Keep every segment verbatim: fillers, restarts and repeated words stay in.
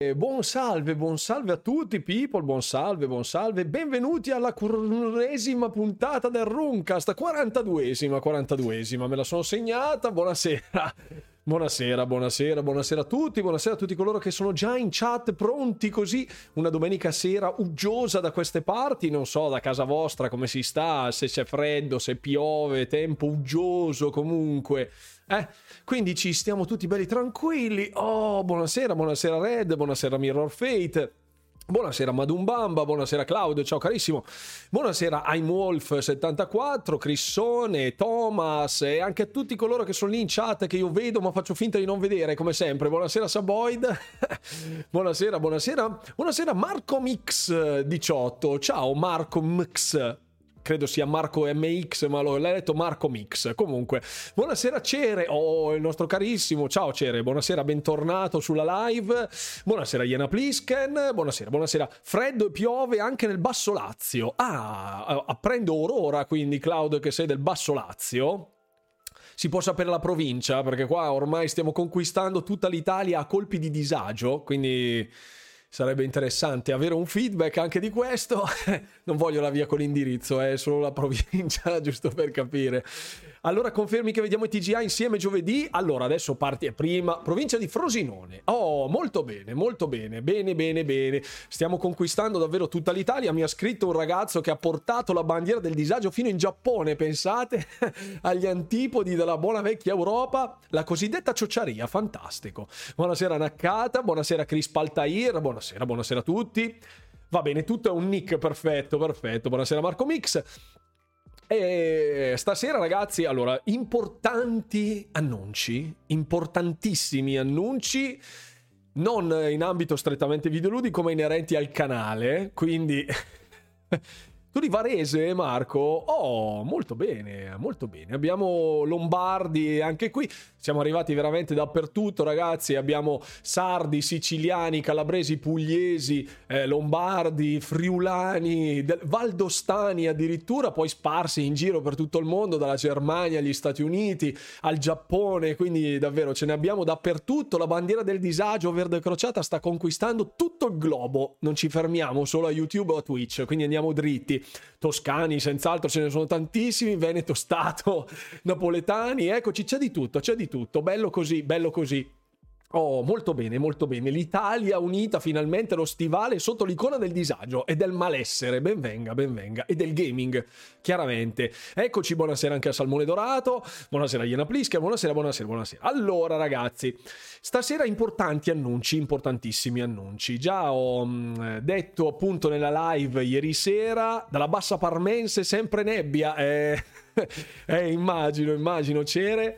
Eh, buon salve, buon salve a tutti people, buon salve, buon salve, benvenuti alla quarantesima puntata del Runcast, quarantaduesima, quarantaduesima, me la sono segnata, buonasera, buonasera, buonasera, buonasera a tutti, buonasera a tutti coloro che sono già in chat pronti così, una domenica sera uggiosa da queste parti, non so da casa vostra come si sta, se c'è freddo, se piove, tempo uggioso comunque... Eh, quindi ci stiamo tutti belli tranquilli. Oh, buonasera, buonasera Red, buonasera Mirror Fate, buonasera Madumbamba, buonasera Claudio, ciao carissimo, buonasera I'm Wolf settantaquattro, Crissone, Thomas e anche a tutti coloro che sono lì in chat che io vedo ma faccio finta di non vedere come sempre. Buonasera Saboid, buonasera, buonasera, buonasera Marco Mix diciotto, ciao Marco Mix. Credo sia Marco M X, ma l'ho letto Marco Mix. Comunque, buonasera Cere, oh, il nostro carissimo, ciao Cere, buonasera, bentornato sulla live. Buonasera Iena Plisken, buonasera, buonasera. Freddo e piove anche nel Basso Lazio. Ah, apprendo Aurora, quindi Claudio che sei del Basso Lazio. Si può sapere la provincia, perché qua ormai stiamo conquistando tutta l'Italia a colpi di disagio, quindi... sarebbe interessante avere un feedback anche di questo. Non voglio la via con l'indirizzo, è solo la provincia, giusto per capire. Allora confermi che vediamo i T G A insieme giovedì? Allora adesso parti prima, provincia di Frosinone. Oh, molto bene, molto bene, bene, bene, bene. Stiamo conquistando davvero tutta l'Italia. Mi ha scritto un ragazzo che ha portato la bandiera del disagio fino in Giappone, pensate, agli antipodi della buona vecchia Europa, la cosiddetta ciociaria, fantastico. Buonasera Naccata, buonasera Chris Paltair, buonasera, buonasera a tutti. Va bene, tutto è un nick perfetto, perfetto. Buonasera Marco Mix. E stasera ragazzi, allora, importanti annunci, importantissimi annunci, non in ambito strettamente videoludico ma inerenti al canale, quindi... Tu di Varese, Marco? Oh, molto bene, molto bene. Abbiamo Lombardi anche qui. Siamo arrivati veramente dappertutto, ragazzi. Abbiamo sardi, siciliani, calabresi, pugliesi, eh, lombardi, friulani, del- valdostani addirittura, poi sparsi in giro per tutto il mondo, dalla Germania agli Stati Uniti, al Giappone. Quindi davvero ce ne abbiamo dappertutto. La bandiera del disagio verde crociata sta conquistando tutto il globo. Non ci fermiamo solo a YouTube o a Twitch, quindi andiamo dritti. Toscani, senz'altro ce ne sono tantissimi, Veneto Stato, napoletani, eccoci, c'è di tutto, c'è di tutto, bello così, bello così. Oh, molto bene, molto bene. L'Italia unita finalmente lo stivale sotto l'icona del disagio e del malessere. Ben venga, ben venga. E del gaming, chiaramente. Eccoci, buonasera anche a Salmone Dorato. Buonasera Iena Pliska, buonasera, buonasera, buonasera. Allora, ragazzi, stasera importanti annunci, importantissimi annunci. Già ho mh, detto appunto nella live ieri sera, dalla bassa parmense sempre nebbia. Eh, eh immagino, immagino, Cere.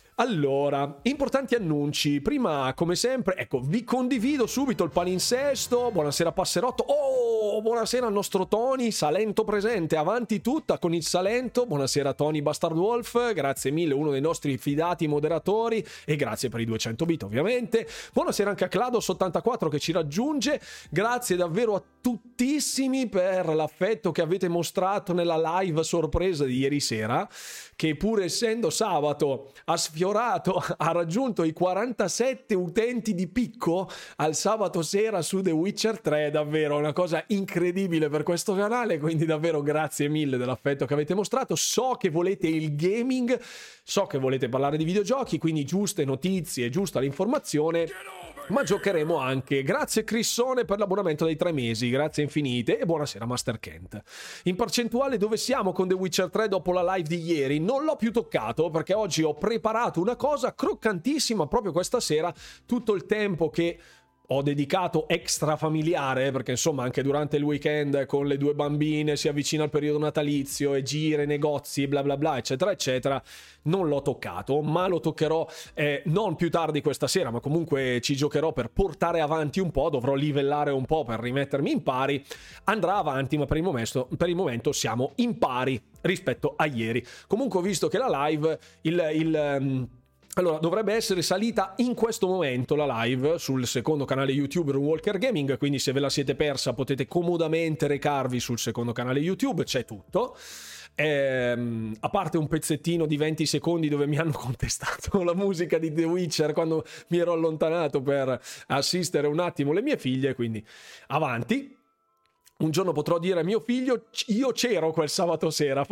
Allora, importanti annunci. Prima, come sempre, ecco, vi condivido subito il palinsesto. Buonasera Passerotto. Oh, buonasera al nostro Tony, Salento presente, avanti tutta con il Salento. Buonasera Tony Bastard Wolf, grazie mille, uno dei nostri fidati moderatori, e grazie per i duecento bit ovviamente. Buonasera anche a Clados ottantaquattro che ci raggiunge. Grazie davvero a tuttissimi per l'affetto che avete mostrato nella live sorpresa di ieri sera, che pur essendo sabato ha sfiorato, ha raggiunto i quarantasette utenti di picco al sabato sera su The Witcher tre. Davvero una cosa incredibile per questo canale, quindi davvero grazie mille dell'affetto che avete mostrato. So che volete il gaming, so che volete parlare di videogiochi, quindi giuste notizie, giusta l'informazione, ma giocheremo anche. Grazie Crissone per l'abbonamento dei tre mesi, grazie infinite, e buonasera Master Kent. In percentuale dove siamo con The Witcher tre dopo la live di ieri? Non l'ho più toccato perché oggi ho preparato una cosa croccantissima proprio questa sera. Tutto il tempo che ho dedicato extra familiare, perché insomma anche durante il weekend con le due bambine si avvicina il periodo natalizio e gire, negozi, bla bla bla, eccetera eccetera, non l'ho toccato, ma lo toccherò eh, non più tardi questa sera, ma comunque ci giocherò per portare avanti un po', dovrò livellare un po' per rimettermi in pari, andrà avanti, ma per il momento, per il momento siamo in pari rispetto a ieri. Comunque ho visto che la live, il... il um, Allora, dovrebbe essere salita in questo momento la live sul secondo canale YouTube Runewalker Gaming, quindi se ve la siete persa potete comodamente recarvi sul secondo canale YouTube, c'è tutto. ehm, a parte un pezzettino di venti secondi dove mi hanno contestato la musica di The Witcher quando mi ero allontanato per assistere un attimo le mie figlie, quindi avanti. Un giorno potrò dire a mio figlio: io c'ero quel sabato sera.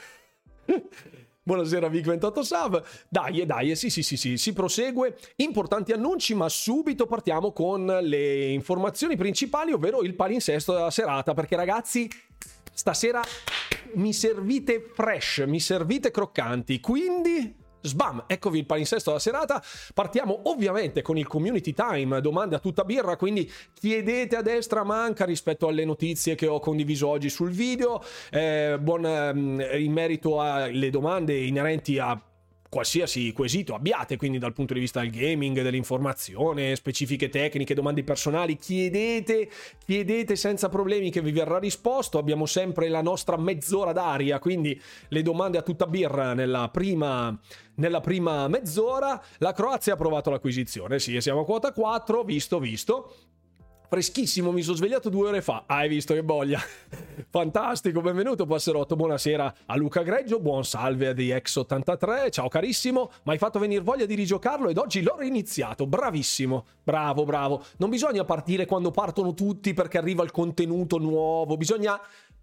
Buonasera Vic ventotto Sav. Dai, dai, sì, sì, sì, sì, si prosegue. Importanti annunci, ma subito partiamo con le informazioni principali, ovvero il palinsesto della serata, perché ragazzi, stasera mi servite fresh, mi servite croccanti, quindi sbam, eccovi il palinsesto della serata. Partiamo ovviamente con il community time, domande a tutta birra, quindi chiedete a destra manca rispetto alle notizie che ho condiviso oggi sul video, eh, buon, eh, in merito alle domande inerenti a qualsiasi quesito abbiate, quindi dal punto di vista del gaming, dell'informazione, specifiche tecniche, domande personali, chiedete, chiedete senza problemi che vi verrà risposto. Abbiamo sempre la nostra mezz'ora d'aria, quindi le domande a tutta birra nella prima, nella prima mezz'ora. La Croazia ha approvato l'acquisizione, sì, siamo a quota quattro, visto, visto. Freschissimo, mi sono svegliato due ore fa. Hai visto che bolia? Fantastico, benvenuto Passerotto, buonasera a Luca Greggio, buon salve a The X ottantatré, ciao carissimo, mi hai fatto venire voglia di rigiocarlo ed oggi l'ho reiniziato, bravissimo, bravo, bravo. Non bisogna partire quando partono tutti perché arriva il contenuto nuovo, bisogna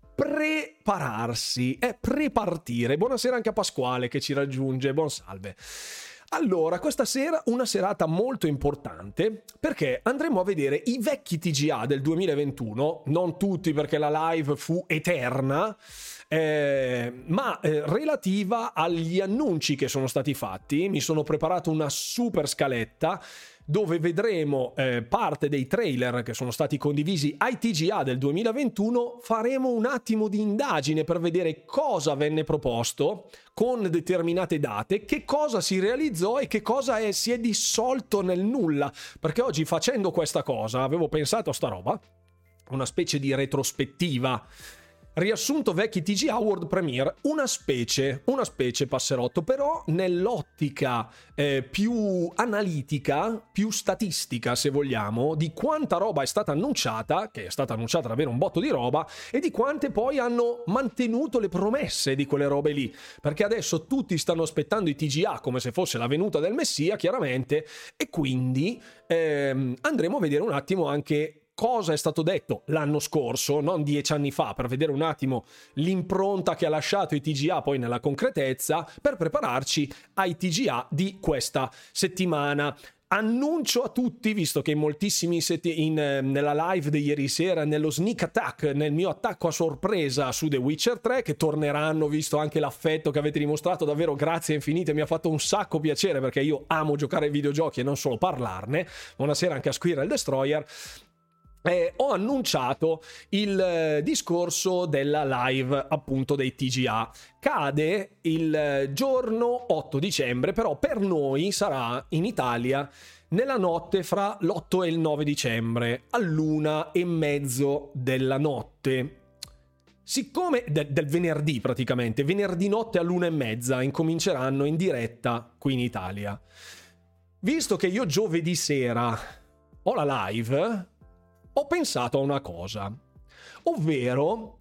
prepararsi, è prepartire. Buonasera anche a Pasquale che ci raggiunge, buon salve. Allora, questa sera una serata molto importante perché andremo a vedere i vecchi T G A del duemilaventuno, non tutti perché la live fu eterna, eh, ma eh, relativa agli annunci che sono stati fatti. Mi sono preparato una super scaletta dove vedremo eh, parte dei trailer che sono stati condivisi ai T G A del duemilaventuno. Faremo un attimo di indagine per vedere cosa venne proposto con determinate date, che cosa si realizzò e che cosa è, si è dissolto nel nulla, perché oggi facendo questa cosa avevo pensato a sta roba, una specie di retrospettiva. Riassunto vecchi T G A World Premiere, una specie, una specie Passerotto, però nell'ottica eh, più analitica, più statistica se vogliamo, di quanta roba è stata annunciata, che è stata annunciata davvero un botto di roba, e di quante poi hanno mantenuto le promesse di quelle robe lì, perché adesso tutti stanno aspettando i T G A come se fosse la venuta del Messia, chiaramente, e quindi ehm, andremo a vedere un attimo anche cosa è stato detto l'anno scorso, non dieci anni fa, per vedere un attimo l'impronta che ha lasciato i T G A poi nella concretezza, per prepararci ai T G A di questa settimana. Annuncio a tutti, visto che in moltissimi setti- in, eh, nella live di ieri sera, nello sneak attack, nel mio attacco a sorpresa su The Witcher tre, che torneranno, visto anche l'affetto che avete dimostrato, davvero grazie infinite, mi ha fatto un sacco piacere perché io amo giocare ai videogiochi e non solo parlarne. Buonasera anche a Squirrel Destroyer. Eh, ho annunciato il eh, discorso della live appunto dei T G A. Cade il eh, giorno otto dicembre, però per noi sarà in Italia nella notte fra l'otto e il nove dicembre, all'una e mezzo della notte. Siccome de- del venerdì praticamente, venerdì notte all'una e mezza incominceranno in diretta qui in Italia. Visto che io giovedì sera ho la live, ho pensato a una cosa, ovvero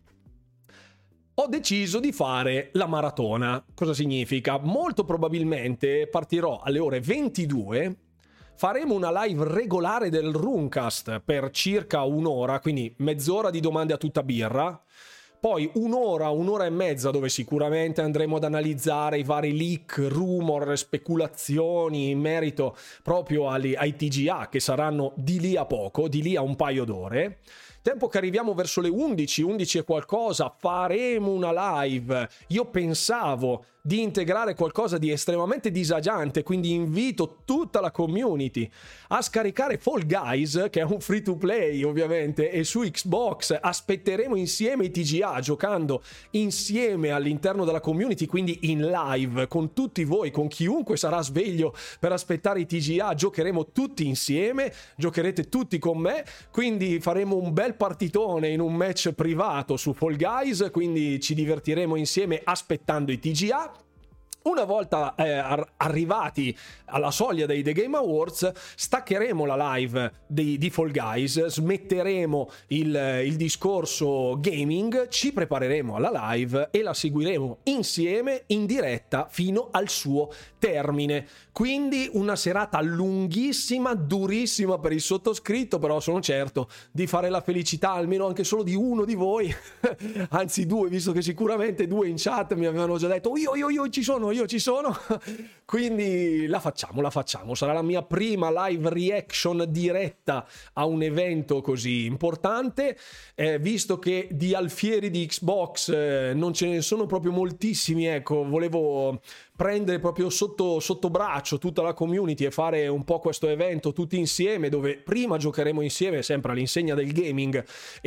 ho deciso di fare la maratona. Cosa significa? Molto probabilmente partirò alle ore ventidue, faremo una live regolare del Runcast per circa un'ora, quindi mezz'ora di domande a tutta birra, poi un'ora, un'ora e mezza dove sicuramente andremo ad analizzare i vari leak, rumor, speculazioni in merito proprio ai, ai T G A che saranno di lì a poco, di lì a un paio d'ore. Tempo che arriviamo verso le undici, undici e qualcosa, faremo una live. Io pensavo di integrare qualcosa di estremamente disagiante, quindi invito tutta la community a scaricare Fall Guys, che è un free to play ovviamente, e su Xbox aspetteremo insieme i T G A, giocando insieme all'interno della community, quindi in live con tutti voi, con chiunque sarà sveglio per aspettare i T G A, giocheremo tutti insieme, giocherete tutti con me, quindi faremo un bel partitone in un match privato su Fall Guys, quindi ci divertiremo insieme aspettando i T G A. Una volta eh, ar- arrivati alla soglia dei The Game Awards, staccheremo la live di, di Fall Guys, smetteremo il, il discorso gaming, ci prepareremo alla live e la seguiremo insieme in diretta fino al suo termine. Quindi una serata lunghissima, durissima per il sottoscritto, però sono certo di fare la felicità almeno anche solo di uno di voi, anzi due, visto che sicuramente due in chat mi avevano già detto io, io, io ci sono, io ci sono. Quindi la facciamo, la facciamo. Sarà la mia prima live reaction diretta a un evento così importante, eh, visto che di alfieri di Xbox eh, non ce ne sono proprio moltissimi, ecco, volevo prendere proprio sotto, sotto braccio tutta la community e fare un po' questo evento tutti insieme, dove prima giocheremo insieme sempre all'insegna del gaming,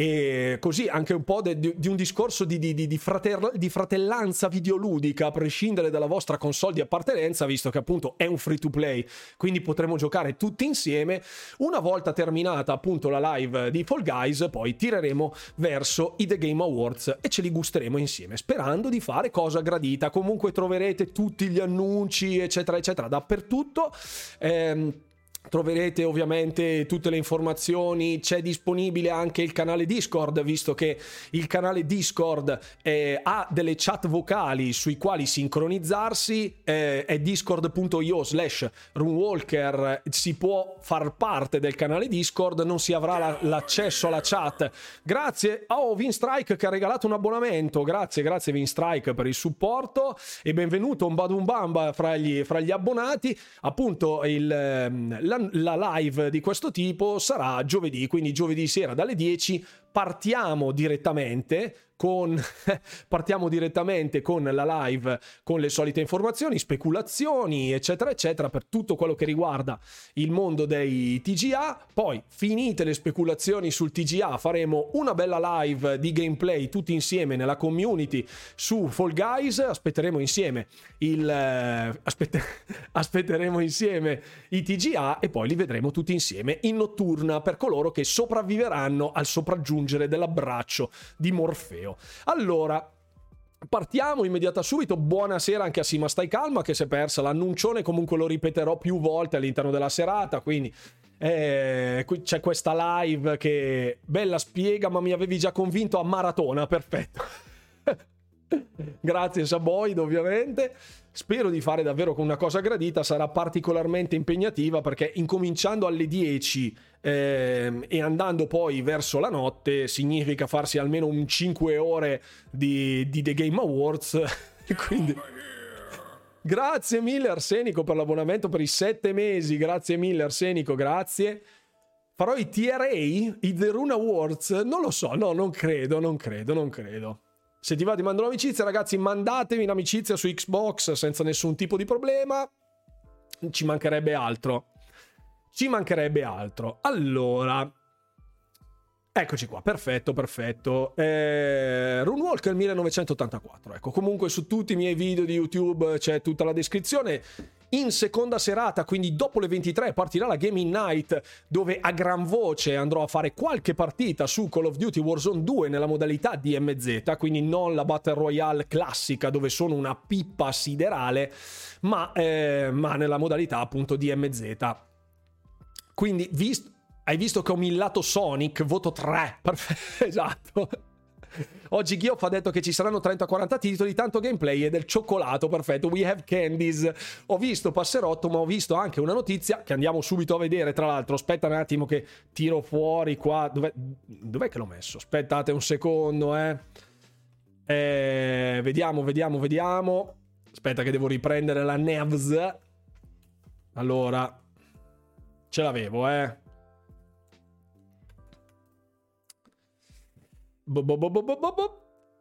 e così anche un po' de, di un discorso di, di, di, frater, di fratellanza videoludica a prescindere dalla vostra console di appartenenza, visto che appunto è un free to play, quindi potremo giocare tutti insieme. Una volta terminata appunto la live di Fall Guys, poi tireremo verso i The Game Awards e ce li gusteremo insieme, sperando di fare cosa gradita. Comunque troverete tutti gli annunci eccetera eccetera dappertutto. ehm Troverete ovviamente tutte le informazioni, c'è disponibile anche il canale Discord, visto che il canale Discord eh, ha delle chat vocali sui quali sincronizzarsi, eh, è discord.io slash runewalker, si può far parte del canale Discord, non si avrà la, l'accesso alla chat. Grazie a oh, Vinstrike che ha regalato un abbonamento, grazie, grazie Vinstrike per il supporto e benvenuto un Badumbamba fra gli, fra gli abbonati. Appunto il, la La live di questo tipo sarà giovedì, quindi giovedì sera dalle dieci partiamo direttamente con partiamo direttamente con la live, con le solite informazioni, speculazioni eccetera eccetera per tutto quello che riguarda il mondo dei T G A. Poi finite le speculazioni sul T G A faremo una bella live di gameplay tutti insieme nella community su Fall Guys. Aspetteremo insieme il aspett- aspetteremo insieme i T G A e poi li vedremo tutti insieme in notturna per coloro che sopravviveranno al sopraggiungere dell'abbraccio di Morfeo. Allora, partiamo immediata subito. Buonasera anche a Sima Stai Calma che si è persa l'annuncione, comunque lo ripeterò più volte all'interno della serata, quindi eh, qui c'è questa live che bella spiega, ma mi avevi già convinto a maratona, perfetto. Grazie Saboid, ovviamente. Spero di fare davvero con una cosa gradita, sarà particolarmente impegnativa perché incominciando alle dieci eh, e andando poi verso la notte significa farsi almeno un cinque ore di, di The Game Awards. Quindi grazie mille Arsenico per l'abbonamento per i sette mesi, grazie mille Arsenico, grazie. Farò i T R A, i The Rune Awards? Non lo so, no, non credo, non credo, non credo. Se ti va ti mando un'amicizia, ragazzi, mandatemi un'amicizia su Xbox senza nessun tipo di problema. Ci mancherebbe altro. Ci mancherebbe altro. Allora, eccoci qua, perfetto, perfetto. Eh, Runewalker millenovecentottantaquattro. Ecco, comunque su tutti i miei video di YouTube c'è tutta la descrizione. In seconda serata, quindi dopo le ventitré, partirà la Gaming Night, dove a gran voce andrò a fare qualche partita su Call of Duty Warzone due nella modalità D M Z, quindi non la Battle Royale classica dove sono una pippa siderale, ma, eh, ma nella modalità appunto D M Z. Quindi visto, hai visto che ho millato Sonic, voto tre, perfetto, esatto. Oggi Geoff ha detto che ci saranno trenta quaranta titoli, tanto gameplay e del cioccolato, perfetto, we have candies. Ho visto Passerotto, ma ho visto anche una notizia che andiamo subito a vedere, tra l'altro. Aspetta un attimo che tiro fuori qua. Dov'è, dov'è che l'ho messo? Aspettate un secondo, eh. eh Vediamo, vediamo, vediamo. Aspetta che devo riprendere la Nevs. Allora, ce l'avevo, eh. Bo bo bo bo bo bo.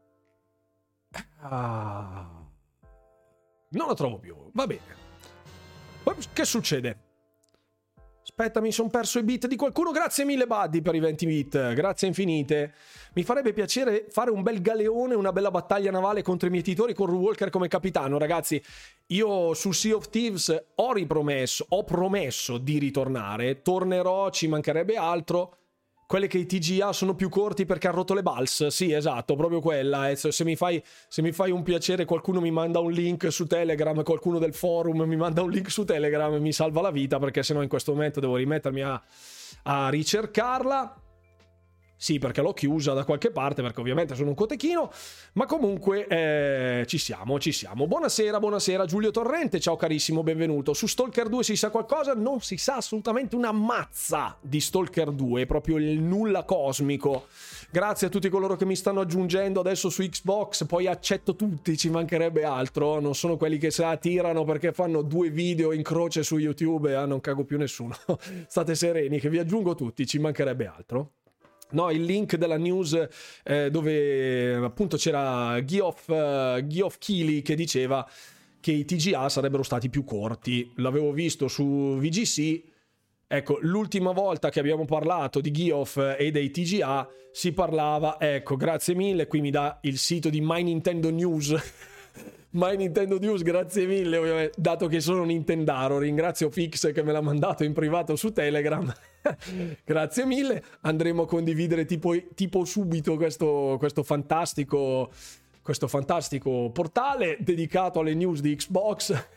Ah. Non la trovo più, va bene. Che succede? Aspetta, mi sono perso i beat di qualcuno. Grazie mille Buddy per i venti bit, grazie infinite. Mi farebbe piacere fare un bel galeone, una bella battaglia navale contro i mietitori con Runewalker come capitano. Ragazzi, io su Sea of Thieves ho ripromesso, ho promesso di ritornare. Tornerò, ci mancherebbe altro. quelle che i T G A sono più corti perché hanno rotto le balze. Sì, esatto, proprio quella. Eh. Se mi fai, se mi fai un piacere, qualcuno mi manda un link su Telegram, qualcuno del forum mi manda un link su Telegram e mi salva la vita, perché sennò in questo momento devo rimettermi a, a ricercarla. Sì, perché l'ho chiusa da qualche parte, perché ovviamente sono un cotechino, ma comunque eh, ci siamo, ci siamo. Buonasera, buonasera Giulio Torrente, ciao carissimo, benvenuto. Su Stalker due si sa qualcosa? Non si sa assolutamente una mazza di Stalker due, è proprio il nulla cosmico. Grazie a tutti coloro che mi stanno aggiungendo adesso su Xbox, poi accetto tutti, ci mancherebbe altro, non sono quelli che se la tirano perché fanno due video in croce su YouTube e ah, non cago più nessuno. State sereni che vi aggiungo tutti, ci mancherebbe altro. No, il link della news eh, dove appunto c'era Geoff, uh, Geoff Keighley che diceva che i T G A sarebbero stati più corti. L'avevo visto su V G C. Ecco, l'ultima volta che abbiamo parlato di Geoff e dei T G A si parlava, ecco, grazie mille, qui mi dà il sito di My Nintendo News. My Nintendo News, grazie mille, ovviamente, dato che sono Nintendaro, ringrazio Fix che me l'ha mandato in privato su Telegram. Grazie mille, andremo a condividere tipo, tipo subito questo, questo fantastico questo fantastico portale dedicato alle news di Xbox.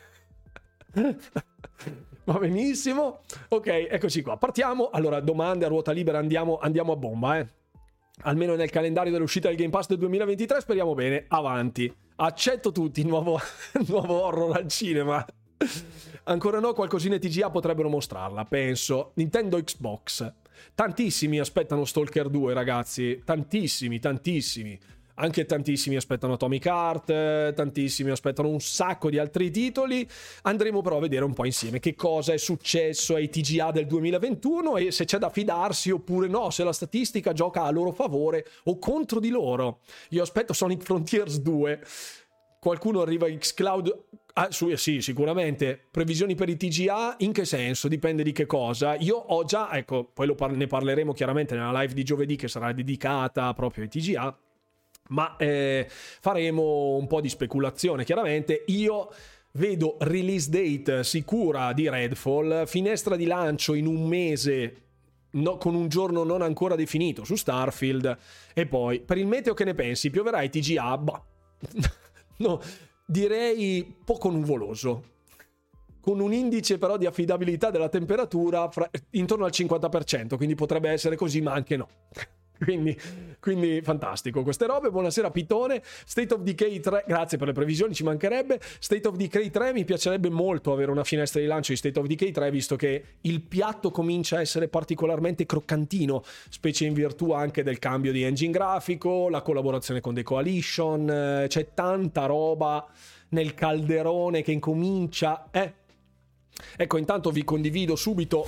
Va benissimo, ok, eccoci qua, partiamo. Allora, domande a ruota libera, andiamo, andiamo a bomba, eh almeno nel calendario dell'uscita del Game Pass del duemilaventitré, speriamo bene. Avanti, accetto tutti, nuovo, nuovo horror al cinema. Ancora no, qualcosina T G A potrebbero mostrarla, penso. Nintendo Xbox, tantissimi aspettano Stalker due, ragazzi, tantissimi, tantissimi. Anche tantissimi aspettano Atomic Heart, tantissimi aspettano un sacco di altri titoli. Andremo però a vedere un po' insieme che cosa è successo ai T G A del duemilaventuno e se c'è da fidarsi oppure no, se la statistica gioca a loro favore o contro di loro. Io aspetto Sonic Frontiers due. Qualcuno arriva a xCloud? Ah, su, sì, sicuramente. Previsioni per i T G A? In che senso? Dipende di che cosa. Io ho già, ecco, poi lo par- ne parleremo chiaramente nella live di giovedì che sarà dedicata proprio ai T G A. Ma eh, faremo un po' di speculazione, chiaramente. Io vedo release date sicura di Redfall, finestra di lancio in un mese, no, con un giorno non ancora definito su Starfield. E poi, per il meteo che ne pensi? Pioverà i T G A? Bah, no, direi poco nuvoloso, con un indice però di affidabilità della temperatura fra, intorno al cinquanta per cento, quindi potrebbe essere così, ma anche no. Quindi, quindi fantastico queste robe. Buonasera Pitone. State of Decay tre, grazie per le previsioni, ci mancherebbe. State of Decay tre, mi piacerebbe molto avere una finestra di lancio di State of Decay tre, visto che il piatto comincia a essere particolarmente croccantino, specie in virtù anche del cambio di engine grafico, la collaborazione con The Coalition, c'è tanta roba nel calderone che incomincia eh. Ecco, intanto vi condivido subito,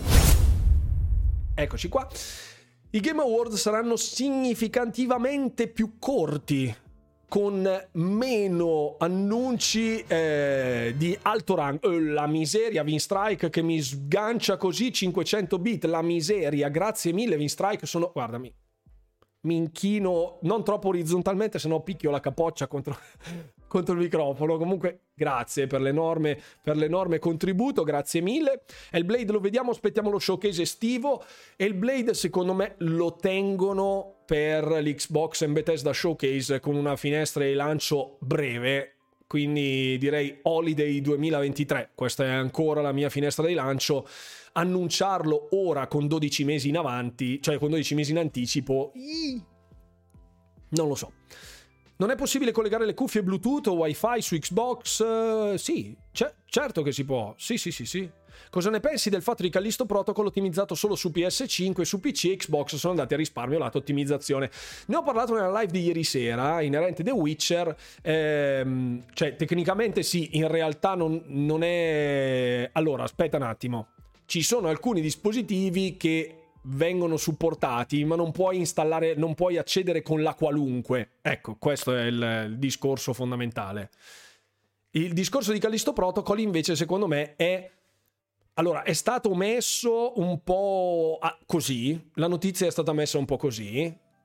eccoci qua. I Game Awards saranno significativamente più corti, con meno annunci eh, di alto rango. Eh, la miseria, Winstrike che mi sgancia così cinquecento bit, la miseria, grazie mille Winstrike, sono, guardami, mi inchino non troppo orizzontalmente, se no picchio la capoccia contro, contro il microfono. Comunque grazie per l'enorme, per l'enorme contributo, grazie mille. Hellblade lo vediamo, aspettiamo lo showcase estivo. Hellblade secondo me lo tengono per l'Xbox and Bethesda Showcase con una finestra di lancio breve, quindi direi Holiday duemilaventitré. Questa è ancora la mia finestra di lancio. Annunciarlo ora con dodici mesi in avanti, cioè con dodici mesi in anticipo, non lo so. Non è possibile collegare le cuffie Bluetooth o Wi-Fi su Xbox? Uh, sì, c- certo che si può. Sì, sì, sì, sì. Cosa ne pensi del fatto di Callisto Protocol ottimizzato solo su P S cinque, su P C e Xbox sono andati a risparmio lato ottimizzazione? Ne ho parlato nella live di ieri sera, inerente The Witcher. Ehm, cioè, tecnicamente sì, in realtà non, non è... Allora, aspetta un attimo. Ci sono alcuni dispositivi che vengono supportati, ma non puoi installare, non puoi accedere con la qualunque. Ecco, questo è il, il discorso fondamentale. Il discorso di Callisto Protocol invece secondo me è, allora, è stato messo un po' così, la notizia è stata messa un po' così,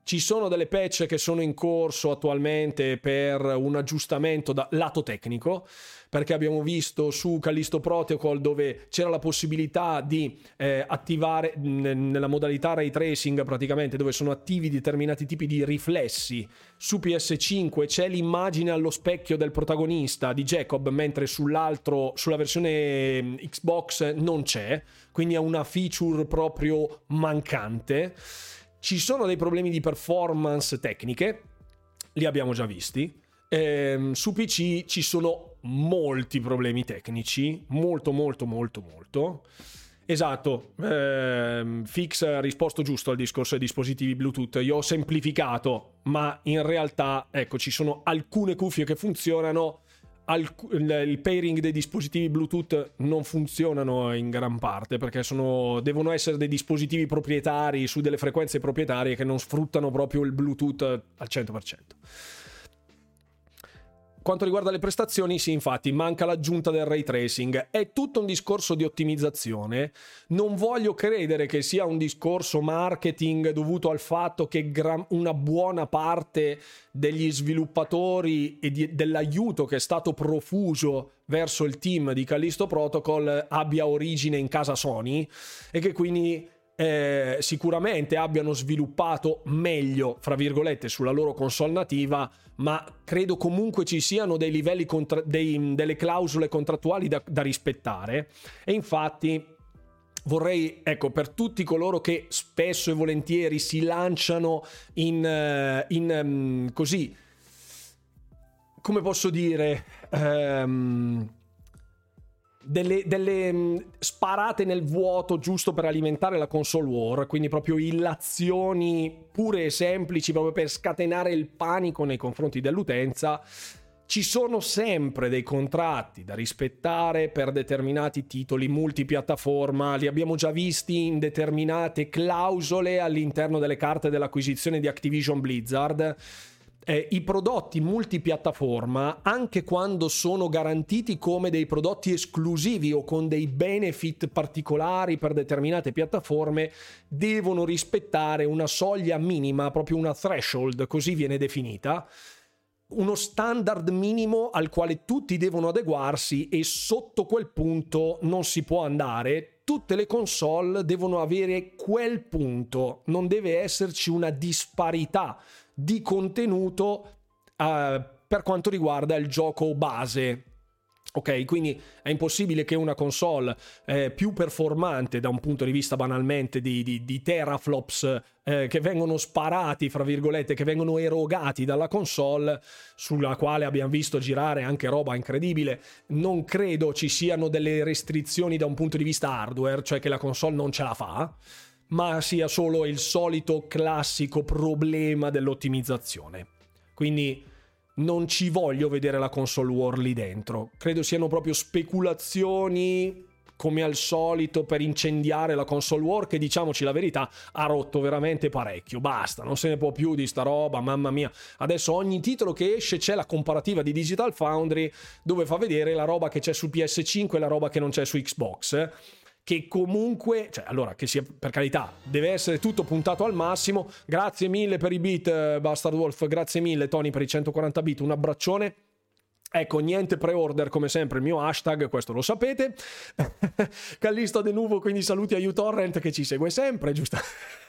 Ci sono delle patch che sono in corso attualmente per un aggiustamento da lato tecnico, perché abbiamo visto su Callisto Protocol, dove c'era la possibilità di eh, attivare n- nella modalità ray tracing, praticamente dove sono attivi determinati tipi di riflessi. Su P S cinque c'è l'immagine allo specchio del protagonista di Jacob, mentre sull'altro, sulla versione Xbox non c'è, quindi è una feature proprio mancante. Ci sono dei problemi di performance tecniche, li abbiamo già visti. Ehm, su P C ci sono molti problemi tecnici, molto molto molto molto. Esatto, ehm, Fix ha risposto giusto al discorso dei dispositivi Bluetooth. Io ho semplificato, ma in realtà, ecco, ci sono alcune cuffie che funzionano. Alc- il pairing dei dispositivi Bluetooth non funzionano in gran parte, perché sono, devono essere dei dispositivi proprietari su delle frequenze proprietarie che non sfruttano proprio il Bluetooth al cento per cento. Quanto riguarda le prestazioni, sì, infatti manca l'aggiunta del ray tracing. È tutto un discorso di ottimizzazione. Non voglio credere che sia un discorso marketing dovuto al fatto che gran- una buona parte degli sviluppatori e di- dell'aiuto che è stato profuso verso il team di Callisto Protocol abbia origine in casa Sony, e che quindi eh, sicuramente abbiano sviluppato meglio, fra virgolette, sulla loro console nativa, ma credo comunque ci siano dei livelli contra- dei, delle clausole contrattuali da, da rispettare. E infatti vorrei, ecco, per tutti coloro che spesso e volentieri si lanciano in, in um, così, come posso dire, um, delle, delle um, sparate nel vuoto giusto per alimentare la console war, quindi proprio illazioni pure e semplici proprio per scatenare il panico nei confronti dell'utenza. Ci sono sempre dei contratti da rispettare per determinati titoli multipiattaforma, li abbiamo già visti in determinate clausole all'interno delle carte dell'acquisizione di Activision Blizzard. Eh, i prodotti multipiattaforma, anche quando sono garantiti come dei prodotti esclusivi o con dei benefit particolari per determinate piattaforme, devono rispettare una soglia minima, proprio una threshold, così viene definita, uno standard minimo al quale tutti devono adeguarsi, e sotto quel punto non si può andare. Tutte le console devono avere quel punto, non deve esserci una disparità di contenuto uh, per quanto riguarda il gioco base. Ok, quindi è impossibile che una console eh, più performante da un punto di vista banalmente di, di, di teraflops eh, che vengono sparati, fra virgolette, che vengono erogati dalla console, sulla quale abbiamo visto girare anche roba incredibile, non credo ci siano delle restrizioni da un punto di vista hardware, cioè che la console non ce la fa, ma sia solo il solito classico problema dell'ottimizzazione. Quindi non ci voglio vedere la console war lì dentro. Credo siano proprio speculazioni, come al solito, per incendiare la console war, che, diciamoci la verità, ha rotto veramente parecchio. Basta, non se ne può più di sta roba, mamma mia. Adesso ogni titolo che esce c'è la comparativa di Digital Foundry, dove fa vedere la roba che c'è su P S cinque e la roba che non c'è su Xbox, che comunque, cioè, allora, che sia, per carità, deve essere tutto puntato al massimo. Grazie mille per i bit, Bastard Wolf, grazie mille Tony per i centoquaranta bit, un abbraccione. Ecco, niente pre-order come sempre, il mio hashtag, questo lo sapete. Callisto De Nuvo, quindi saluti a uTorrent che ci segue sempre, giusto?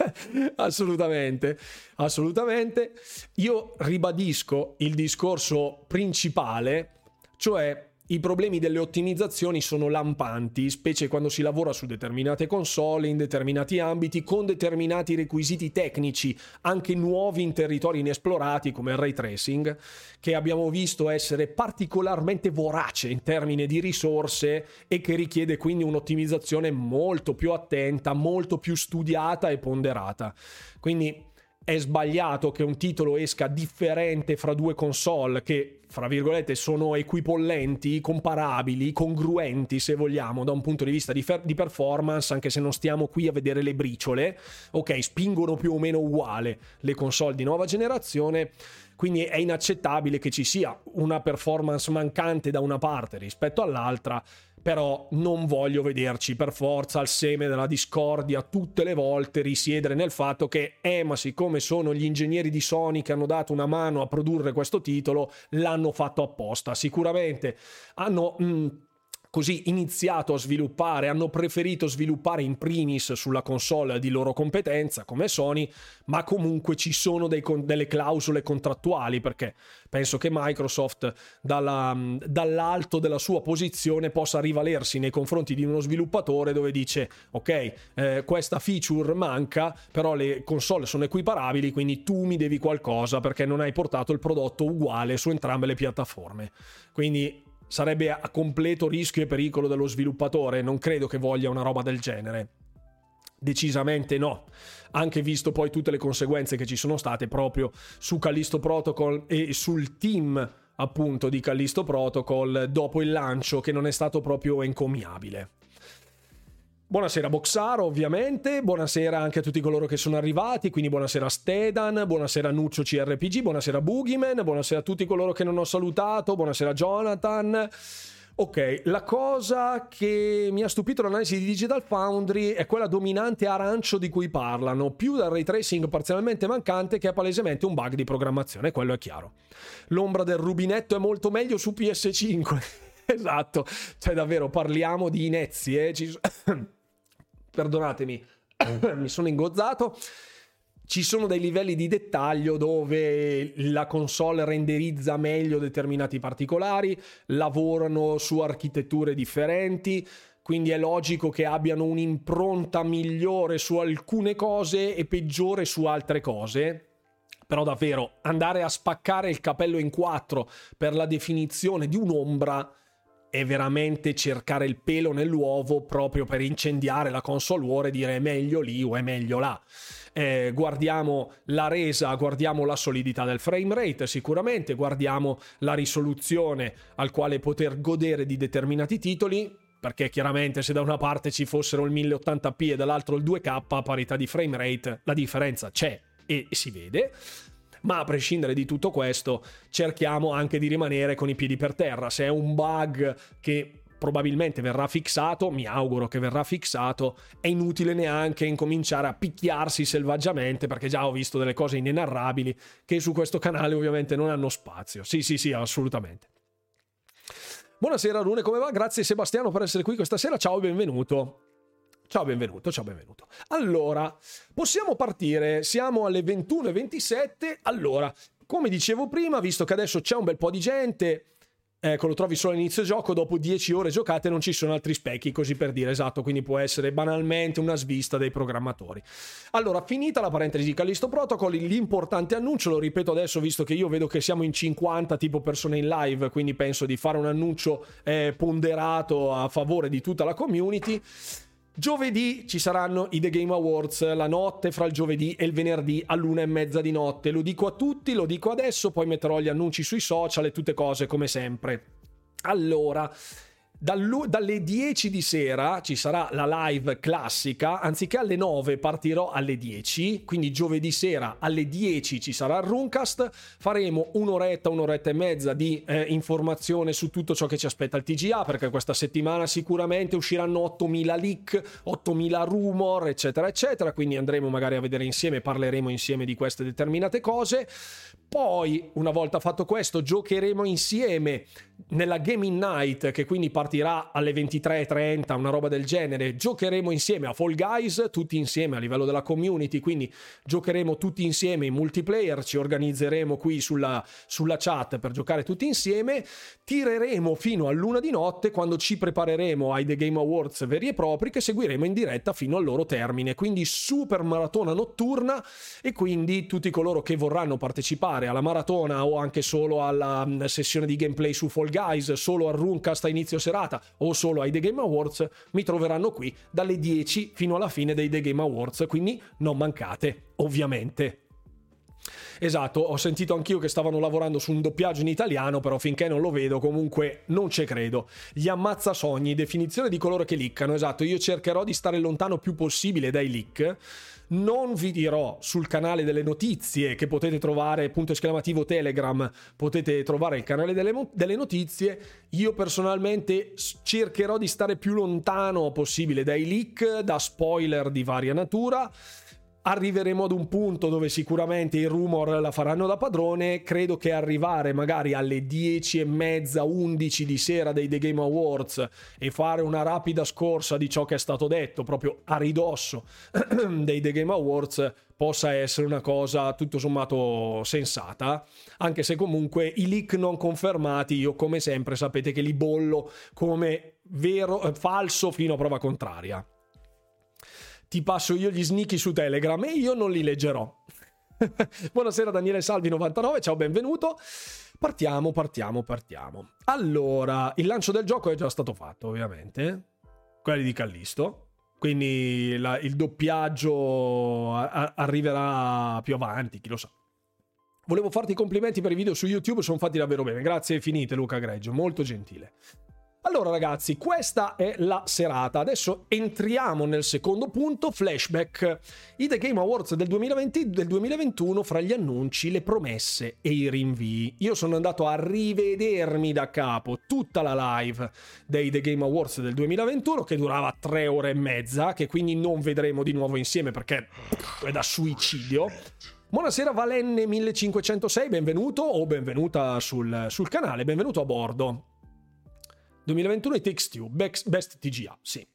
Assolutamente, assolutamente. Io ribadisco il discorso principale, cioè i problemi delle ottimizzazioni sono lampanti, specie quando si lavora su determinate console, in determinati ambiti, con determinati requisiti tecnici, anche nuovi in territori inesplorati come il ray tracing, che abbiamo visto essere particolarmente vorace in termini di risorse e che richiede quindi un'ottimizzazione molto più attenta, molto più studiata e ponderata. Quindi è sbagliato che un titolo esca differente fra due console che, fra virgolette, sono equipollenti, comparabili, congruenti, se vogliamo, da un punto di vista di, fer- di performance, anche se non stiamo qui a vedere le briciole. Ok, spingono più o meno uguale le console di nuova generazione, quindi è inaccettabile che ci sia una performance mancante da una parte rispetto all'altra, però non voglio vederci per forza al seme della discordia tutte le volte risiedere nel fatto che eh ma siccome sono gli ingegneri di Sony che hanno dato una mano a produrre questo titolo, l'hanno fatto apposta. Sicuramente hanno mh, così iniziato a sviluppare, hanno preferito sviluppare in primis sulla console di loro competenza come Sony, ma comunque ci sono dei, delle clausole contrattuali, perché penso che Microsoft dalla, dall'alto della sua posizione possa rivalersi nei confronti di uno sviluppatore dove dice ok, eh, questa feature manca, però le console sono equiparabili, quindi tu mi devi qualcosa perché non hai portato il prodotto uguale su entrambe le piattaforme. Quindi sarebbe a completo rischio e pericolo dello sviluppatore. Non credo che voglia una roba del genere, decisamente no, anche visto poi tutte le conseguenze che ci sono state proprio su Callisto Protocol e sul team appunto di Callisto Protocol dopo il lancio, che non è stato proprio encomiabile. Buonasera Boxaro, ovviamente, buonasera anche a tutti coloro che sono arrivati, quindi buonasera Stedan, buonasera Nuccio C R P G, buonasera Boogeyman, buonasera a tutti coloro che non ho salutato, buonasera Jonathan. Ok, la cosa che mi ha stupito l'analisi di Digital Foundry è quella dominante arancio di cui parlano, più dal ray tracing parzialmente mancante che è palesemente un bug di programmazione, quello è chiaro. L'ombra del rubinetto è molto meglio su P S cinque, esatto, cioè davvero parliamo di inezie, eh? Ci... perdonatemi, mi sono ingozzato. Ci sono dei livelli di dettaglio dove la console renderizza meglio determinati particolari, lavorano su architetture differenti, quindi è logico che abbiano un'impronta migliore su alcune cose e peggiore su altre cose. Però davvero andare a spaccare il capello in quattro per la definizione di un'ombra è veramente cercare il pelo nell'uovo, proprio per incendiare la console war e dire è meglio lì o è meglio là. Eh, guardiamo la resa, guardiamo la solidità del frame rate sicuramente, guardiamo la risoluzione al quale poter godere di determinati titoli, perché chiaramente se da una parte ci fossero il mille ottanta p e dall'altro il due K a parità di frame rate, la differenza c'è e si vede. Ma a prescindere di tutto questo cerchiamo anche di rimanere con i piedi per terra. Se è un bug che probabilmente verrà fissato, mi auguro che verrà fissato, è inutile neanche incominciare a picchiarsi selvaggiamente, perché già ho visto delle cose inenarrabili che su questo canale ovviamente non hanno spazio. Sì sì sì, assolutamente. Buonasera Rune, come va? Grazie Sebastiano per essere qui questa sera, ciao e benvenuto. Ciao, benvenuto, ciao, benvenuto. Allora, possiamo partire, siamo alle ventuno e ventisette. Allora, come dicevo prima, visto che adesso c'è un bel po' di gente, ecco, lo trovi solo all'inizio gioco, dopo dieci ore giocate non ci sono altri specchi, così per dire, esatto, quindi può essere banalmente una svista dei programmatori. Allora, finita la parentesi di Callisto Protocol, l'importante annuncio, lo ripeto adesso visto che io vedo che siamo in cinquanta tipo persone in live, quindi penso di fare un annuncio eh, ponderato a favore di tutta la community. Giovedì ci saranno i The Game Awards, la notte fra il giovedì e il venerdì all'una e mezza di notte. Lo dico a tutti, lo dico adesso, poi metterò gli annunci sui social e tutte cose come sempre. Allora, dalle dieci di sera ci sarà la live classica, anziché alle nove partirò alle dieci, quindi giovedì sera alle dieci ci sarà il Runcast, faremo un'oretta, un'oretta e mezza di eh, informazione su tutto ciò che ci aspetta il T G A, perché questa settimana sicuramente usciranno ottomila leak, ottomila rumor, eccetera eccetera, quindi andremo magari a vedere insieme, parleremo insieme di queste determinate cose. Poi, una volta fatto questo, giocheremo insieme nella Gaming Night, che quindi partirà alle ventitré e trenta, una roba del genere. Giocheremo insieme a Fall Guys, tutti insieme a livello della community, quindi giocheremo tutti insieme in multiplayer, ci organizzeremo qui sulla, sulla chat per giocare tutti insieme, tireremo fino all'una di notte quando ci prepareremo ai The Game Awards veri e propri, che seguiremo in diretta fino al loro termine, quindi super maratona notturna. E quindi tutti coloro che vorranno partecipare alla maratona o anche solo alla sessione di gameplay su Fall Guys, solo al Runcast a inizio serata o solo ai The Game Awards, mi troveranno qui dalle dieci fino alla fine dei The Game Awards, quindi non mancate, ovviamente. Esatto, ho sentito anch'io che stavano lavorando su un doppiaggio in italiano, però finché non lo vedo comunque non ci credo. Gli ammazzasogni, definizione di coloro che liccano, esatto, io cercherò di stare lontano più possibile dai leak. Non vi dirò sul canale delle notizie che potete trovare, punto esclamativo Telegram, potete trovare il canale delle, delle notizie. Io personalmente cercherò di stare più lontano possibile dai leak, da spoiler di varia natura. Arriveremo ad un punto dove sicuramente i rumor la faranno da padrone. Credo che arrivare magari alle dieci e mezza, undici di sera dei The Game Awards e fare una rapida scorsa di ciò che è stato detto proprio a ridosso dei The Game Awards possa essere una cosa tutto sommato sensata, anche se comunque i leak non confermati io come sempre sapete che li bollo come vero, eh, falso fino a prova contraria. Ti passo io gli sneaky su Telegram e io non li leggerò. Buonasera Daniele Salvi novantanove, ciao, benvenuto. Partiamo, partiamo, partiamo. Allora, il lancio del gioco è già stato fatto, ovviamente. Quelli di Callisto. Quindi la, il doppiaggio a, a, arriverà più avanti, chi lo sa. Volevo farti i complimenti per i video su YouTube, sono fatti davvero bene. Grazie infinite Luca Greggio, molto gentile. Allora ragazzi, questa è la serata. Adesso entriamo nel secondo punto, flashback. I The Game Awards del duemilaventi, del duemilaventuno, fra gli annunci, le promesse e i rinvii. Io sono andato a rivedermi da capo tutta la live dei The Game Awards del duemilaventuno, che durava tre ore e mezza, che quindi non vedremo di nuovo insieme perché è da suicidio. Buonasera Valenne millecinquecentosei, benvenuto o benvenuta sul, sul canale, benvenuto a bordo. duemilaventuno It Takes Two, Best T G A, sì.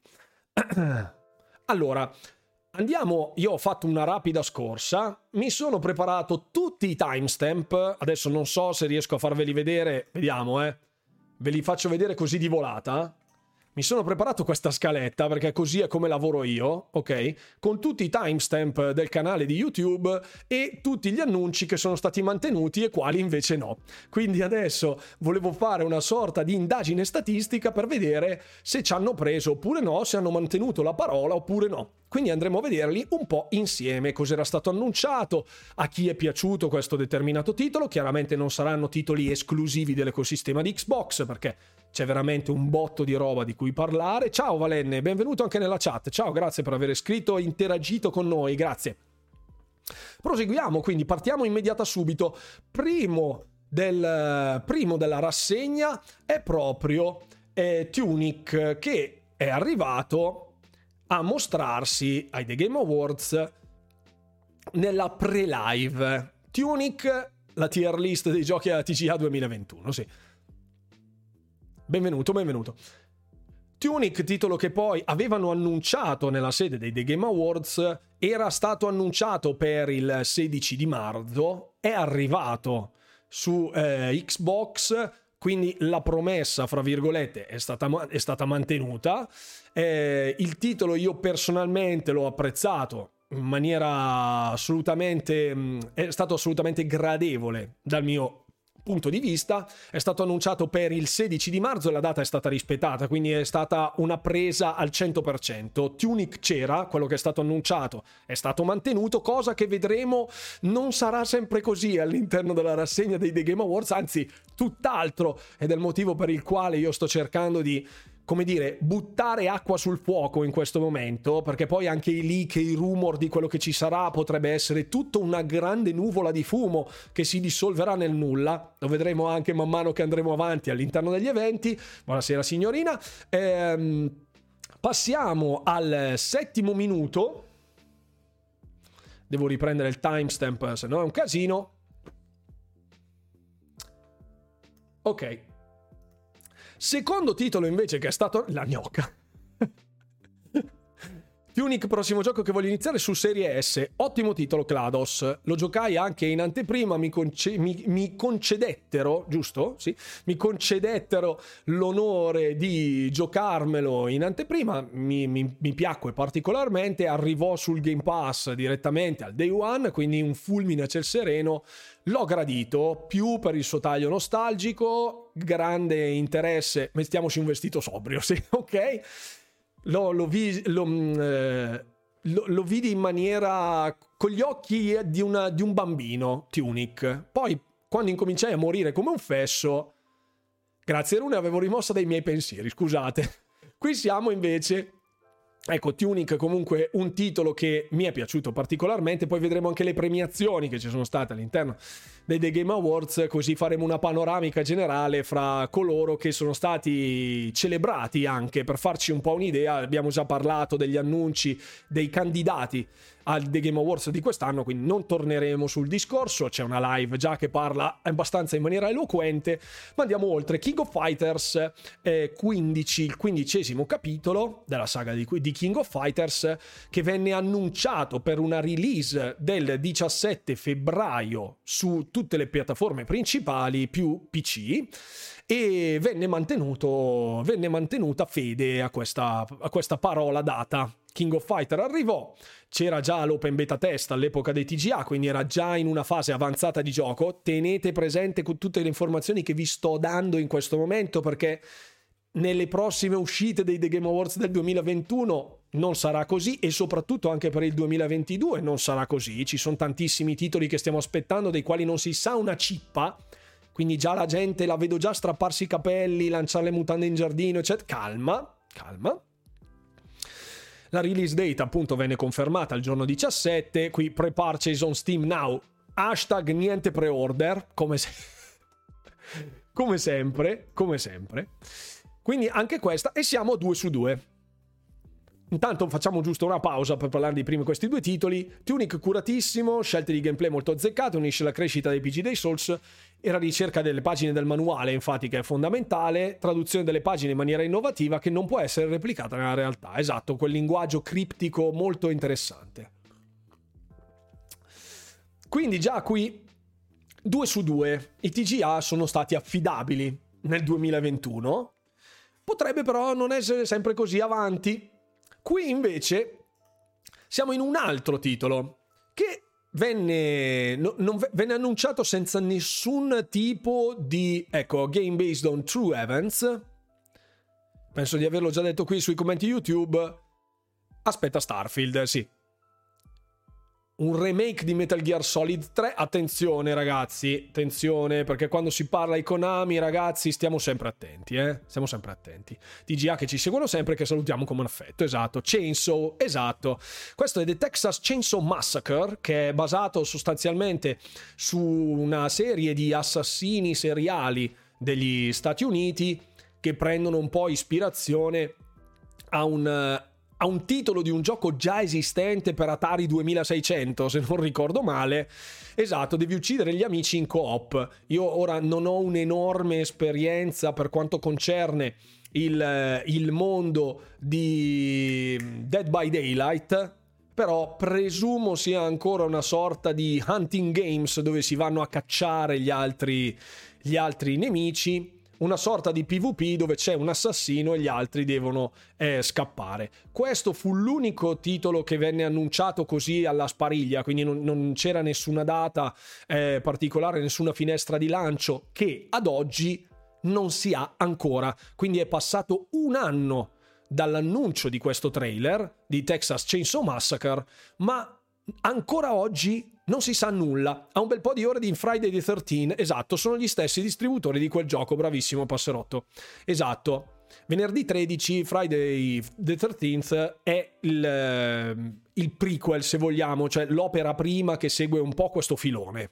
Allora, andiamo, io ho fatto una rapida scorsa, mi sono preparato tutti i timestamp, adesso non so se riesco a farveli vedere, vediamo, eh. Ve li faccio vedere così di volata. Mi sono preparato questa scaletta perché così è come lavoro io, ok? Con tutti i timestamp del canale di YouTube e tutti gli annunci che sono stati mantenuti e quali invece no. Quindi adesso volevo fare una sorta di indagine statistica per vedere se ci hanno preso oppure no, se hanno mantenuto la parola oppure no. Quindi andremo a vederli un po' insieme, cosa era stato annunciato, a chi è piaciuto questo determinato titolo. Chiaramente non saranno titoli esclusivi dell'ecosistema di Xbox perché c'è veramente un botto di roba di cui parlare. Ciao Valenne, benvenuto anche nella chat. Ciao, grazie per aver scritto e interagito con noi, grazie. Proseguiamo, quindi partiamo immediata subito. Primo, del, primo della rassegna è proprio eh, Tunic, che è arrivato a mostrarsi ai The Game Awards nella pre-live. Tunic, la tier list dei giochi alla T G A duemilaventuno, sì. Benvenuto, benvenuto. Tunic, titolo che poi avevano annunciato nella sede dei The Game Awards, era stato annunciato per il sedici di marzo, è arrivato su eh, Xbox, quindi la promessa, fra virgolette, è stata, è stata mantenuta. Eh, il titolo io personalmente l'ho apprezzato in maniera assolutamente, è stato assolutamente gradevole dal mio punto di vista. È stato annunciato per il sedici di marzo e la data è stata rispettata, quindi è stata una presa al cento per cento. Tunic c'era, quello che è stato annunciato è stato mantenuto, cosa che vedremo non sarà sempre così all'interno della rassegna dei The Game Awards, anzi tutt'altro, ed è il motivo per il quale io sto cercando di, come dire, buttare acqua sul fuoco in questo momento, perché poi anche i leak e i rumor di quello che ci sarà potrebbe essere tutta una grande nuvola di fumo che si dissolverà nel nulla. Lo vedremo anche man mano che andremo avanti all'interno degli eventi. Buonasera signorina. Ehm, passiamo al settimo minuto. Devo riprendere il timestamp, se no è un casino. Ok. Secondo titolo invece che è stato la gnocca. Tunic, prossimo gioco che voglio iniziare su Serie S. Ottimo titolo, GLaDOS. Lo giocai anche in anteprima, mi, conce- mi, mi concedettero, giusto? Sì, mi concedettero l'onore di giocarmelo in anteprima, mi, mi, mi piacque particolarmente, arrivò sul Game Pass direttamente al Day One, quindi un fulmine a ciel sereno. L'ho gradito, più per il suo taglio nostalgico, grande interesse, mettiamoci un vestito sobrio, sì, ok? Lo, lo, vi, lo, eh, lo, lo vidi in maniera con gli occhi di, una, di un bambino, Tunic. Poi, quando incominciai a morire come un fesso, grazie Rune avevo rimosso dai miei pensieri, scusate. Qui siamo invece... Ecco, Tunic comunque un titolo che mi è piaciuto particolarmente, poi vedremo anche le premiazioni che ci sono state all'interno dei The Game Awards, così faremo una panoramica generale fra coloro che sono stati celebrati, anche per farci un po' un'idea. Abbiamo già parlato degli annunci dei candidati al The Game Awards di quest'anno, quindi non torneremo sul discorso, c'è una live già che parla abbastanza in maniera eloquente, ma andiamo oltre. King of Fighters eh, quindici, il quindicesimo capitolo della saga di, di King of Fighters, che venne annunciato per una release del diciassette febbraio su tutte le piattaforme principali più P C, e venne mantenuto venne mantenuta fede a questa, a questa parola data. King of Fighter arrivò, c'era già l'open beta test all'epoca dei T G A, quindi era già in una fase avanzata di gioco. Tenete presente con tutte le informazioni che vi sto dando in questo momento, perché nelle prossime uscite dei The Game Awards del duemilaventuno non sarà così, e soprattutto anche per il duemilaventidue non sarà così. Ci sono tantissimi titoli che stiamo aspettando, dei quali non si sa una cippa, quindi già la gente la vedo già strapparsi i capelli, lanciare le mutande in giardino, eccetera. Calma, calma. La release date appunto venne confermata il giorno diciassette, qui pre-purchase on Steam now, hashtag niente pre-order, come, se... come sempre, come sempre. Quindi anche questa, e siamo due su due. Intanto facciamo giusto una pausa per parlare di primi questi due titoli. Tunic curatissimo, scelte di gameplay molto azzeccate, unisce la crescita dei P G dei Souls e la ricerca delle pagine del manuale, infatti, che è fondamentale, traduzione delle pagine in maniera innovativa che non può essere replicata nella realtà. Esatto, quel linguaggio criptico molto interessante. Quindi già qui due su due i T G A sono stati affidabili nel duemilaventuno. Potrebbe però non essere sempre così avanti. Qui invece siamo in un altro titolo che venne, no, non venne annunciato senza nessun tipo di, ecco, game based on true events. Penso di averlo già detto qui sui commenti YouTube. Aspetta, Starfield, sì. Un remake di Metal Gear Solid tre. Attenzione ragazzi, attenzione, perché quando si parla di Konami, ragazzi, stiamo sempre attenti, eh? Stiamo sempre attenti. T G A che ci seguono sempre, che salutiamo come un affetto, esatto. Chainsaw, esatto. Questo è The Texas Chainsaw Massacre, che è basato sostanzialmente su una serie di assassini seriali degli Stati Uniti che prendono un po' ispirazione a un... a un titolo di un gioco già esistente per Atari duemilaseicento, se non ricordo male. Esatto, devi uccidere gli amici in co-op. Io ora non ho un'enorme esperienza per quanto concerne il, il mondo di Dead by Daylight, però presumo sia ancora una sorta di hunting games dove si vanno a cacciare gli altri, gli altri nemici. Una sorta di PvP dove c'è un assassino e gli altri devono eh, scappare. Questo fu l'unico titolo che venne annunciato così alla spariglia, quindi non, non c'era nessuna data eh, particolare, nessuna finestra di lancio, che ad oggi non si ha ancora. Quindi è passato un anno dall'annuncio di questo trailer di Texas Chainsaw Massacre, ma ancora oggi non si sa nulla. Ha un bel po' di ore di Friday the thirteenth, esatto, sono gli stessi distributori di quel gioco, bravissimo Passerotto, esatto. Venerdì tredici, Friday the thirteenth è il, il prequel, se vogliamo, cioè l'opera prima che segue un po' questo filone.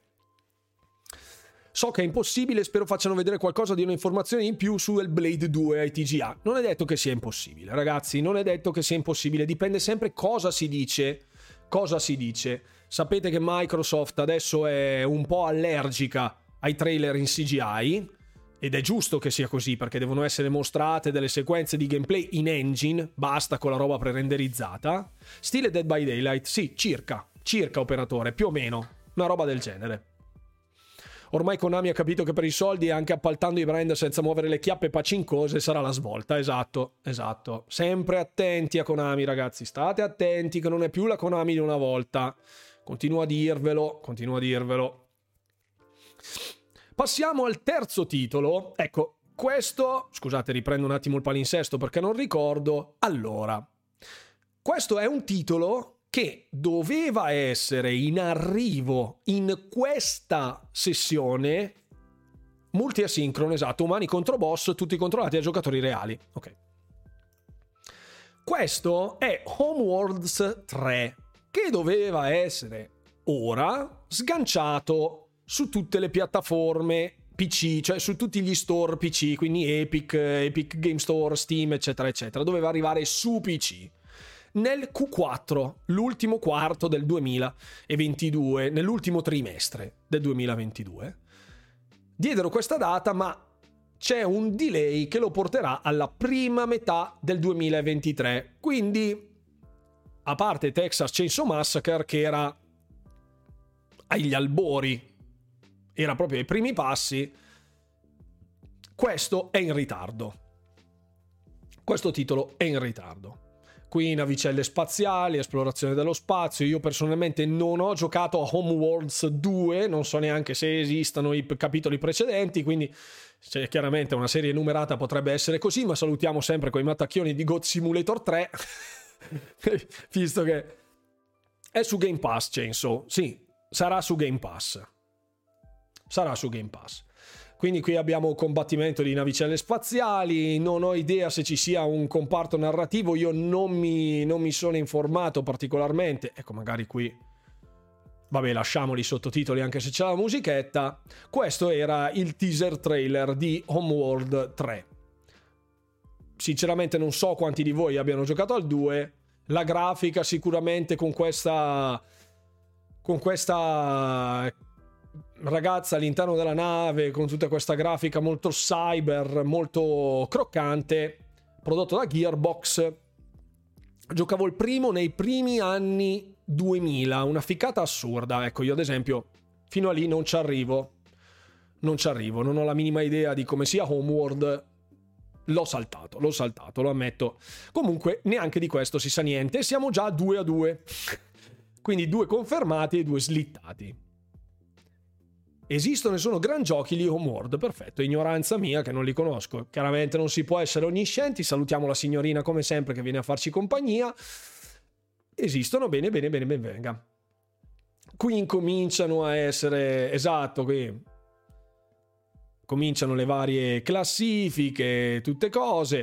So che è impossibile, spero facciano vedere qualcosa di un'informazione in più su Hellblade due ai T G A. Non è detto che sia impossibile, ragazzi, non è detto che sia impossibile, dipende sempre cosa si dice, cosa si dice. Sapete che Microsoft adesso è un po' allergica ai trailer in C G I, ed è giusto che sia così, perché devono essere mostrate delle sequenze di gameplay in engine, basta con la roba pre-renderizzata. Stile Dead by Daylight, sì, circa, circa operatore, più o meno, una roba del genere. Ormai Konami ha capito che per i soldi, anche appaltando i brand senza muovere le chiappe pacincose, sarà la svolta. Esatto, esatto. Sempre attenti a Konami, ragazzi. State attenti che non è più la Konami di una volta. Continuo a dirvelo, continuo a dirvelo. Passiamo al terzo titolo. Ecco, questo... Scusate, riprendo un attimo il palinsesto perché non ricordo. Allora, questo è un titolo che doveva essere in arrivo in questa sessione multi-asincrono, esatto, umani contro boss, tutti controllati da giocatori reali. Ok. Questo è Homeworlds tre, che doveva essere ora sganciato su tutte le piattaforme P C, cioè su tutti gli store P C, quindi Epic, Epic Game Store, Steam, eccetera, eccetera. Doveva arrivare su P C nel Q quattro, l'ultimo quarto del duemilaventidue, nell'ultimo trimestre del duemilaventidue. Diedero questa data, ma c'è un delay che lo porterà alla prima metà del duemilaventitré. Quindi, a parte Texas Chainsaw Massacre, che era agli albori, era proprio ai primi passi, questo è in ritardo. Questo titolo è in ritardo. Qui navicelle spaziali, esplorazione dello spazio. Io personalmente non ho giocato a Homeworlds due, non so neanche se esistano i capitoli precedenti, quindi cioè, chiaramente una serie numerata potrebbe essere così, ma salutiamo sempre quei mattacchioni di Goat Simulator tre, visto che è su Game Pass. Chainsaw, sì, sarà su Game Pass. Sarà su Game Pass. Quindi qui abbiamo combattimento di navicelle spaziali, non ho idea se ci sia un comparto narrativo, io non mi, non mi sono informato particolarmente, ecco magari qui, vabbè lasciamoli i sottotitoli anche se c'è la musichetta. Questo era il teaser trailer di Homeworld tre. Sinceramente non so quanti di voi abbiano giocato al due, la grafica sicuramente con questa... con questa... ragazza all'interno della nave con tutta questa grafica molto cyber, molto croccante, prodotto da Gearbox. Giocavo il primo nei primi anni duemila, una ficcata assurda. Ecco, io ad esempio fino a lì non ci arrivo non ci arrivo, non ho la minima idea di come sia Homeworld. L'ho saltato, l'ho saltato, lo ammetto. Comunque neanche di questo si sa niente, siamo già a due a due. Quindi due confermati e due slittati. Esistono e sono gran giochi di Homeworld, perfetto, ignoranza mia che non li conosco. Chiaramente non si può essere onniscienti, salutiamo la signorina come sempre che viene a farci compagnia. Esistono, bene, bene, bene, ben venga. Qui incominciano a essere, esatto, qui cominciano le varie classifiche, tutte cose.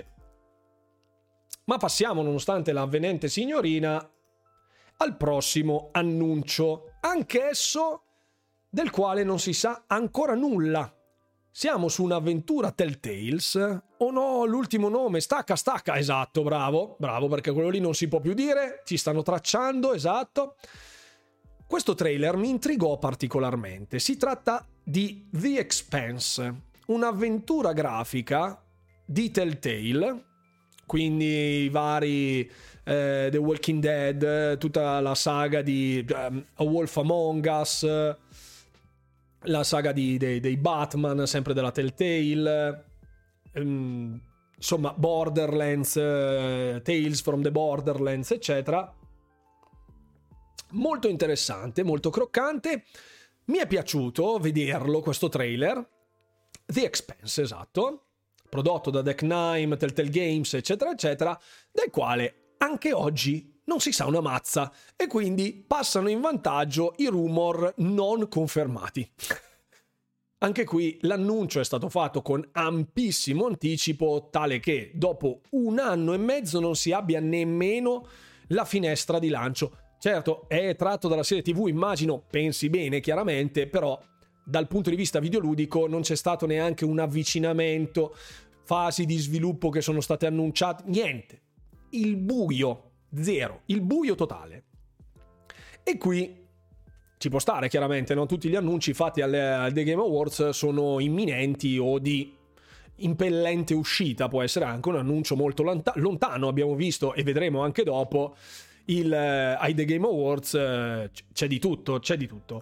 Ma passiamo, nonostante l'avvenente signorina, al prossimo annuncio, anch'esso del quale non si sa ancora nulla. Siamo su un'avventura Telltales. Oh no, l'ultimo nome, stacca, stacca, esatto, bravo, bravo, perché quello lì non si può più dire, ci stanno tracciando, esatto. Questo trailer mi intrigò particolarmente. Si tratta di The Expanse, un'avventura grafica di Telltale, quindi i vari eh, The Walking Dead, tutta la saga di um, A Wolf Among Us, la saga di, dei, dei Batman, sempre della Telltale, um, insomma Borderlands, uh, Tales from the Borderlands, eccetera. Molto interessante, molto croccante. Mi è piaciuto vederlo, questo trailer. The Expanse, esatto, prodotto da Deck Nine, Telltale Games, eccetera, eccetera, del quale anche oggi non si sa una mazza, e quindi passano in vantaggio i rumor non confermati. Anche qui l'annuncio è stato fatto con ampissimo anticipo, tale che dopo un anno e mezzo non si abbia nemmeno la finestra di lancio. Certo, è tratto dalla serie tivù, immagino, pensi bene chiaramente, però dal punto di vista videoludico non c'è stato neanche un avvicinamento, fasi di sviluppo che sono state annunciate, niente. Il buio. Zero, il buio totale. E qui ci può stare chiaramente, no? Tutti gli annunci fatti alle, al The Game Awards sono imminenti o di impellente uscita, può essere anche un annuncio molto lonta- lontano. Abbiamo visto e vedremo anche dopo il, eh, ai The Game Awards eh, c'è di tutto, c'è di tutto,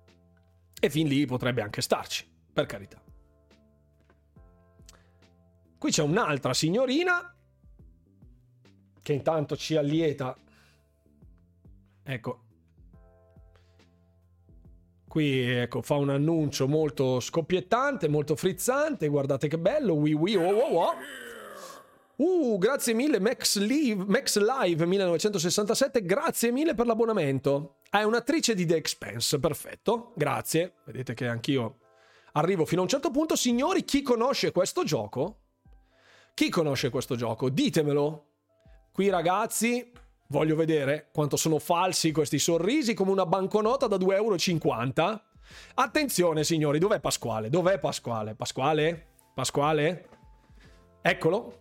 e fin lì potrebbe anche starci, per carità. Qui c'è un'altra signorina che intanto ci allieta, ecco, qui ecco fa un annuncio molto scoppiettante, molto frizzante, guardate che bello, wii wii oh oh oh. Uh, grazie mille Max Live, Max Live millenovecentosessantasette, grazie mille per l'abbonamento. Ah, è un'attrice di The Expanse, perfetto, grazie. Vedete che anch'io arrivo fino a un certo punto. Signori, chi conosce questo gioco? Chi conosce questo gioco? Ditemelo. Qui ragazzi, voglio vedere quanto sono falsi questi sorrisi, come una banconota da due e cinquanta euro. Attenzione signori, dov'è Pasquale? Dov'è Pasquale? Pasquale? Pasquale? Eccolo.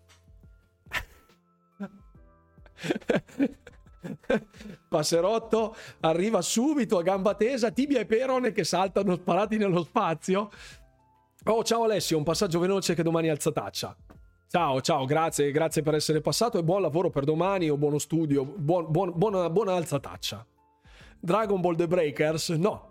Passerotto arriva subito a gamba tesa, tibia e perone che saltano sparati nello spazio. Oh, ciao Alessio, un passaggio veloce che domani alza taccia. Ciao, ciao, grazie, grazie per essere passato e buon lavoro per domani o buono studio, buon, buon, buona, buona alza taccia. Dragon Ball The Breakers? No.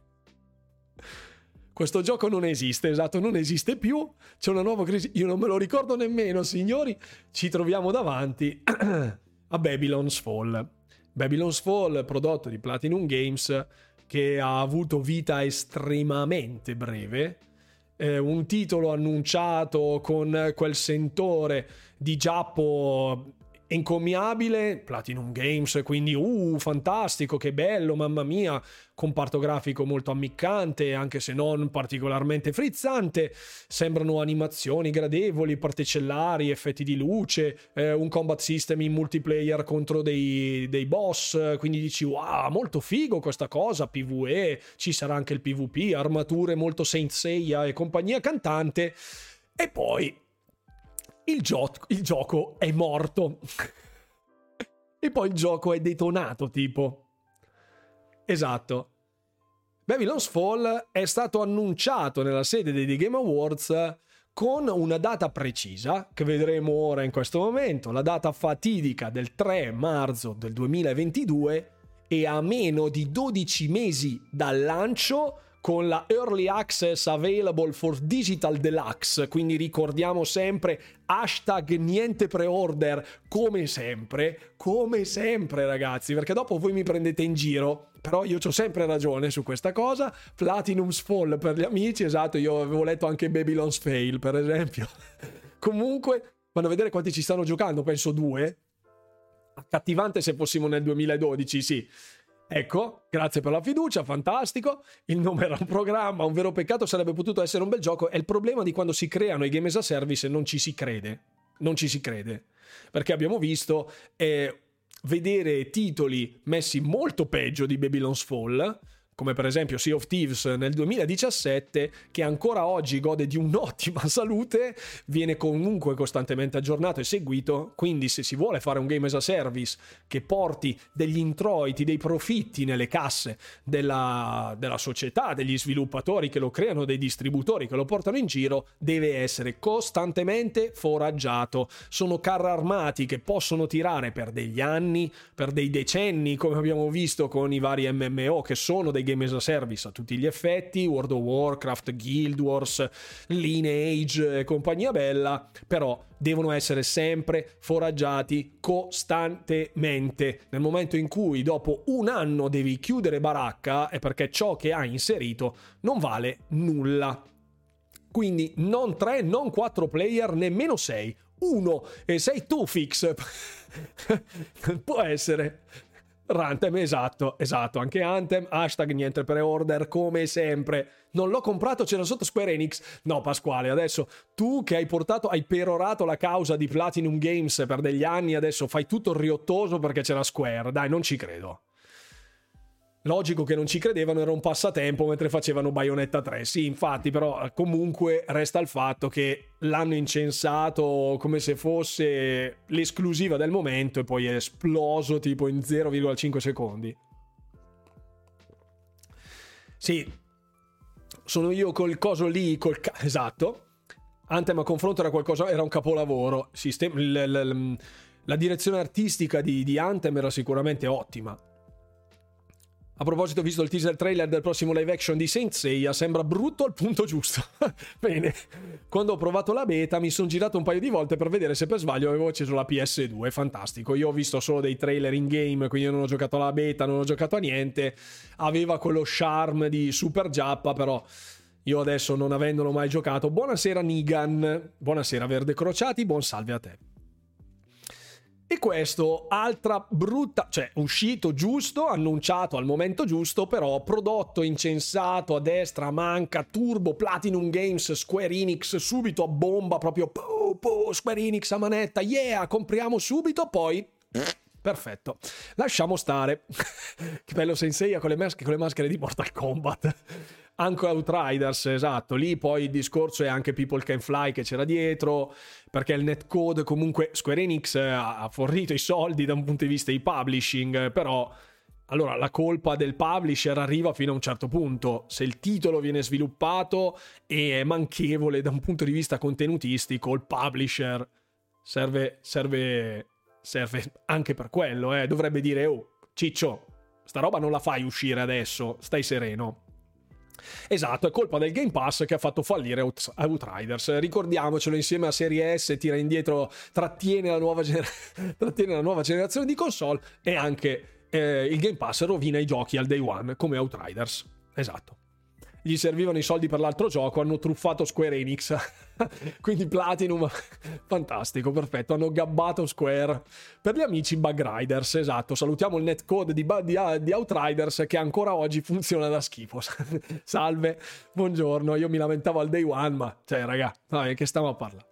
Questo gioco non esiste, esatto, non esiste più. C'è una nuova crisi, io non me lo ricordo nemmeno, signori. Ci troviamo davanti a Babylon's Fall. Babylon's Fall, prodotto di Platinum Games, che ha avuto vita estremamente breve. Eh, un titolo annunciato con quel sentore di giappo encomiabile, Platinum Games, quindi uh, fantastico, che bello, mamma mia, comparto grafico molto ammiccante, anche se non particolarmente frizzante, sembrano animazioni gradevoli, particellari, effetti di luce, eh, un combat system in multiplayer contro dei, dei boss, quindi dici wow, molto figo questa cosa, PvE, ci sarà anche il PvP, armature molto Saint Seiya e compagnia cantante, e poi Il, gio- il gioco è morto. E poi il gioco è detonato, tipo. Esatto. Babylon's Fall è stato annunciato nella sede dei The Game Awards con una data precisa, che vedremo ora in questo momento, la data fatidica del tre marzo del duemilaventidue, e a meno di dodici mesi dal lancio, con la Early Access Available for Digital Deluxe, quindi ricordiamo sempre hashtag niente pre-order, come sempre, come sempre ragazzi, perché dopo voi mi prendete in giro, però io ho sempre ragione su questa cosa. Platinum's Fall per gli amici, esatto, io avevo letto anche Babylon's Fail per esempio. Comunque, vanno a vedere quanti ci stanno giocando, penso due, accattivante se fossimo nel duemiladodici, sì. Ecco, grazie per la fiducia, fantastico. Il nome era un programma, un vero peccato, sarebbe potuto essere un bel gioco. È il problema di quando si creano i game as a service e non ci si crede. Non ci si crede. Perché abbiamo visto eh, vedere titoli messi molto peggio di Babylon's Fall, come per esempio Sea of Thieves nel duemiladiciassette, che ancora oggi gode di un'ottima salute, viene comunque costantemente aggiornato e seguito, quindi se si vuole fare un game as a service che porti degli introiti, dei profitti nelle casse della, della società, degli sviluppatori che lo creano, dei distributori che lo portano in giro, deve essere costantemente foraggiato. Sono carri armati che possono tirare per degli anni, per dei decenni, come abbiamo visto con i vari M M O, che sono dei game as a service a tutti gli effetti, World of Warcraft, Guild Wars, Lineage e compagnia bella, però devono essere sempre foraggiati costantemente. Nel momento in cui dopo un anno devi chiudere baracca è perché ciò che hai inserito non vale nulla. Quindi non tre, non quattro player, nemmeno sei, uno, e sei tu fix. Può essere Anthem, esatto, esatto, anche Anthem, hashtag niente pre-order, come sempre. Non l'ho comprato, c'era sotto Square Enix. No, Pasquale, adesso tu che hai portato, hai perorato la causa di Platinum Games per degli anni, adesso fai tutto il riottoso perché c'era Square. Dai, non ci credo. Logico che non ci credevano, era un passatempo mentre facevano Bayonetta tre. Sì, infatti, però comunque resta il fatto che l'hanno incensato come se fosse l'esclusiva del momento e poi è esploso tipo in zero virgola cinque secondi. Sì, sono io col coso lì, col ca- esatto. Anthem a confronto era qualcosa, era un capolavoro. Sistema, l- l- l- la direzione artistica di, di Anthem era sicuramente ottima. A proposito, ho visto il teaser trailer del prossimo live action di Saint Seiya, sembra brutto al punto giusto. Bene, quando ho provato la beta mi sono girato un paio di volte per vedere se per sbaglio avevo acceso la P S due, fantastico. Io ho visto solo dei trailer in game, quindi non ho giocato alla beta, non ho giocato a niente. Aveva quello charme di Super Giappa, però Io adesso, non avendolo mai giocato, buonasera Nigan, buonasera Verde Crociati, buon salve a te. E questo, altra brutta, cioè uscito giusto, annunciato al momento giusto, però prodotto incensato a destra, a manca, turbo, Platinum Games, Square Enix, subito a bomba, proprio po, po, Square Enix a manetta, yeah, compriamo subito, poi perfetto, lasciamo stare. Che bello Sensei con le, mas- con le maschere di Mortal Kombat. Anche Outriders, esatto, lì poi il discorso è anche People Can Fly che c'era dietro, perché il netcode comunque Square Enix ha fornito i soldi da un punto di vista di publishing, però allora la colpa del publisher arriva fino a un certo punto. Se il titolo viene sviluppato e è manchevole da un punto di vista contenutistico, il publisher serve, serve, serve anche per quello, eh. Dovrebbe dire: oh ciccio, sta roba non la fai uscire adesso, stai sereno. Esatto, è colpa del Game Pass che ha fatto fallire Out- Outriders. Ricordiamocelo, insieme a Serie S tira indietro, trattiene la nuova, gener- trattiene la nuova generazione di console, e anche eh, il Game Pass rovina i giochi al day one come Outriders. Esatto. Gli servivano i soldi per l'altro gioco, hanno truffato Square Enix. Quindi Platinum, fantastico, perfetto, hanno gabbato Square. Per gli amici Bug Riders, esatto, salutiamo il netcode di, di, di Outriders che ancora oggi funziona da schifo. Salve, buongiorno, io mi lamentavo al day one, ma cioè raga, no, che stiamo a parlare.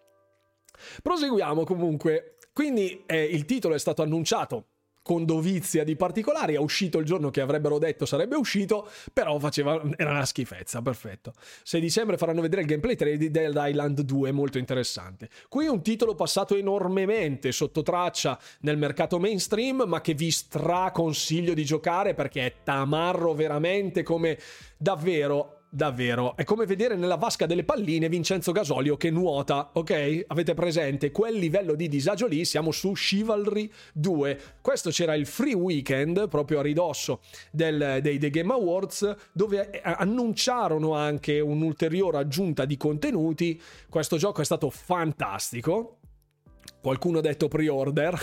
Proseguiamo comunque. Quindi eh, il titolo è stato annunciato con dovizia di particolari, è uscito il giorno che avrebbero detto sarebbe uscito, però faceva, era una schifezza, perfetto. sei dicembre faranno vedere il gameplay tre di Dead Island due, molto interessante. Qui un titolo passato enormemente sotto traccia nel mercato mainstream, ma che vi straconsiglio di giocare perché è tamarro veramente, come davvero... Davvero, è come vedere nella vasca delle palline Vincenzo Gasolio che nuota, ok? Avete presente quel livello di disagio lì? Siamo su Chivalry due. Questo c'era il free weekend proprio a ridosso del, dei, dei Game Awards, dove annunciarono anche un'ulteriore aggiunta di contenuti. Questo gioco è stato fantastico. Qualcuno ha detto pre-order.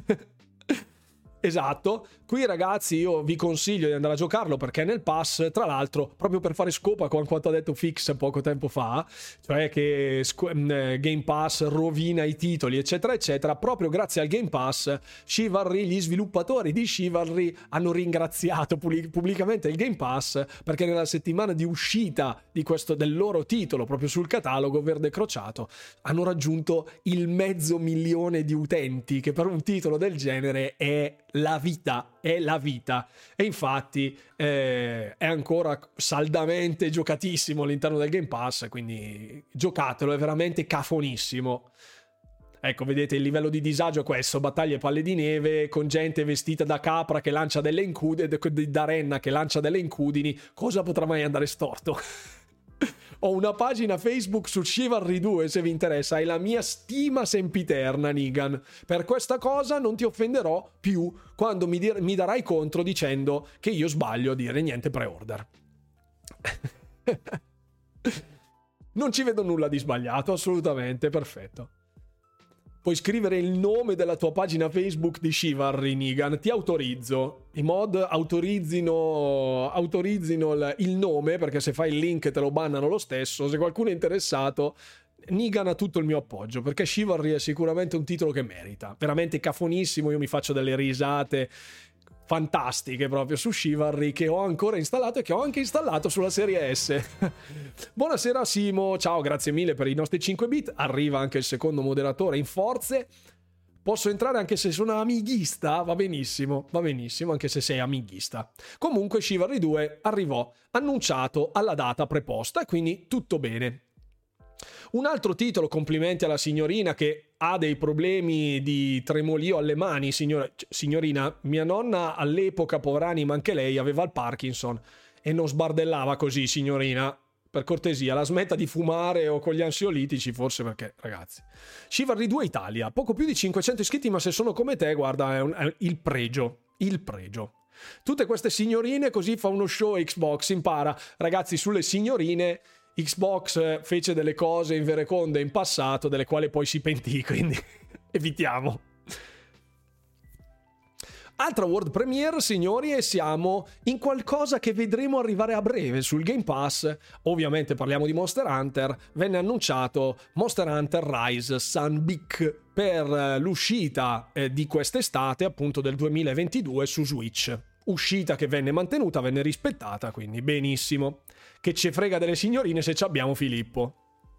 Esatto, qui ragazzi io vi consiglio di andare a giocarlo perché è nel pass, tra l'altro proprio per fare scopa con quanto ha detto Fix poco tempo fa, cioè che Game Pass rovina i titoli eccetera eccetera. Proprio grazie al Game Pass Chivalry, gli sviluppatori di Chivalry hanno ringraziato pubblicamente il Game Pass perché nella settimana di uscita di questo, del loro titolo proprio sul catalogo Verde Crociato, hanno raggiunto il mezzo milione di utenti, che per un titolo del genere è la vita, è la vita. E infatti eh, è ancora saldamente giocatissimo all'interno del Game Pass, quindi giocatelo, è veramente cafonissimo. Ecco, vedete il livello di disagio è questo: battaglie palle di neve con gente vestita da capra che lancia delle incudini, da renna che lancia delle incudini. Cosa potrà mai andare storto? Ho una pagina Facebook su Chivalry due se vi interessa, hai la mia stima sempiterna, Nigan. Per questa cosa non ti offenderò più quando mi, dir- mi darai contro dicendo che io sbaglio a dire niente pre-order. Non ci vedo nulla di sbagliato, assolutamente, perfetto. Puoi scrivere il nome della tua pagina Facebook di Chivalry, Nigan, ti autorizzo. I mod autorizzino, autorizzino il, il nome, perché se fai il link te lo bannano lo stesso. Se qualcuno è interessato, Nigan ha tutto il mio appoggio, perché Chivalry è sicuramente un titolo che merita. Veramente cafonissimo, io mi faccio delle risate fantastiche proprio su Chivalry, che ho ancora installato e che ho anche installato sulla serie S. Buonasera Simo, ciao, grazie mille per i nostri cinque bit. Arriva anche il secondo moderatore in forze. Posso entrare anche se sono amighista? Va benissimo, va benissimo, anche se sei amighista. Comunque Chivalry due arrivò annunciato alla data preposta e quindi tutto bene. Un altro titolo, complimenti alla signorina che ha dei problemi di tremolio alle mani, signora, signorina, mia nonna all'epoca, poveranima anche lei, aveva il Parkinson e non sbardellava così, signorina, per cortesia, la smetta di fumare o con gli ansiolitici, forse, perché ragazzi. Chivalry due Italia, poco più di cinquecento iscritti, ma se sono come te, guarda, è, un, è il pregio, il pregio. Tutte queste signorine, così fa uno show Xbox, impara, ragazzi, sulle signorine. Xbox fece delle cose invereconde in passato delle quali poi si pentì, quindi evitiamo. Altra world premiere, signori, e siamo in qualcosa che vedremo arrivare a breve sul Game Pass. Ovviamente parliamo di Monster Hunter. Venne annunciato Monster Hunter Rise Sunbeak per l'uscita eh, di quest'estate, appunto del duemilaventidue su Switch. Uscita che venne mantenuta, venne rispettata, quindi benissimo. Che ci frega delle signorine se ci abbiamo Filippo.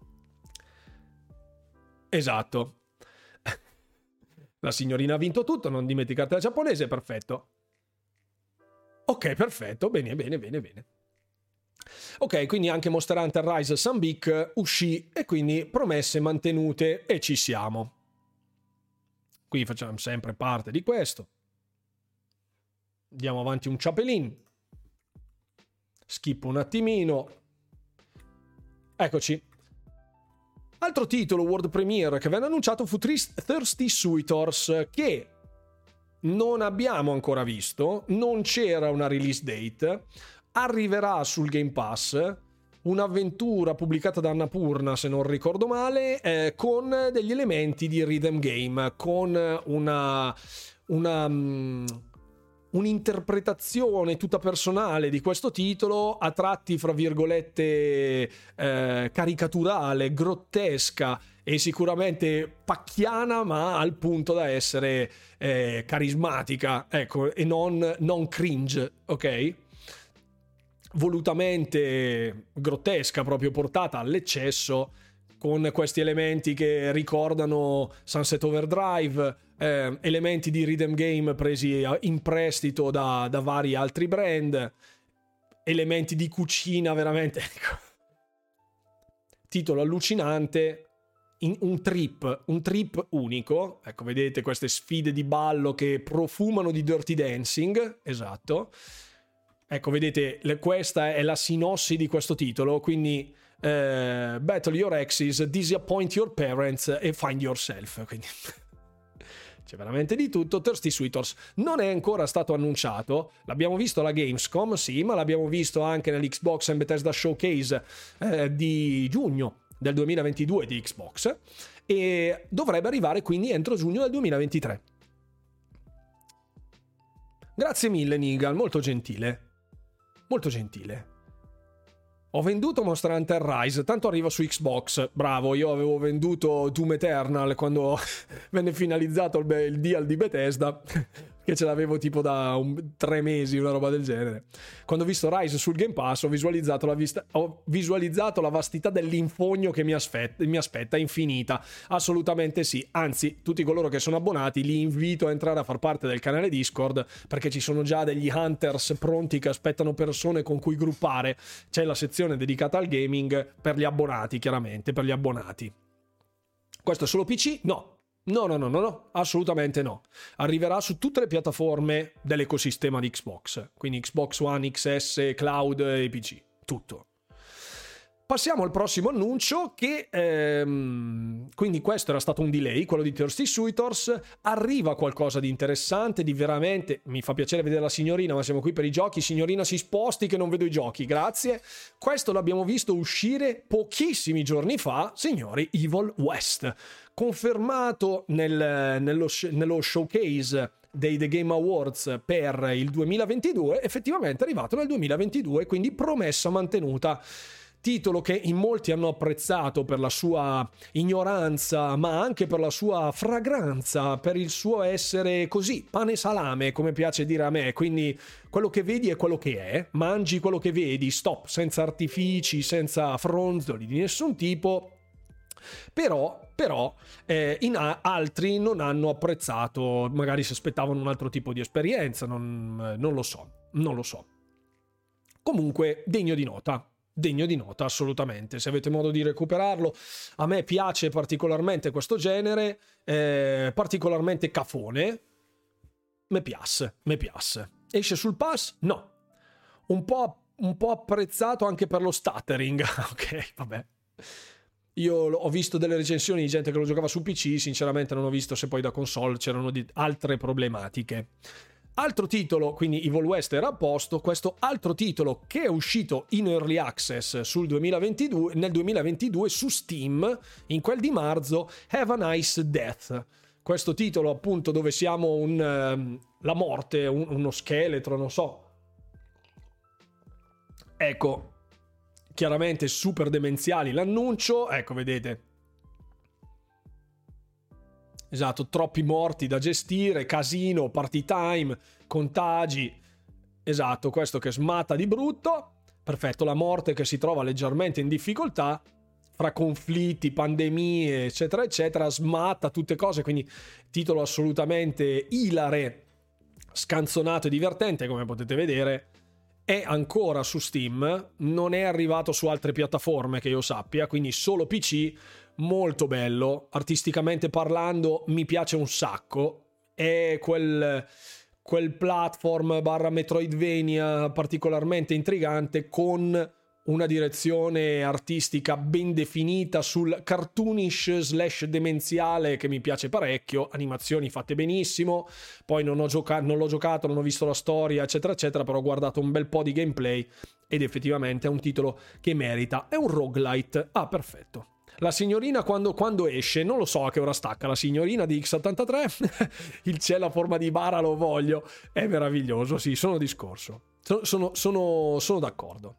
Esatto. La signorina ha vinto tutto, non dimenticate la giapponese, perfetto. Ok, perfetto, bene, bene, bene, bene. Ok, quindi anche Monster Hunter Rise Sunbeak uscì e quindi promesse mantenute e ci siamo. Qui facciamo sempre parte di questo. Andiamo avanti un ciapelin. Skippo un attimino. Eccoci. Altro titolo world premiere che venne annunciato fu Thirsty Suitors, che non abbiamo ancora visto, non c'era una release date, arriverà sul Game Pass, un'avventura pubblicata da Annapurna se non ricordo male, eh, con degli elementi di rhythm game, con una... una um, un'interpretazione tutta personale di questo titolo, a tratti fra virgolette eh, caricaturale, grottesca e sicuramente pacchiana, ma al punto da essere eh, carismatica, ecco, e non, non cringe, ok? Volutamente grottesca, proprio portata all'eccesso, con questi elementi che ricordano Sunset Overdrive, eh, elementi di rhythm game presi in prestito da, da vari altri brand, elementi di cucina veramente... Ecco. Titolo allucinante, in un trip, un trip unico. Ecco, vedete queste sfide di ballo che profumano di Dirty Dancing, esatto. Ecco, vedete, le, questa è la sinossi di questo titolo, quindi... Uh, battle your exes, disappoint your parents e find yourself. Quindi c'è veramente di tutto. Thirsty Suitors non è ancora stato annunciato, l'abbiamo visto alla Gamescom, sì, ma l'abbiamo visto anche nell'Xbox and Bethesda Showcase eh, di giugno del duemilaventidue di Xbox, e dovrebbe arrivare quindi entro giugno del duemilaventitré. Grazie mille Nigal, molto gentile, molto gentile. Ho venduto Monster Hunter Rise, tanto arriva su Xbox. Bravo, io avevo venduto Doom Eternal quando venne finalizzato il, il deal di Bethesda, che ce l'avevo tipo da un, tre mesi, una roba del genere. Quando ho visto Rise sul Game Pass ho visualizzato la, vista, ho visualizzato la vastità dell'infogno che mi aspetta, mi aspetta, infinita. Assolutamente sì, anzi tutti coloro che sono abbonati li invito a entrare a far parte del canale Discord, perché ci sono già degli hunters pronti che aspettano persone con cui gruppare. C'è la sezione dedicata al gaming per gli abbonati, chiaramente, per gli abbonati. Questo è solo P C? No. No, no, no, no, no, assolutamente no. Arriverà su tutte le piattaforme dell'ecosistema di Xbox, quindi Xbox One, X S, Cloud e P C, tutto. Passiamo al prossimo annuncio che, ehm, quindi questo era stato un delay, quello di Thirsty Suitors. Arriva qualcosa di interessante, di veramente, mi fa piacere vedere la signorina, ma siamo qui per i giochi. Signorina, si sposti che non vedo i giochi, grazie. Questo l'abbiamo visto uscire pochissimi giorni fa, signori, Evil West, confermato nel, nello, nello showcase dei The Game Awards per il duemilaventidue, effettivamente è arrivato nel duemilaventidue, quindi promessa mantenuta. Titolo che in molti hanno apprezzato per la sua ignoranza, ma anche per la sua fragranza, per il suo essere così, pane e salame, come piace dire a me. Quindi quello che vedi è quello che è, mangi quello che vedi, stop, senza artifici, senza fronzoli di nessun tipo. Però, però eh, in a- altri non hanno apprezzato, magari si aspettavano un altro tipo di esperienza, non, non lo so, non lo so. Comunque, degno di nota. Degno di nota, assolutamente. Se avete modo di recuperarlo, a me piace particolarmente questo genere, eh, particolarmente cafone. Me piace, me piace. Esce sul pass? No. Un po', un po' apprezzato anche per lo stuttering. Ok, vabbè. Io ho visto delle recensioni di gente che lo giocava su P C, sinceramente non ho visto se poi da console c'erano di altre problematiche. Altro titolo, quindi Evil West era a posto, questo altro titolo che è uscito in Early Access sul duemilaventidue, nel duemilaventidue su Steam, in quel di marzo, Have a Nice Death. questo titolo appunto dove siamo un, uh, la morte, un, uno scheletro, non so. Ecco, chiaramente super demenziali l'annuncio, ecco vedete. Esatto, troppi morti da gestire, casino, party time, contagi. Esatto, questo che smatta di brutto. Perfetto, la morte che si trova leggermente in difficoltà fra conflitti, pandemie, eccetera, eccetera, smatta tutte cose, quindi titolo assolutamente ilare, scanzonato e divertente, come potete vedere. È ancora su Steam, non è arrivato su altre piattaforme che io sappia, quindi solo P C. Molto bello, artisticamente parlando mi piace un sacco, è quel, quel platform barra Metroidvania particolarmente intrigante con una direzione artistica ben definita sul cartoonish slash demenziale che mi piace parecchio, animazioni fatte benissimo, poi non, ho gioca- non l'ho giocato, non ho visto la storia eccetera eccetera, però ho guardato un bel po' di gameplay ed effettivamente è un titolo che merita, è un roguelite, ah perfetto. La signorina quando, quando esce, non lo so a che ora stacca la signorina di X settantatré, il cielo a forma di bara lo voglio, è meraviglioso, sì, sono discorso, sono, sono, sono, sono d'accordo.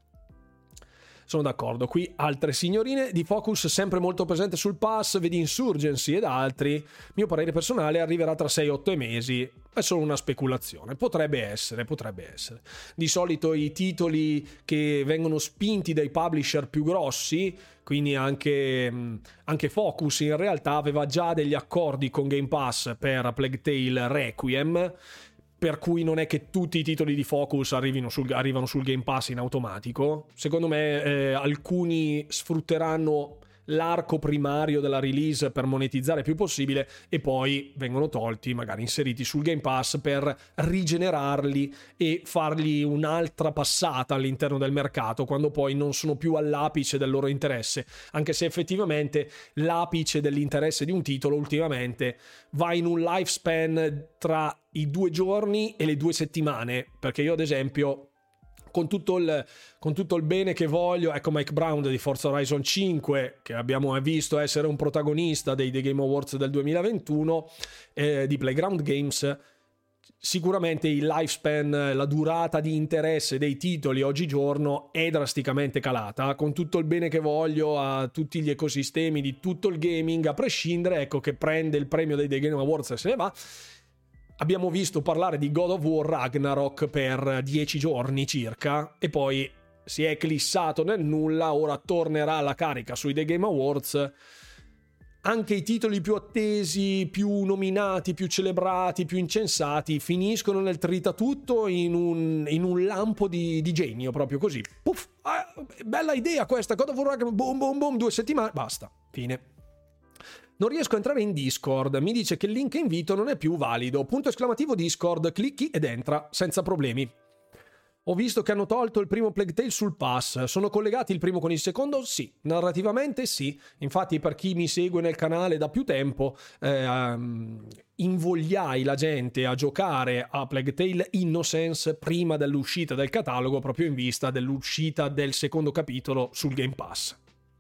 Sono d'accordo, qui altre signorine di Focus sempre molto presente sul pass, vedi Insurgency ed altri, mio parere personale arriverà tra sei otto mesi, è solo una speculazione, potrebbe essere, potrebbe essere. Di solito i titoli che vengono spinti dai publisher più grossi, quindi anche, anche Focus in realtà aveva già degli accordi con Game Pass per Plague Tale Requiem, per cui non è che tutti i titoli di Focus arrivino sul, arrivano sul Game Pass in automatico. Secondo me eh, alcuni sfrutteranno l'arco primario della release per monetizzare più possibile e poi vengono tolti, magari inseriti sul Game Pass per rigenerarli e fargli un'altra passata all'interno del mercato quando poi non sono più all'apice del loro interesse, anche se effettivamente l'apice dell'interesse di un titolo ultimamente va in un lifespan tra i due giorni e le due settimane, perché io ad esempio con tutto il, con tutto il bene che voglio, ecco Mike Brown di Forza Horizon cinque, che abbiamo visto essere un protagonista dei The Game Awards del duemilaventuno, eh, di Playground Games, sicuramente il lifespan, la durata di interesse dei titoli oggigiorno è drasticamente calata, con tutto il bene che voglio a tutti gli ecosistemi di tutto il gaming, a prescindere, ecco che prende il premio dei The Game Awards e se ne va. Abbiamo visto parlare di God of War Ragnarok per dieci giorni circa e poi si è eclissato nel nulla, ora tornerà alla carica sui The Game Awards. Anche i titoli più attesi, più nominati, più celebrati, più incensati finiscono nel tritatutto in un, in un lampo di, di genio, proprio così. Puff, ah, bella idea questa, God of War Ragnarok, boom boom boom, due settimane, basta, fine. Non riesco a entrare in Discord, mi dice che il link invito non è più valido, punto esclamativo Discord, clicchi ed entra, senza problemi. Ho visto che hanno tolto il primo Plague Tale sul pass, sono collegati il primo con il secondo? Sì, narrativamente sì, infatti per chi mi segue nel canale da più tempo, eh, um, invogliai la gente a giocare a Plague Tale Innocence prima dell'uscita del catalogo, proprio in vista dell'uscita del secondo capitolo sul Game Pass.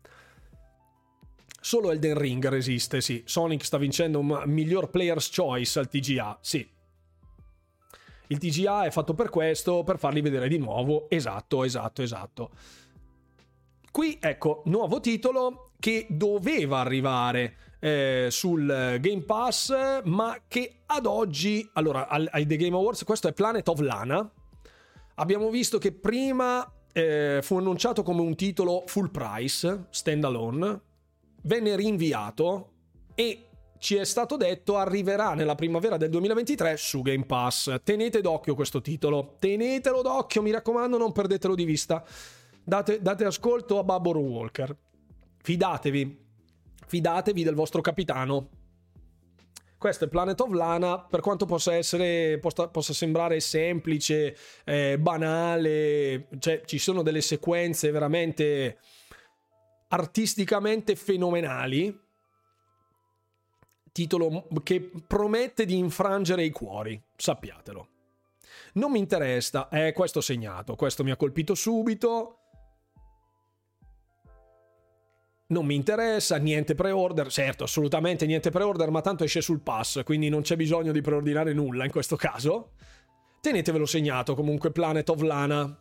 Solo Elden Ring resiste, sì. Sonic sta vincendo un miglior player's choice al T G A, sì. Il T G A è fatto per questo, per farli vedere di nuovo. Esatto, esatto, esatto. Qui, ecco, nuovo titolo che doveva arrivare eh, sul Game Pass, ma che ad oggi... Allora, ai The Game Awards, questo è Planet of Lana. Abbiamo visto che prima eh, fu annunciato come un titolo full price, standalone, venne rinviato e ci è stato detto arriverà nella primavera del duemilaventitré su Game Pass. Tenete d'occhio questo titolo, tenetelo d'occhio, mi raccomando, non perdetelo di vista. Date, date ascolto a Babbo Walker, fidatevi fidatevi del vostro capitano. Questo è Planet of Lana, per quanto possa essere possa, possa sembrare semplice, eh, banale, cioè ci sono delle sequenze veramente artisticamente fenomenali, titolo che promette di infrangere i cuori, sappiatelo. Non mi interessa, è eh, questo segnato, questo mi ha colpito subito. non mi interessa, niente pre-order, certo, assolutamente niente pre-order, ma tanto esce sul pass, quindi non c'è bisogno di preordinare nulla in questo caso. Tenetevelo segnato comunque, Planet of Lana.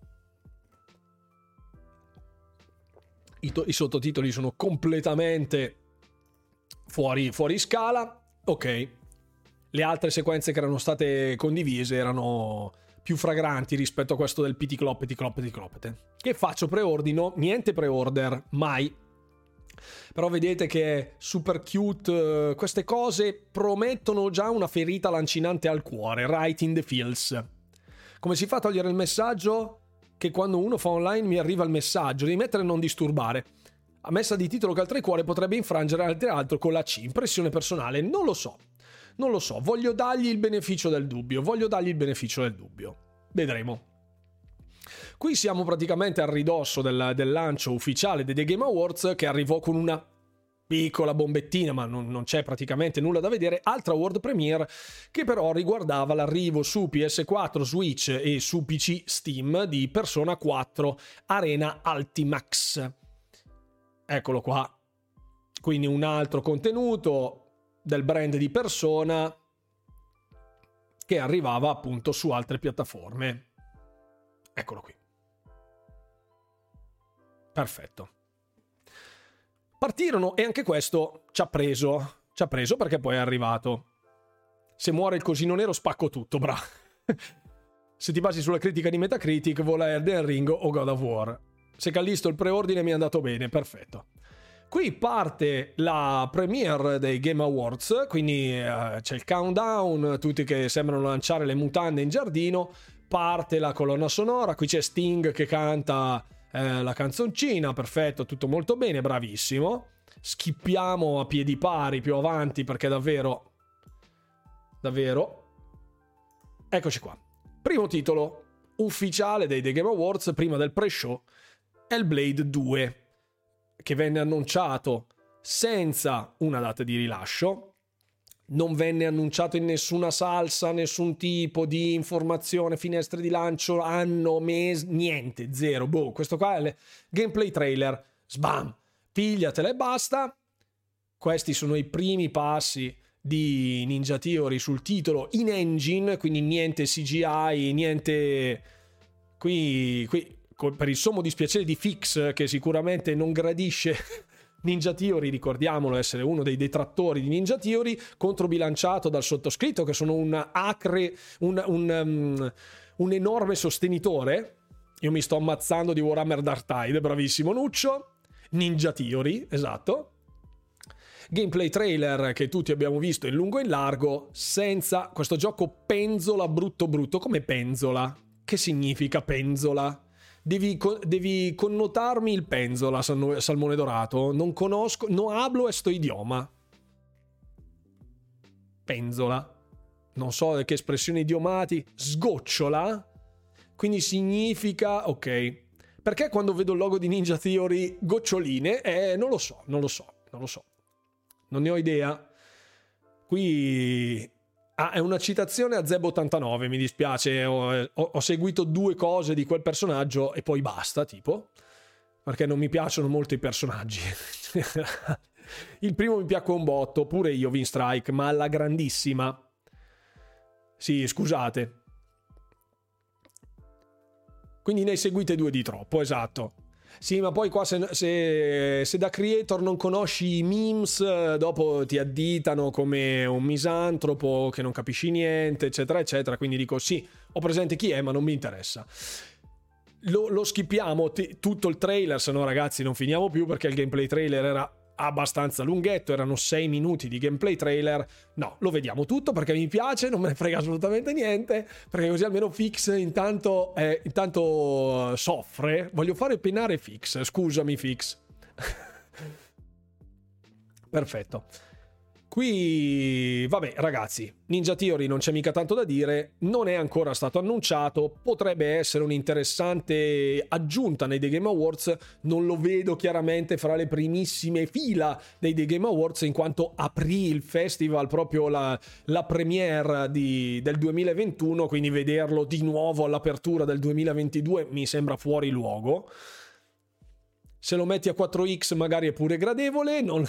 I, to- i sottotitoli sono completamente fuori, fuori scala. Ok, le altre sequenze che erano state condivise erano più fragranti rispetto a questo del piticlop, piticlop, piticlop. Che faccio preordino, niente pre-order, mai. Però vedete che è super cute, queste cose promettono già una ferita lancinante al cuore, right in the feels. Come si fa a togliere il messaggio? Che quando uno fa online mi arriva il messaggio, devi mettere non disturbare. A messa di titolo che il cuore potrebbe infrangere altro altro con la C. Impressione personale, non lo so. Non lo so, voglio dargli il beneficio del dubbio, voglio dargli il beneficio del dubbio. Vedremo. Qui siamo praticamente al ridosso del, del lancio ufficiale dei The Game Awards, che arrivò con una piccola bombettina, ma non, non c'è praticamente nulla da vedere, altra world premiere che però riguardava l'arrivo su P S quattro, Switch e su P C Steam di Persona quattro Arena Ultimax. Eccolo qua. Quindi un altro contenuto del brand di Persona che arrivava appunto su altre piattaforme. Eccolo qui. Perfetto. Partirono e anche questo ci ha preso, ci ha preso perché poi è arrivato. Se muore il cosino nero spacco tutto, bra. Se ti basi sulla critica di Metacritic, vola Elden Ring o God of War. Se Callisto il preordine mi è andato bene, perfetto. Qui parte la premiere dei Game Awards, quindi eh, c'è il countdown, tutti che sembrano lanciare le mutande in giardino, parte la colonna sonora, qui c'è Sting che canta eh, la canzoncina, perfetto, tutto molto bene, bravissimo. Schippiamo a piedi pari più avanti perché davvero, davvero, eccoci qua. Primo titolo ufficiale dei The Game Awards, prima del pre-show, Hellblade due, che venne annunciato senza una data di rilascio, non venne annunciato in nessuna salsa, nessun tipo di informazione, finestre di lancio, anno, mese, niente, zero, boh, questo qua è il gameplay trailer, sbam, pigliatela e basta. Questi sono i primi passi di Ninja Theory sul titolo in engine, quindi niente C G I, niente qui, qui per il sommo dispiacere di Fix, che sicuramente non gradisce Ninja Theory, ricordiamolo essere uno dei detrattori di Ninja Theory, controbilanciato dal sottoscritto che sono un acre, un, un, um, un enorme sostenitore. Io mi sto ammazzando di Warhammer Dark Tide, bravissimo Nuccio. Ninja Theory, esatto. Gameplay trailer che tutti abbiamo visto in lungo e in largo, senza questo gioco penzola brutto brutto. Come penzola? Che significa penzola? Devi, devi connotarmi il penzola, salmone dorato. Non conosco, no hablo questo idioma. Penzola. Non so che espressioni idiomati. Sgocciola. Quindi significa, ok. Perché quando vedo il logo di Ninja Theory goccioline? Eh, non lo so, non lo so, non lo so. Non ne ho idea. Qui... Ah, è una citazione a Zeb ottantanove, mi dispiace, ho, ho, ho seguito due cose di quel personaggio e poi basta, tipo, perché non mi piacciono molto i personaggi. Il primo mi piacque un botto, pure io, Vin Strike, ma alla grandissima. Sì, scusate. Quindi ne seguite due di troppo, esatto. Sì, ma poi qua se, se, se da creator non conosci i memes, dopo ti additano come un misantropo che non capisci niente, eccetera, eccetera. Quindi dico sì, ho presente chi è, ma non mi interessa. Lo, lo skippiamo t- tutto il trailer, se no ragazzi non finiamo più, perché il gameplay trailer era abbastanza lunghetto, erano sei minuti di gameplay trailer. No, lo vediamo tutto perché mi piace, non me ne frega assolutamente niente, perché così almeno Fix intanto, eh, intanto soffre. Voglio fare penare Fix, scusami Fix. Perfetto. Qui, vabbè ragazzi, Ninja Theory non c'è mica tanto da dire, non è ancora stato annunciato, potrebbe essere un'interessante aggiunta nei The Game Awards, non lo vedo chiaramente fra le primissime fila dei The Game Awards, in quanto aprì il festival proprio la, la premiere di, del duemilaventuno, quindi vederlo di nuovo all'apertura del duemilaventidue mi sembra fuori luogo. Se lo metti a quattro X magari è pure gradevole, non...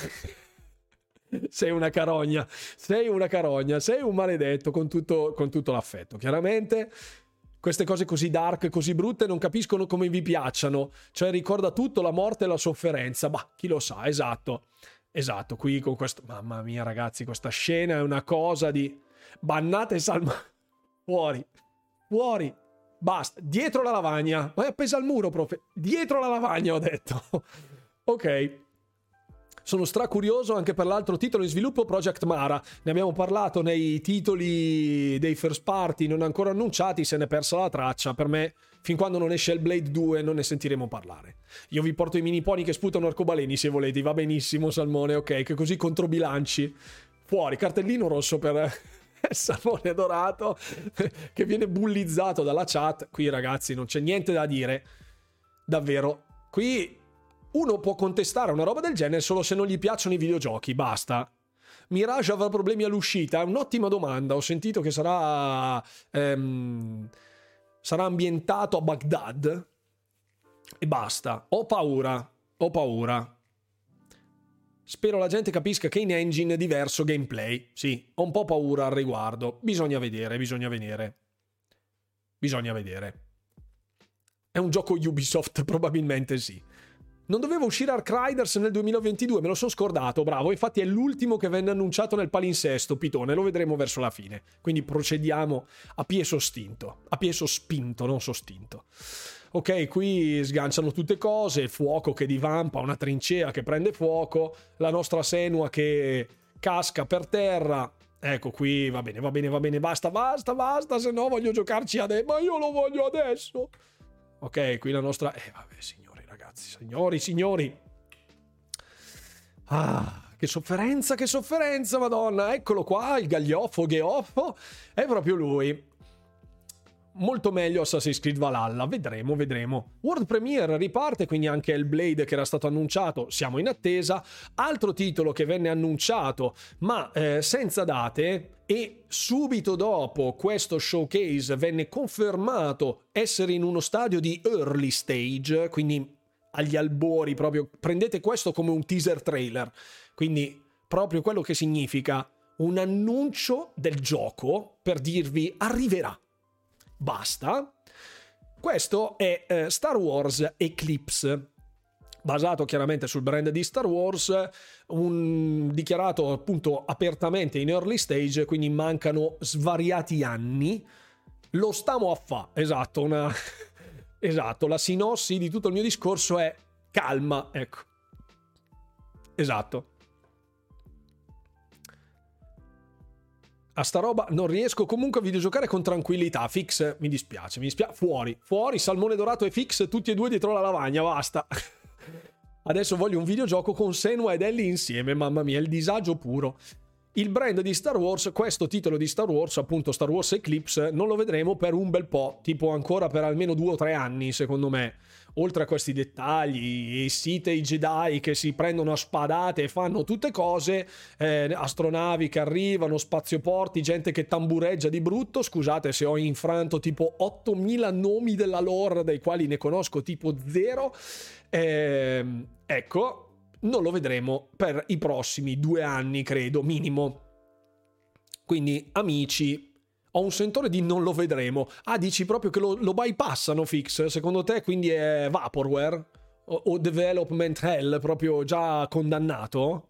sei una carogna, sei una carogna, sei un maledetto con tutto, con tutto l'affetto. Chiaramente queste cose così dark, così brutte non capiscono come vi piacciono, cioè ricorda tutto la morte e la sofferenza, bah, chi lo sa, esatto, esatto, qui con questo, mamma mia ragazzi, questa scena è una cosa di bannate Salma, fuori, fuori, basta, dietro la lavagna, vai appesa al muro, profe, dietro la lavagna ho detto, ok. Sono stracurioso anche per l'altro titolo in sviluppo, Project Mara. Ne abbiamo parlato nei titoli dei first party non ancora annunciati, se ne è persa la traccia. Per me, fin quando non esce il Blade due, non ne sentiremo parlare. Io vi porto i mini pony che sputano arcobaleni, se volete. Va benissimo, Salmone, ok, che così controbilanci. Fuori, cartellino rosso per Salmone Dorato, che viene bullizzato dalla chat. Qui, ragazzi, non c'è niente da dire. Davvero. Qui... uno può contestare una roba del genere solo se non gli piacciono i videogiochi, basta. Mirage avrà problemi all'uscita? È un'ottima domanda, ho sentito che sarà ehm, sarà ambientato a Baghdad e basta. Ho paura, ho paura. Spero la gente capisca che in engine è diverso gameplay. Sì, ho un po' paura al riguardo. Bisogna vedere, bisogna vedere. Bisogna vedere. È un gioco Ubisoft? Probabilmente sì. Non doveva uscire Ark Riders nel duemilaventidue, me lo sono scordato, bravo. Infatti è l'ultimo che venne annunciato nel palinsesto, Pitone, lo vedremo verso la fine. Quindi procediamo a piè sostinto, a piè sospinto, non sostinto. Ok, qui sganciano tutte cose, il fuoco che divampa, una trincea che prende fuoco, la nostra Senua che casca per terra. Ecco qui, va bene, va bene, va bene, basta, basta, basta, se no voglio giocarci adesso, ma io lo voglio adesso. Ok, qui la nostra... Eh, vabbè, signori. Signori, signori, ah, che sofferenza, che sofferenza, madonna, eccolo qua, il gaglioffo, Gheoffo, è proprio lui. Molto meglio Assassin's Creed Valhalla, vedremo, vedremo. World Premiere riparte, quindi anche il Blade che era stato annunciato, siamo in attesa. Altro titolo che venne annunciato, ma eh, senza date, e subito dopo questo showcase venne confermato essere in uno stadio di early stage, quindi agli albori proprio. Prendete questo come un teaser trailer, quindi proprio quello che significa un annuncio del gioco per dirvi arriverà, basta. Questo è eh, Star Wars Eclipse, basato chiaramente sul brand di Star Wars, un dichiarato appunto apertamente in early stage, quindi mancano svariati anni. Lo stiamo a fa, esatto, una esatto, la sinossi di tutto il mio discorso è calma, ecco. Esatto. A sta roba non riesco comunque a videogiocare con tranquillità. Fix, mi dispiace, mi dispiace. Fuori, fuori, Salmone Dorato e Fix, tutti e due dietro la lavagna, basta. Adesso voglio un videogioco con Senua ed Ellie insieme, mamma mia, il disagio puro. Il brand di Star Wars, questo titolo di Star Wars, appunto Star Wars Eclipse, non lo vedremo per un bel po', tipo ancora per almeno due o tre anni, secondo me. Oltre a questi dettagli, i Sith e i Jedi che si prendono a spadate e fanno tutte cose, eh, astronavi che arrivano, spazioporti, gente che tambureggia di brutto. Scusate se ho infranto tipo ottomila nomi della lore, dei quali ne conosco tipo zero. Eh, ecco... non lo vedremo per i prossimi due anni, credo, minimo. Quindi, amici, ho un sentore di non lo vedremo. Ah, dici proprio che lo, lo bypassano, Fix? Secondo te, quindi è Vaporware? O, o Development Hell, proprio già condannato?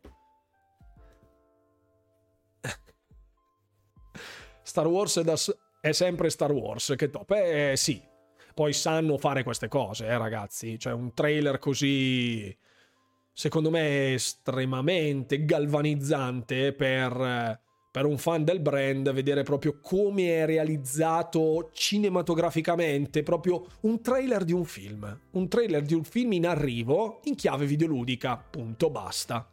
Star Wars è, da, è sempre Star Wars, che top. Eh, sì. Poi sanno fare queste cose, eh, ragazzi. Cioè, un trailer così... secondo me è estremamente galvanizzante per, per un fan del brand vedere proprio come è realizzato cinematograficamente, proprio un trailer di un film, un trailer di un film in arrivo in chiave videoludica, punto, basta.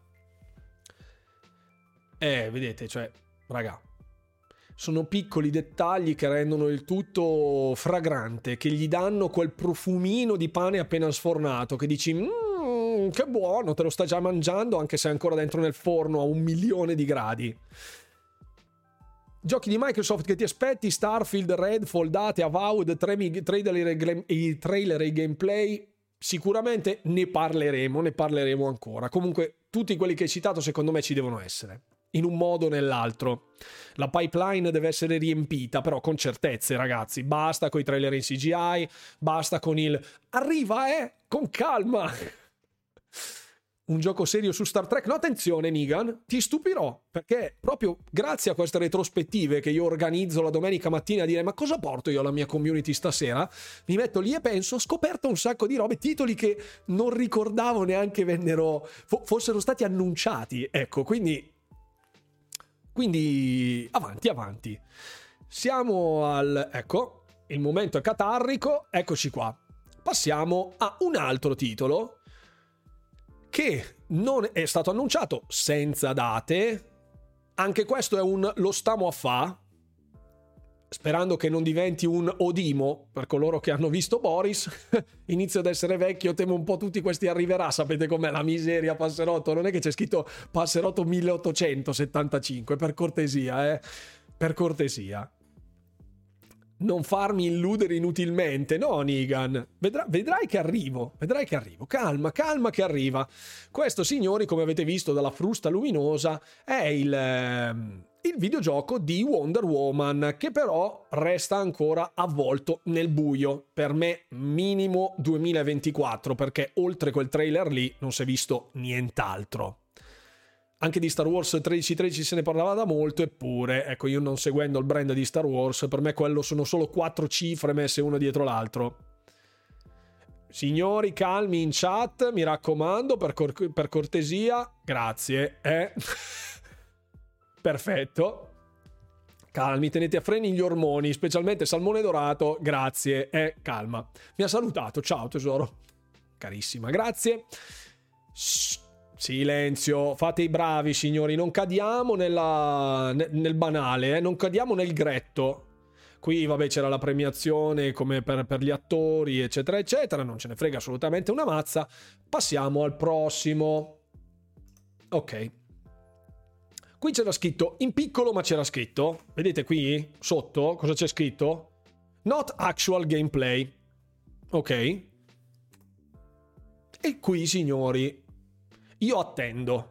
Eh, vedete, cioè, raga, sono piccoli dettagli che rendono il tutto fragrante, che gli danno quel profumino di pane appena sfornato, che dici... Mmm, che buono, te lo sta già mangiando anche se è ancora dentro nel forno a un milione di gradi. Giochi di Microsoft che ti aspetti: Starfield, Redfall, date, Avowed, trailer e gameplay. sicuramente ne parleremo, ne parleremo ancora. Comunque tutti quelli che hai citato secondo me ci devono essere, in un modo o nell'altro. La pipeline deve essere riempita, però con certezze, ragazzi. Basta con i trailer in C G I, basta con il arriva, eh, con calma. Un gioco serio su Star Trek? No, attenzione Nigan, ti stupirò, perché proprio grazie a queste retrospettive che io organizzo la domenica mattina a dire ma cosa porto io alla mia community stasera, mi metto lì e penso, ho scoperto un sacco di robe, titoli che non ricordavo neanche vennero, fo- fossero stati annunciati, ecco, quindi quindi avanti, avanti. Siamo al, ecco, il momento è catarrico, eccoci qua. Passiamo a un altro titolo che non è stato annunciato, senza date. Anche questo è un lo stiamo a fa, sperando che non diventi un Odimo per coloro che hanno visto Boris. Inizio ad essere vecchio, temo un po' tutti questi arriverà, sapete com'è la miseria Passerotto, non è che c'è scritto Passerotto milleottocentosettantacinque, per cortesia, eh, per cortesia. Non farmi illudere inutilmente, no Nigan, Vedrà, vedrai che arrivo, vedrai che arrivo, calma, calma che arriva. Questo, signori, come avete visto dalla frusta luminosa, è il, eh, il videogioco di Wonder Woman, che però resta ancora avvolto nel buio, per me minimo duemilaventiquattro, perché oltre quel trailer lì non si è visto nient'altro. Anche di Star Wars tredici tredici se ne parlava da molto, eppure, ecco, io non seguendo il brand di Star Wars, per me quello sono solo quattro cifre messe una dietro l'altro. Signori, calmi in chat, mi raccomando, per, cor- per cortesia, grazie, eh? Perfetto. Calmi, tenete a freni gli ormoni, specialmente Salmone Dorato, grazie, eh? Calma. Mi ha salutato, ciao tesoro. Carissima, grazie. Shh. Silenzio, fate i bravi signori, non cadiamo nella, nel banale, eh? Non cadiamo nel gretto. Qui vabbè c'era la premiazione come per, per gli attori eccetera eccetera, non ce ne frega assolutamente una mazza. Passiamo al prossimo. Ok. Qui c'era scritto, in piccolo ma c'era scritto, vedete qui sotto cosa c'è scritto? Not actual gameplay. Ok. E qui signori, io attendo.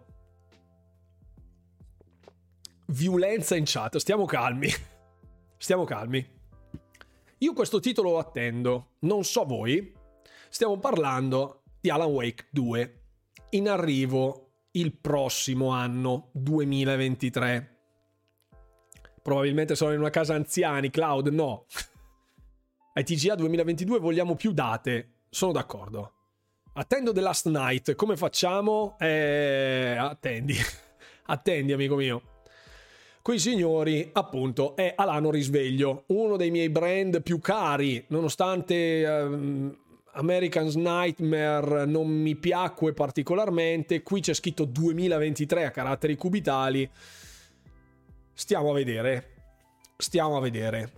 Violenza in chat, stiamo calmi. Stiamo calmi. Io questo titolo lo attendo, non so voi. Stiamo parlando di Alan Wake due, in arrivo il prossimo anno duemilaventitré. Probabilmente sono in una casa anziani, Cloud, no. Ai T G A duemilaventidue vogliamo più date, sono d'accordo. Attendo The Last Night, come facciamo? Eh, attendi, attendi amico mio. Qui signori, appunto, è Alano Risveglio, uno dei miei brand più cari, nonostante um, American's Nightmare non mi piacque particolarmente. Qui c'è scritto duemilaventitré a caratteri cubitali. Stiamo a vedere, stiamo a vedere.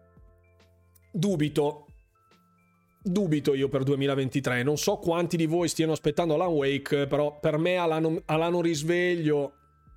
Dubito. Dubito io per duemilaventitré, non so quanti di voi stiano aspettando Alan Wake, però per me Alano, Alano Risveglio...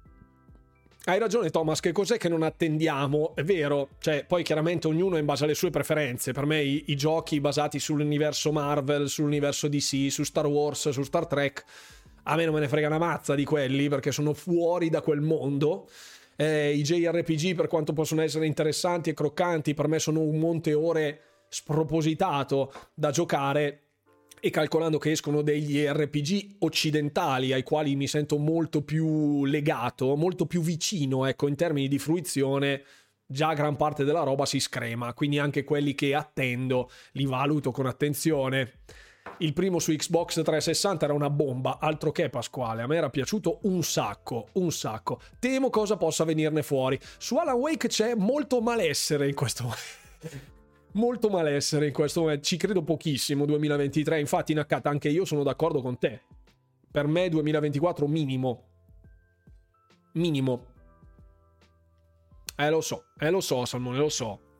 Hai ragione Thomas, che cos'è che non attendiamo? È vero, cioè poi chiaramente ognuno è in base alle sue preferenze. Per me i, i giochi basati sull'universo Marvel, sull'universo D C, su Star Wars, su Star Trek, a me non me ne frega una mazza di quelli perché sono fuori da quel mondo. Eh, I J R P G, per quanto possono essere interessanti e croccanti, per me sono un monte ore spropositato da giocare, e calcolando che escono degli R P G occidentali ai quali mi sento molto più legato, molto più vicino, ecco, in termini di fruizione, già gran parte della roba si screma, quindi anche quelli che attendo li valuto con attenzione. Il primo su Xbox trecentosessanta era una bomba, altro che Pasquale, a me era piaciuto un sacco, un sacco. Temo cosa possa venirne fuori. Su Alan Wake c'è molto malessere in questo momento. Molto malessere in questo momento, ci credo pochissimo duemilaventitré, infatti in H anche io sono d'accordo con te. Per me duemilaventiquattro minimo. Minimo. Eh lo so, eh lo so Salmone, lo so.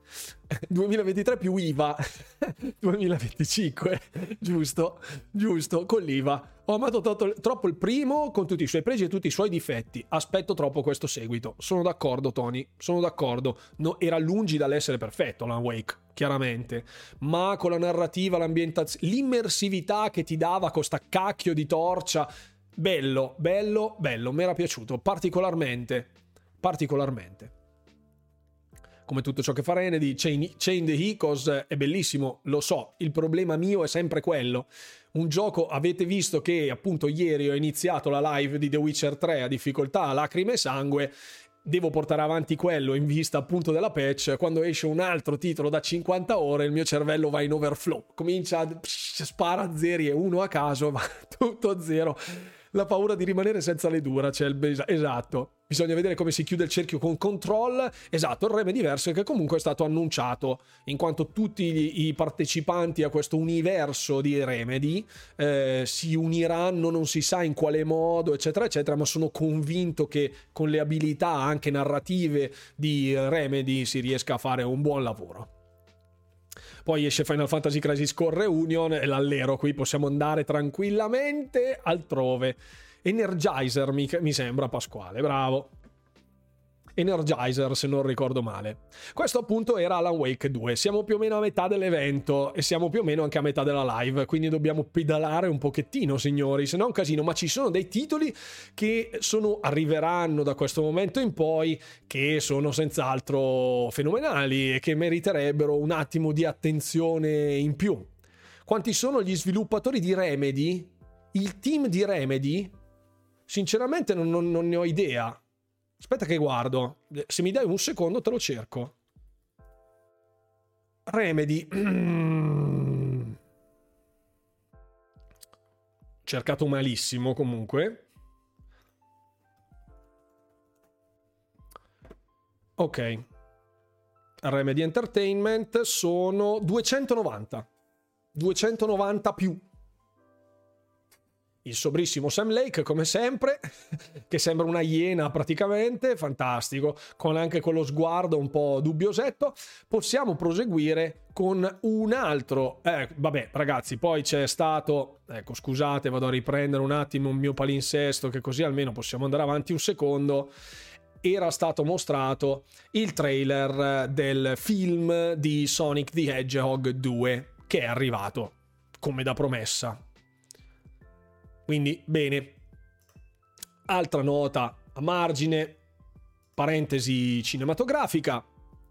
duemilaventitré più I V A duemilaventicinque, giusto, giusto, con l'I V A. Ho amato troppo, troppo il primo con tutti i suoi pregi e tutti i suoi difetti, aspetto troppo questo seguito. Sono d'accordo, Tony, sono d'accordo. No, era lungi dall'essere perfetto Alan Wake, chiaramente, ma con la narrativa, l'ambientazione, l'immersività che ti dava con sta cacchio di torcia, bello, bello, bello, mi era piaciuto particolarmente, particolarmente. Come tutto ciò che fa Remedy, Chain, Chain the Echoes è bellissimo, lo so, il problema mio è sempre quello. Un gioco, avete visto che appunto ieri ho iniziato la live di The Witcher tre a difficoltà lacrime e sangue, devo portare avanti quello in vista appunto della patch. Quando esce un altro titolo da cinquanta ore il mio cervello va in overflow, comincia a psh, spara zeri e uno a caso, va tutto a zero. La paura di rimanere senza le dura, c'è il... esatto. Bisogna vedere come si chiude il cerchio con Control. Esatto, il Remediverse che comunque è stato annunciato, in quanto tutti gli, i partecipanti a questo universo di Remedy eh, si uniranno, non si sa in quale modo, eccetera, eccetera, ma sono convinto che con le abilità anche narrative di Remedy si riesca a fare un buon lavoro. Poi esce Final Fantasy Crisis Core Reunion e l'allero, qui possiamo andare tranquillamente altrove. Energizer mi, mi sembra, Pasquale, bravo. Energizer, se non ricordo male. Questo appunto era Alan Wake due. Siamo più o meno a metà dell'evento e siamo più o meno anche a metà della live, quindi dobbiamo pedalare un pochettino, signori, se no è un casino. Ma ci sono dei titoli che sono, arriveranno da questo momento in poi, che sono senz'altro fenomenali e che meriterebbero un attimo di attenzione in più. Quanti sono gli sviluppatori di Remedy? Il team di Remedy? Sinceramente non, non, non ne ho idea. Aspetta che guardo. Se mi dai un secondo te lo cerco. Remedy. Cercato malissimo comunque. Ok. Remedy Entertainment sono duecentonovanta. duecentonovanta più. Il sobrissimo Sam Lake, come sempre, che sembra una iena praticamente, fantastico, con anche quello sguardo un po' dubbiosetto. Possiamo proseguire con un altro... Eh, vabbè, ragazzi, poi c'è stato... Ecco, scusate, vado a riprendere un attimo il mio palinsesto, che così almeno possiamo andare avanti un secondo. Era stato mostrato il trailer del film di Sonic the Hedgehog due, che è arrivato, come da promessa. Quindi, bene. Altra nota a margine, parentesi cinematografica.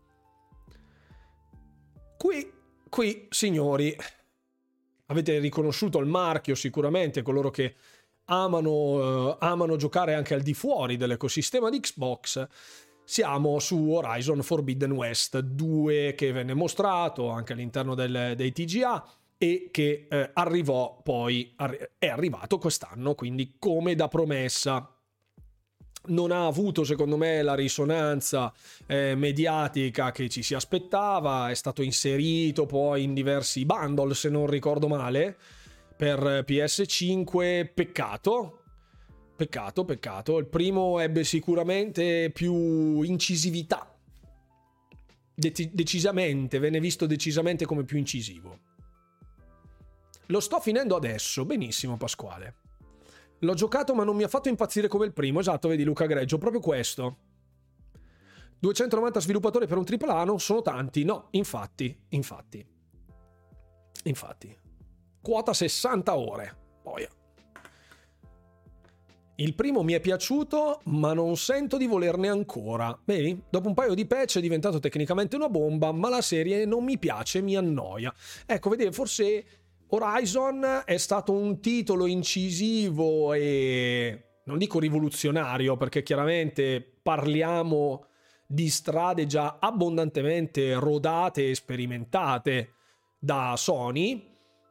Qui, qui, signori, avete riconosciuto il marchio sicuramente, coloro che amano, eh, amano giocare anche al di fuori dell'ecosistema di Xbox. Siamo su Horizon Forbidden West due, che venne mostrato anche all'interno del, dei T G A e che eh, arrivò poi, arri- è arrivato quest'anno, quindi come da promessa. Non ha avuto, secondo me, la risonanza eh, mediatica che ci si aspettava, è stato inserito poi in diversi bundle, se non ricordo male, per P S cinque, peccato, peccato, peccato. Il primo ebbe sicuramente più incisività, De- decisamente, venne visto decisamente come più incisivo. Lo sto finendo adesso, benissimo Pasquale. L'ho giocato ma non mi ha fatto impazzire come il primo, esatto, vedi Luca Greggio, proprio questo. duecentonovanta sviluppatori per un tripla A non sono tanti, no, infatti, infatti, infatti. Quota sessanta ore, poi. Il primo mi è piaciuto, ma non sento di volerne ancora. Vedi? Dopo un paio di patch è diventato tecnicamente una bomba, ma la serie non mi piace, mi annoia. Ecco, vedete, forse Horizon è stato un titolo incisivo e non dico rivoluzionario, perché chiaramente parliamo di strade già abbondantemente rodate e sperimentate da Sony,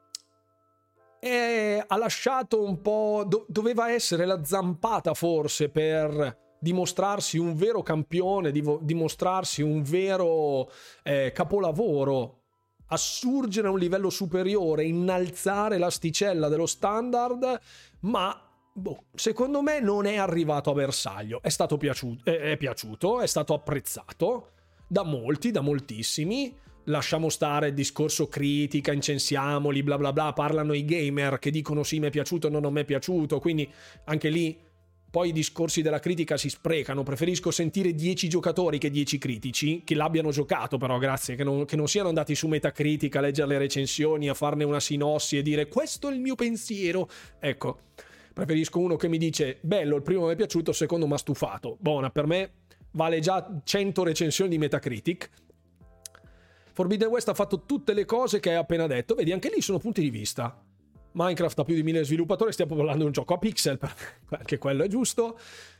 e ha lasciato un po'... Do- doveva essere la zampata forse per dimostrarsi un vero campione, div- dimostrarsi un vero eh, capolavoro, assurgere a un livello superiore, innalzare l'asticella dello standard, ma boh, secondo me non è arrivato a bersaglio. È stato piaciuto, è, è piaciuto, è stato apprezzato, Da molti, da moltissimi. Lasciamo stare il discorso critica, incensiamoli, bla bla bla, parlano i gamer che dicono sì mi è piaciuto o non mi è piaciuto, quindi anche lì poi i discorsi della critica si sprecano. Preferisco sentire dieci giocatori che dieci critici, che l'abbiano giocato però, grazie, che non, che non siano andati su Metacritic a leggere le recensioni, a farne una sinossi e dire questo è il mio pensiero. Ecco, preferisco uno che mi dice bello, il primo mi è piaciuto, il secondo mi ha stufato. Buona, per me vale già cento recensioni di Metacritic. Forbidden West ha fatto tutte le cose che hai appena detto. Vedi, anche lì sono punti di vista. Minecraft ha più di mille sviluppatori, stiamo parlando di un gioco a pixel, anche quello è giusto.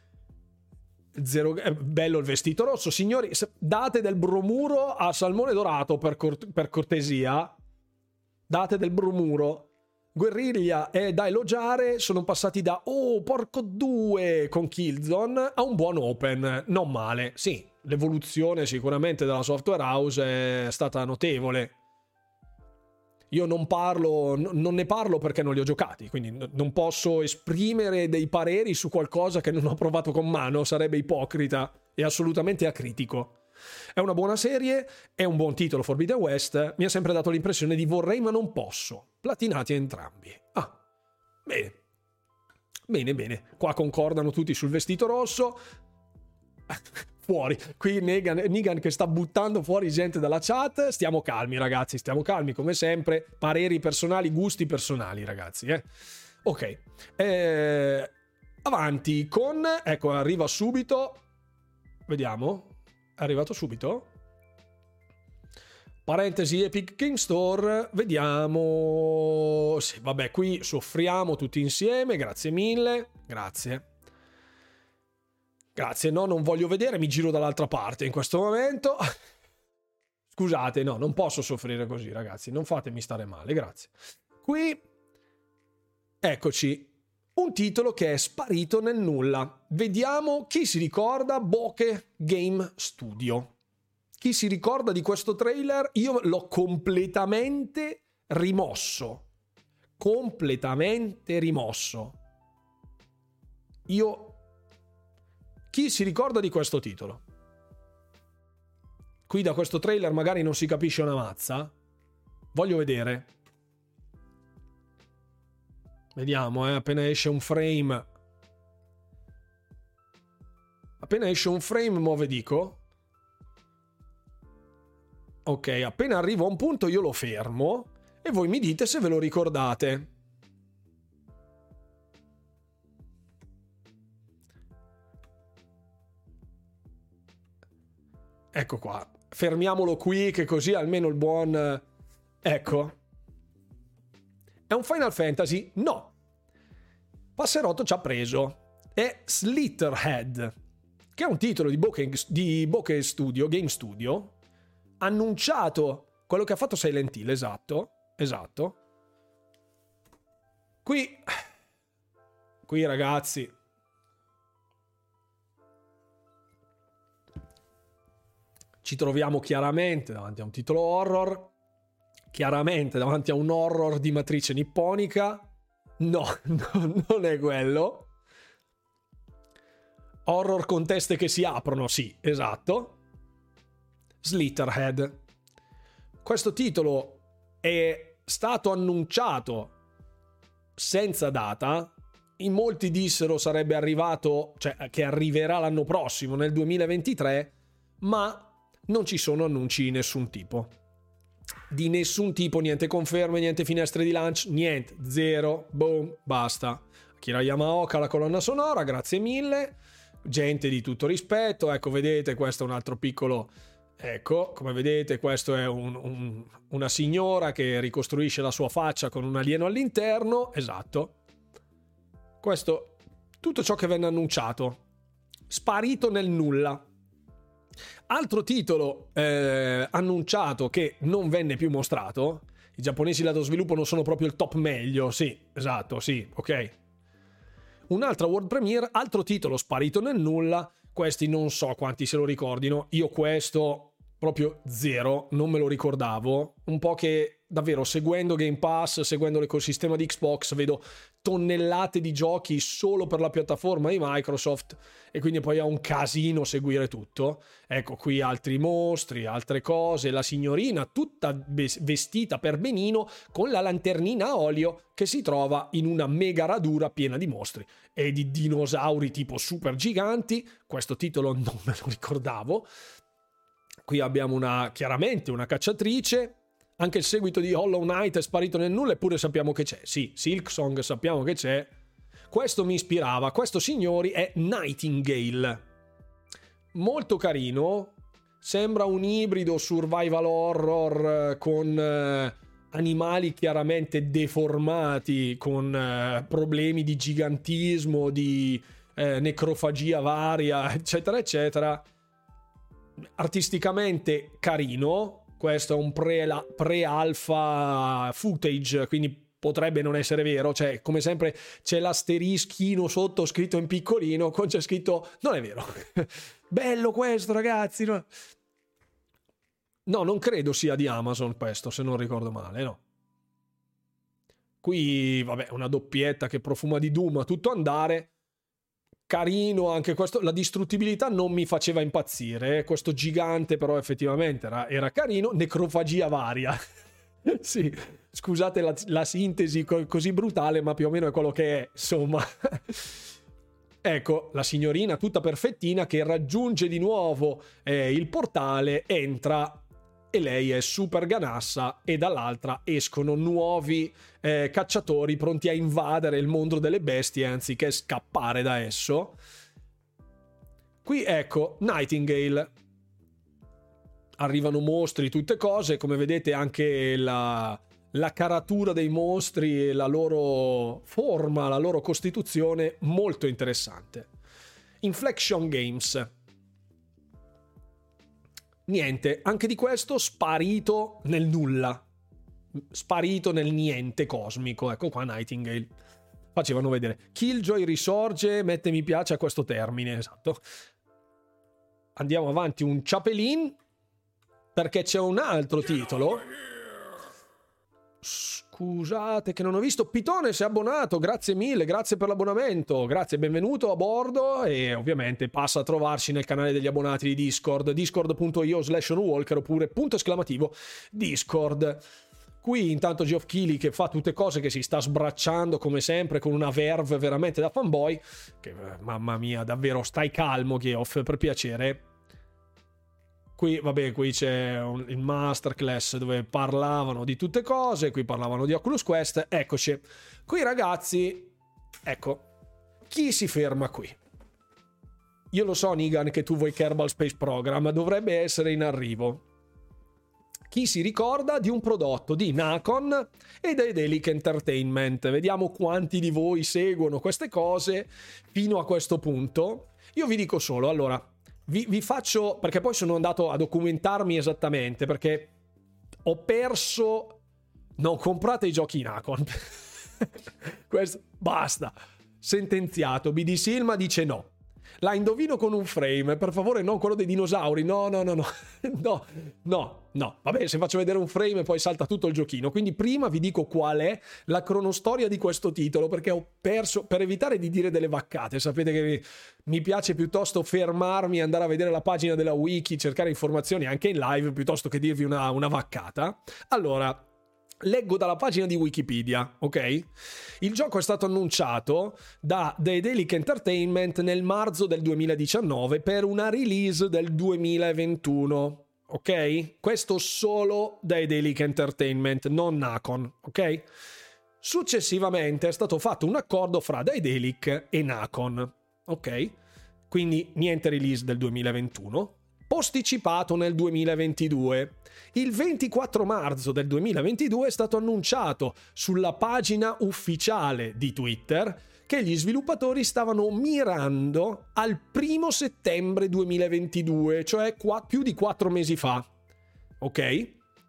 Zero, è bello il vestito rosso. Signori, date del bromuro a Salmone Dorato per, cort- per cortesia. Date del bromuro. Guerriglia è da elogiare, sono passati da oh porco due con Killzone a un buon open, non male. Sì, l'evoluzione sicuramente della software house è stata notevole. Io non parlo, non ne parlo perché non li ho giocati, quindi non posso esprimere dei pareri su qualcosa che non ho provato con mano, sarebbe ipocrita e assolutamente acritico. È una buona serie, è un buon titolo Forbidden West, mi ha sempre dato l'impressione di vorrei ma non posso. Platinati entrambi. Ah, bene. Bene, bene. Qua concordano tutti sul vestito rosso. Fuori. Qui Negan, Negan che sta buttando fuori gente dalla chat. Stiamo calmi, ragazzi, stiamo calmi come sempre. Pareri personali, gusti personali, ragazzi. Eh? Ok. Eh, avanti con... Ecco, arriva subito. Vediamo. È arrivato subito. Parentesi Epic Game Store. Vediamo. Sì, vabbè, qui soffriamo tutti insieme. Grazie mille. Grazie. Grazie, no, non voglio vedere, mi giro dall'altra parte in questo momento. Scusate, no, non posso soffrire così, ragazzi. Non fatemi stare male, grazie. Qui, eccoci. Un titolo che è sparito nel nulla. Vediamo chi si ricorda Bokeh Game Studio. Chi si ricorda di questo trailer? Io l'ho completamente rimosso. Completamente rimosso. Io... Chi si ricorda di questo titolo? Qui da questo trailer magari non si capisce una mazza. Voglio vedere. Vediamo, eh, appena esce un frame. Appena esce un frame, mo ve dico. Ok, appena arrivo a un punto io lo fermo e voi mi dite se ve lo ricordate. Ecco qua. Fermiamolo qui che così almeno il buon... Ecco. È un Final Fantasy? No. Passerotto ci ha preso. È Slitterhead, che è un titolo di Bokeh, di Bokeh Studio, Game Studio, annunciato, quello che ha fatto Silent Hill, esatto, esatto. Qui, qui ragazzi, ci troviamo chiaramente davanti a un titolo horror, chiaramente davanti a un horror di matrice nipponica. No, no, non è quello. Horror con teste che si aprono, sì, esatto. Slitterhead. Questo titolo è stato annunciato senza data. In molti dissero sarebbe arrivato, cioè che arriverà l'anno prossimo, nel duemilaventitré, ma non ci sono annunci di nessun tipo. Di nessun tipo, niente conferme, niente finestre di lancio, niente, zero, boom, basta. Akira Yamaoka la colonna sonora, grazie mille. Gente di tutto rispetto, ecco, vedete, questo è un altro piccolo... Ecco, come vedete, questo è un, un, una signora che ricostruisce la sua faccia con un alieno all'interno, esatto. Questo, tutto ciò che venne annunciato, sparito nel nulla. Altro titolo eh, annunciato che non venne più mostrato. I giapponesi lato sviluppo non sono proprio il top meglio. Sì, esatto, sì, ok. Un'altra world premiere, altro titolo sparito nel nulla. Questi non so quanti se lo ricordino. Io questo proprio zero, non me lo ricordavo. Un po' che davvero seguendo Game Pass, seguendo l'ecosistema di Xbox, vedo tonnellate di giochi solo per la piattaforma di Microsoft, e quindi poi è un casino seguire tutto. Ecco, qui altri mostri, altre cose, la signorina tutta vestita per benino con la lanternina a olio che si trova in una mega radura piena di mostri e di dinosauri tipo super giganti. Questo titolo non me lo ricordavo. Qui abbiamo una, chiaramente una cacciatrice. Anche il seguito di Hollow Knight è sparito nel nulla, eppure sappiamo che c'è. Sì, Silksong sappiamo che c'è. Questo mi ispirava. Questo, signori, è Nightingale. Molto carino. Sembra un ibrido survival horror con eh, animali chiaramente deformati, con eh, problemi di gigantismo, di eh, necrofagia varia, eccetera, eccetera. Artisticamente carino. Questo è un pre, pre-alpha footage, quindi potrebbe non essere vero. Cioè, come sempre c'è l'asterischino sotto scritto in piccolino, con c'è scritto non è vero. Bello questo, ragazzi. No? no, non credo sia di Amazon questo, se non ricordo male, no. Qui, vabbè, una doppietta che profuma di Doom a tutto andare. Carino anche questo, la distruttibilità non mi faceva impazzire, eh. Questo gigante però effettivamente era, era carino. Necrofagia varia. Sì, scusate la, la sintesi co- così brutale, ma più o meno è quello che è, insomma. Ecco, la signorina tutta perfettina che raggiunge di nuovo eh, il portale, entra e lei è super ganassa, e dall'altra escono nuovi eh, cacciatori pronti a invadere il mondo delle bestie anziché scappare da esso. Qui ecco Nightingale, arrivano mostri, tutte cose, come vedete anche la, la caratura dei mostri e la loro forma, la loro costituzione molto interessante. Inflection Games. Niente, anche di questo sparito nel nulla, sparito nel niente cosmico. Ecco qua Nightingale, facevano vedere. Killjoy risorge, mette mi piace a questo termine, esatto. Andiamo avanti un ciapelin, perché c'è un altro titolo. Scusate che non ho visto. Pitone si è abbonato, grazie mille, grazie per l'abbonamento, grazie, benvenuto a bordo. E ovviamente passa a trovarci nel canale degli abbonati di Discord, discord.io slash onewalker, oppure punto esclamativo Discord. Qui intanto Geoff Keighley che fa tutte cose, che si sta sbracciando come sempre con una verve veramente da fanboy, che mamma mia, davvero stai calmo Geoff, per piacere. Qui, vabbè, qui c'è un, il masterclass dove parlavano di tutte cose, qui parlavano di Oculus Quest, eccoci. Qui ragazzi, ecco, chi si ferma qui? Io lo so, Nigan, che tu vuoi Kerbal Space Program, dovrebbe essere in arrivo. Chi si ricorda di un prodotto di Nacon e Daedalic Entertainment? Vediamo quanti di voi seguono queste cose fino a questo punto. Io vi dico solo, allora... Vi, vi faccio, perché poi sono andato a documentarmi esattamente, perché ho perso. Non comprate i giochi Nacon. Questo basta, sentenziato. B D Silma dice no. La indovino con un frame, per favore, non quello dei dinosauri. No, no, no, no. No, no, no. Vabbè, se faccio vedere un frame poi salta tutto il giochino. Quindi prima vi dico qual è la cronostoria di questo titolo, perché ho perso, per evitare di dire delle vaccate. Sapete che mi, mi piace piuttosto fermarmi, andare a vedere la pagina della wiki, cercare informazioni anche in live, piuttosto che dirvi una, una vaccata. Allora... leggo dalla pagina di Wikipedia, ok? Il gioco è stato annunciato da Daedalic Entertainment nel marzo del duemiladiciannove per una release del duemilaventuno, ok? Questo solo Daedalic Entertainment, non Nacon, ok? Successivamente è stato fatto un accordo fra Daedalic e Nacon, ok? Quindi niente release del duemilaventuno, posticipato nel duemilaventidue. Il ventiquattro marzo del duemilaventidue è stato annunciato sulla pagina ufficiale di Twitter che gli sviluppatori stavano mirando al primo settembre duemilaventidue, cioè qua, più di quattro mesi fa. Ok?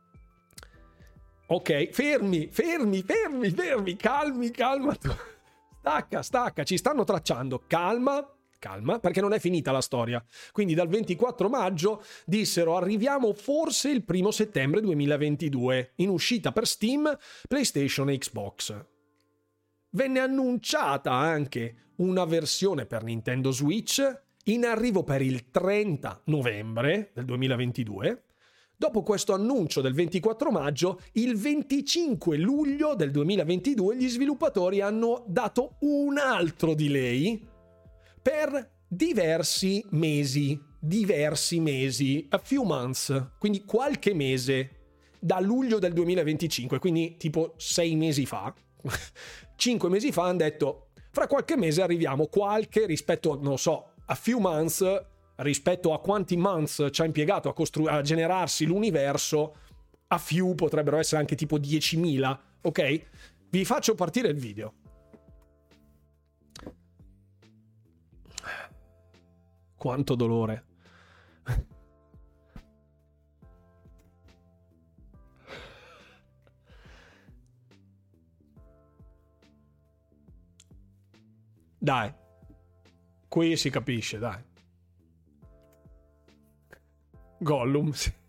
Ok, fermi, fermi, fermi, fermi, calmi, calma. Stacca, stacca, ci stanno tracciando, calma. Calma, perché non è finita la storia. Quindi dal ventiquattro maggio dissero arriviamo forse il primo settembre duemilaventidue, in uscita per Steam, PlayStation e Xbox. venne annunciata anche una versione per Nintendo Switch in arrivo per il trenta novembre del duemilaventidue. Dopo questo annuncio del ventiquattro maggio, il venticinque luglio del duemilaventidue gli sviluppatori hanno dato un altro delay per diversi mesi, diversi mesi, a few months, quindi qualche mese, da luglio del duemilaventicinque, quindi tipo sei mesi fa, cinque mesi fa hanno detto, fra qualche mese arriviamo, qualche rispetto, non so, a few months, rispetto a quanti months ci ha impiegato a, costru- a generarsi l'universo, a few potrebbero essere anche tipo diecimila, ok? Vi faccio partire il video. Quanto dolore. Dai, qui si capisce, dai. Gollum.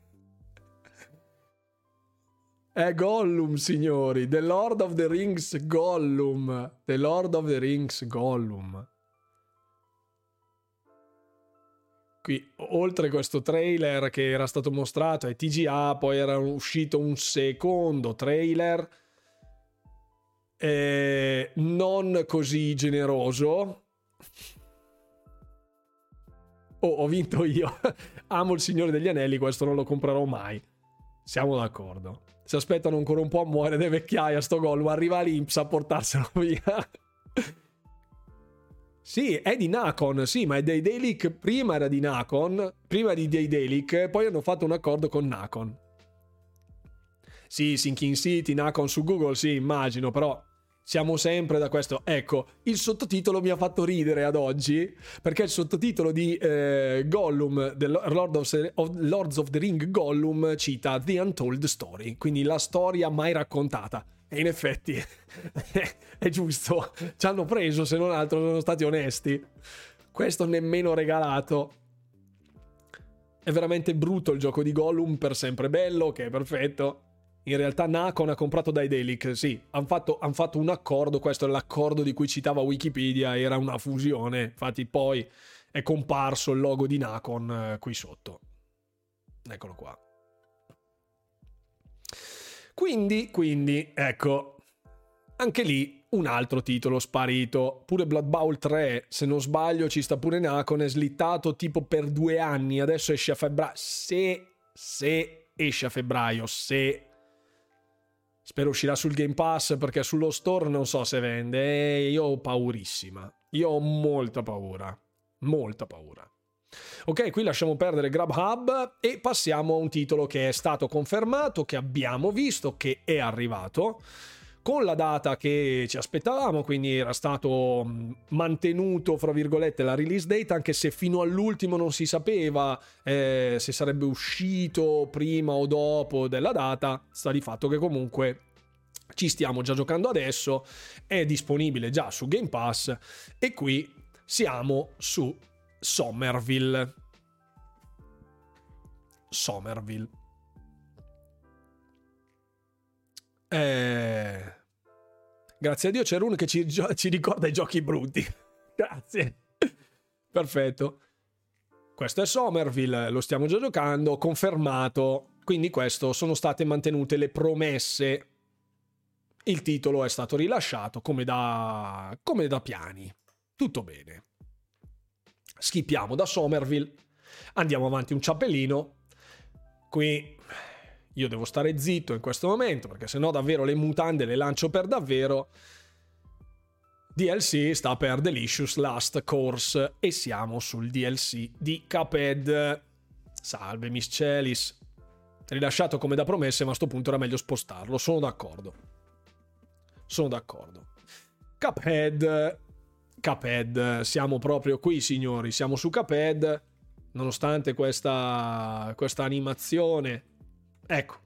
È Gollum, signori. The Lord of the Rings Gollum. The Lord of the Rings Gollum. Qui, oltre questo trailer che era stato mostrato ai T G A, poi era uscito un secondo trailer eh, non così generoso. Oh, ho vinto io. Amo il Signore degli Anelli, questo non lo comprerò mai. Siamo d'accordo. Si aspettano ancora un po' a muore di vecchiaia sto Gollum, arriva l'I N P S a portarselo via. Sì, è di Nacon, sì, ma è dei Dailic, prima era di Nacon, prima di dei Dailic, poi hanno fatto un accordo con Nacon. Sì, Sinking City, Nacon su Google, sì, immagino, però siamo sempre da questo. Ecco, il sottotitolo mi ha fatto ridere ad oggi, perché il sottotitolo di eh, Gollum, del Lord of, of, Lords of the Ring Gollum, cita The Untold Story, quindi la storia mai raccontata. E in effetti è giusto, ci hanno preso, se non altro sono stati onesti. Questo nemmeno regalato. È veramente brutto il gioco di Gollum, per sempre bello, che è perfetto. In realtà Nacon ha comprato Daedalic, sì, hanno fatto, han fatto un accordo, questo è l'accordo di cui citava Wikipedia, era una fusione, infatti poi è comparso il logo di Nacon eh, qui sotto. Eccolo qua. Quindi, quindi, ecco, anche lì un altro titolo sparito. Pure Blood Bowl tre, se non sbaglio, ci sta pure Nacon, è slittato tipo per due anni, adesso esce a febbraio. Se, se esce a febbraio, se... Spero uscirà sul Game Pass, perché sullo store non so se vende. E io ho paurissima. Io ho molta paura. Molta paura. Ok, qui lasciamo perdere Grubhub e passiamo a un titolo che è stato confermato, che abbiamo visto, che è arrivato con la data che ci aspettavamo, quindi era stato mantenuto, fra virgolette, la release date, anche se fino all'ultimo non si sapeva eh, se sarebbe uscito prima o dopo della data. Sta di fatto che comunque ci stiamo già giocando adesso, è disponibile già su Game Pass e qui siamo su Somerville. Somerville. Eh... Grazie a Dio c'è Rune che ci, ci ricorda i giochi brutti. Grazie. Perfetto. Questo è Somerville, lo stiamo già giocando, confermato. Quindi questo, sono state mantenute le promesse. Il titolo è stato rilasciato come da, come da piani. Tutto bene. Schippiamo da Somerville, andiamo avanti un ciappellino. Qui io devo stare zitto in questo momento, perché sennò davvero le mutande le lancio per davvero. D L C sta per Delicious Last Course e siamo sul D L C di Cuphead. Salve Miss Celis. Rilasciato come da promesse, ma a sto punto era meglio spostarlo, sono d'accordo. Sono d'accordo. Cuphead... Cuphead, siamo proprio qui, signori, siamo su Cuphead, nonostante questa, questa animazione. Ecco,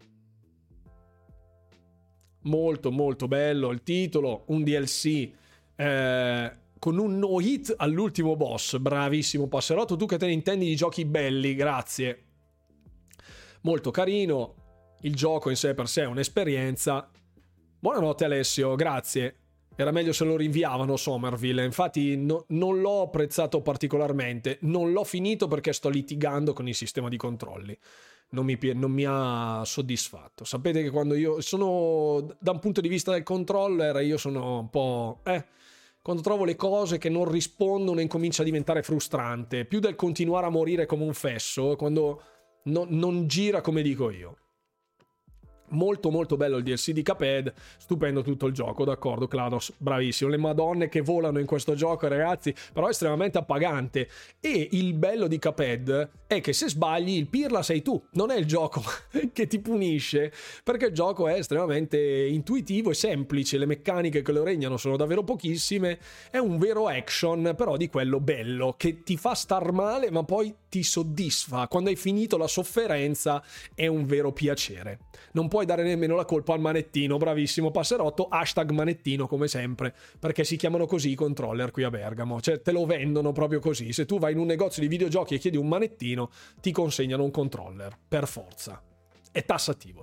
molto molto bello il titolo, un D L C eh, con un no hit all'ultimo boss. Bravissimo Passerotto, tu che te ne intendi di giochi belli, grazie. Molto carino, il gioco in sé per sé è un'esperienza. Buonanotte Alessio, grazie. Era meglio se lo rinviavano Somerville, infatti no, non l'ho apprezzato particolarmente, non l'ho finito perché sto litigando con il sistema di controlli, non mi, non mi ha soddisfatto. Sapete che quando io sono, da un punto di vista del controller, io sono un po'... eh, quando trovo le cose che non rispondono incomincia a diventare frustrante, più del continuare a morire come un fesso, quando no, non gira come dico io. Molto molto bello il D L C di Cuphead, stupendo tutto il gioco, d'accordo Clados, bravissimo, le madonne che volano in questo gioco ragazzi, però è estremamente appagante. E il bello di Cuphead è che se sbagli il pirla sei tu, non è il gioco che ti punisce, perché il gioco è estremamente intuitivo e semplice, le meccaniche che lo regnano sono davvero pochissime, è un vero action però di quello bello, che ti fa star male ma poi ti soddisfa, quando hai finito la sofferenza è un vero piacere. Non puoi dare nemmeno la colpa al manettino, bravissimo Passerotto, hashtag manettino come sempre, perché si chiamano così i controller qui a Bergamo, cioè te lo vendono proprio così, se tu vai in un negozio di videogiochi e chiedi un manettino ti consegnano un controller, per forza, è tassativo.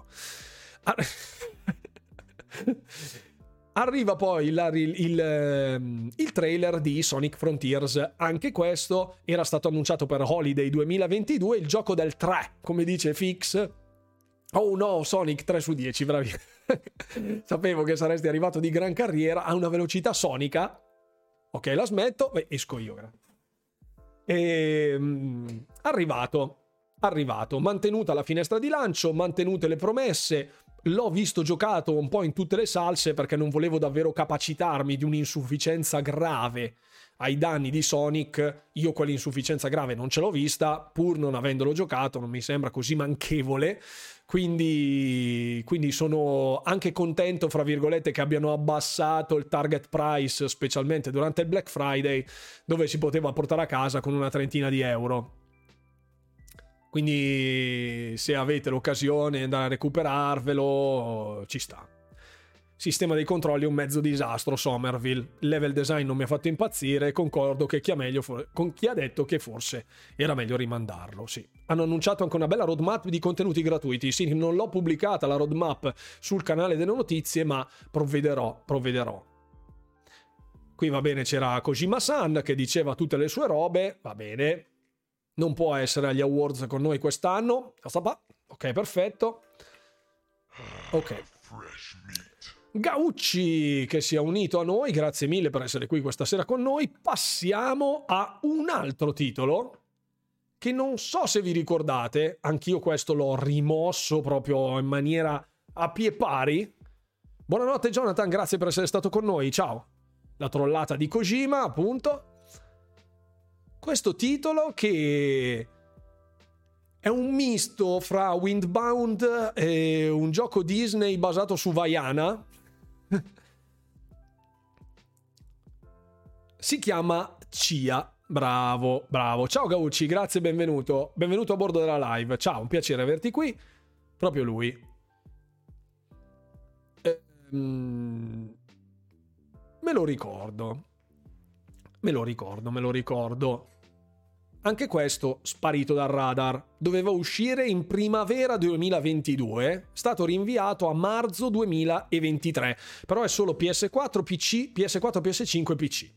Arriva poi il, il, il, il trailer di Sonic Frontiers, anche questo era stato annunciato per Holiday duemilaventidue, il gioco del tre, come dice Fix. Oh no, Sonic tre su dieci, bravi. Sapevo che saresti arrivato di gran carriera a una velocità sonica. Ok, la smetto, beh, esco io. E, mh, arrivato, arrivato, mantenuta la finestra di lancio, mantenute le promesse. L'ho visto giocato un po' in tutte le salse perché non volevo davvero capacitarmi di un'insufficienza grave ai danni di Sonic. Io quell'insufficienza grave non ce l'ho vista, pur non avendolo giocato, non mi sembra così manchevole. Quindi, quindi sono anche contento, fra virgolette, che abbiano abbassato il target price, specialmente durante il Black Friday, dove si poteva portare a casa con una trentina di euro. Quindi se avete l'occasione di andare a recuperarvelo, ci sta. Sistema dei controlli è un mezzo disastro Somerville, level design non mi ha fatto impazzire, concordo che chi ha, meglio for- con chi ha detto che forse era meglio rimandarlo, sì. Hanno annunciato anche una bella roadmap di contenuti gratuiti, sì, non l'ho pubblicata la roadmap sul canale delle notizie, ma provvederò, provvederò. Qui va bene, c'era Kojima-san che diceva tutte le sue robe, va bene, non può essere agli awards con noi quest'anno, ok, perfetto, ok. Gaucci che si è unito a noi, grazie mille per essere qui questa sera con noi. Passiamo a un altro titolo che non so se vi ricordate, anch'io questo l'ho rimosso proprio in maniera a pie pari. Buonanotte Jonathan, grazie per essere stato con noi, ciao. La trollata di Kojima, appunto. Questo titolo che è un misto fra Windbound e un gioco Disney basato su Vaiana. Si chiama Cia. Bravo, bravo. Ciao Gaucci, grazie, benvenuto. Benvenuto a bordo della live. Ciao, un piacere averti qui. Proprio lui. Eh, mm, me lo ricordo. Me lo ricordo, me lo ricordo. Anche questo sparito dal radar. Doveva uscire in primavera duemilaventidue, stato rinviato a marzo duemilaventitré, però è solo P S quattro, P C, P S quattro, P S cinque e P C.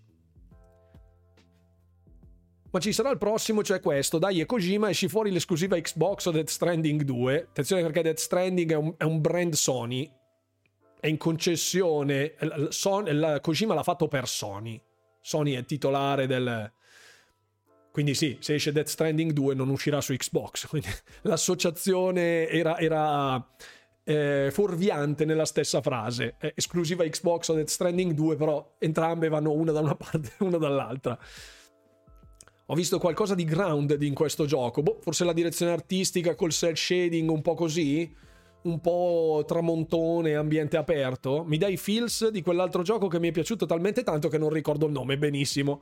Ma ci sarà il prossimo, cioè questo. Dai, e Kojima, esci fuori l'esclusiva Xbox o Death Stranding due. Attenzione perché Death Stranding è un, è un brand Sony, è in concessione, Sony, la, Kojima l'ha fatto per Sony. Sony è titolare del... Quindi sì, se esce Death Stranding due non uscirà su Xbox. Quindi l'associazione era, era eh, fuorviante nella stessa frase. È esclusiva Xbox o Death Stranding due, però entrambe vanno una da una parte e una dall'altra. Ho visto qualcosa di grounded in questo gioco. Boh, forse la direzione artistica col cel shading un po' così, un po' tramontone, ambiente aperto. Mi dai feels di quell'altro gioco che mi è piaciuto talmente tanto che non ricordo il nome benissimo.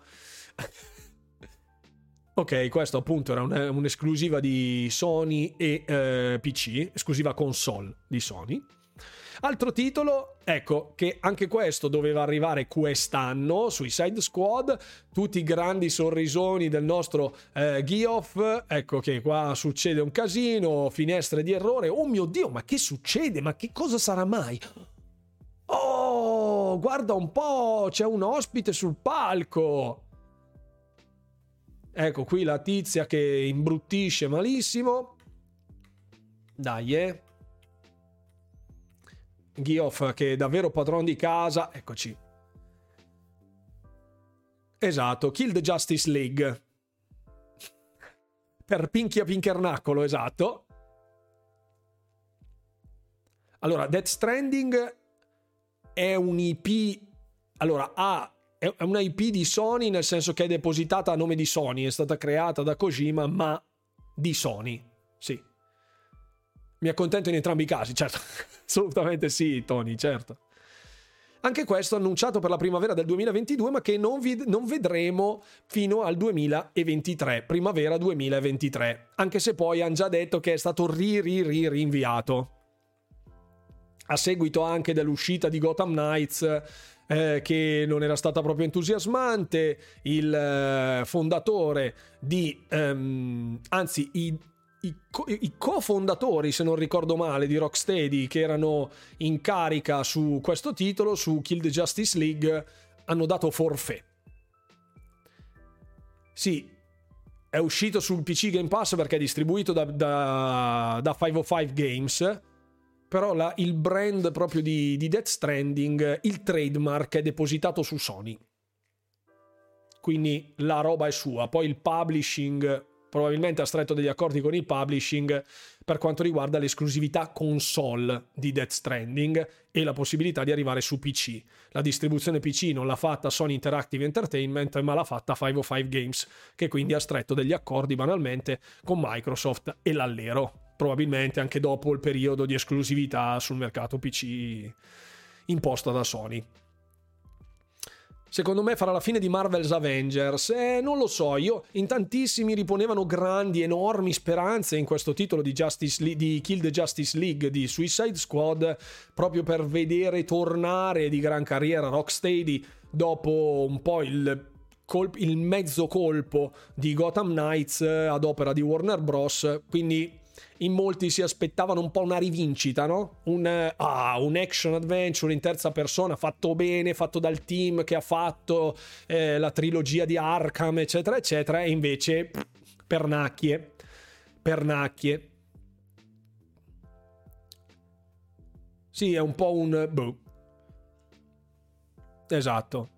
Ok, questo appunto era un, un'esclusiva di Sony e eh, P C, esclusiva console di Sony. Altro titolo, ecco, che anche questo doveva arrivare quest'anno, Suicide Squad, tutti i grandi sorrisoni del nostro eh, Geoff, ecco che qua succede un casino, finestre di errore, oh mio Dio, ma che succede? Ma che cosa sarà mai? Oh, oh, guarda un po', c'è un ospite sul palco. Ecco qui la tizia che imbruttisce malissimo. Dai, eh. Geoff che è davvero padrone di casa. Eccoci. Esatto, Kill the Justice League. Per Pinchia Pinkernacolo, esatto. Allora, Death Stranding è un I P. Allora, ha è una I P di Sony, nel senso che è depositata a nome di Sony, è stata creata da Kojima, ma di Sony. Sì. Mi accontento in entrambi i casi, certo. Assolutamente sì, Tony, certo. Anche questo annunciato per la primavera del duemilaventidue, ma che non, vi, non vedremo fino al duemilaventitré, primavera duemilaventitré, anche se poi hanno già detto che è stato ri ri ri rinviato a seguito anche dell'uscita di Gotham Knights, eh, che non era stata proprio entusiasmante. Il eh, fondatore di ehm, anzi i I, co- i cofondatori, se non ricordo male, di Rocksteady, che erano in carica su questo titolo, su Kill the Justice League, hanno dato forfait. Sì, è uscito sul P C Game Pass perché è distribuito da, da, da cinquecentocinque Games, però la, il brand proprio di, di Death Stranding, il trademark è depositato su Sony. Quindi la roba è sua, poi il publishing probabilmente ha stretto degli accordi con il publishing per quanto riguarda l'esclusività console di Death Stranding e la possibilità di arrivare su P C. La distribuzione P C non l'ha fatta Sony Interactive Entertainment, ma l'ha fatta cinquecentocinque Games, che quindi ha stretto degli accordi banalmente con Microsoft e l'Allero, probabilmente anche dopo il periodo di esclusività sul mercato P C imposta da Sony. Secondo me farà la fine di Marvel's Avengers. Eh, non lo so, io in tantissimi riponevano grandi, enormi speranze in questo titolo di, Justice Le- di Kill the Justice League di Suicide Squad, proprio per vedere tornare di gran carriera Rocksteady dopo un po' il, colp- il mezzo colpo di Gotham Knights ad opera di Warner Bros. Quindi in molti si aspettavano un po' una rivincita, no? Un, ah, un action adventure in terza persona fatto bene, fatto dal team che ha fatto eh, la trilogia di Arkham, eccetera eccetera, e invece pff, pernacchie pernacchie sì, è un po' un boh. Esatto.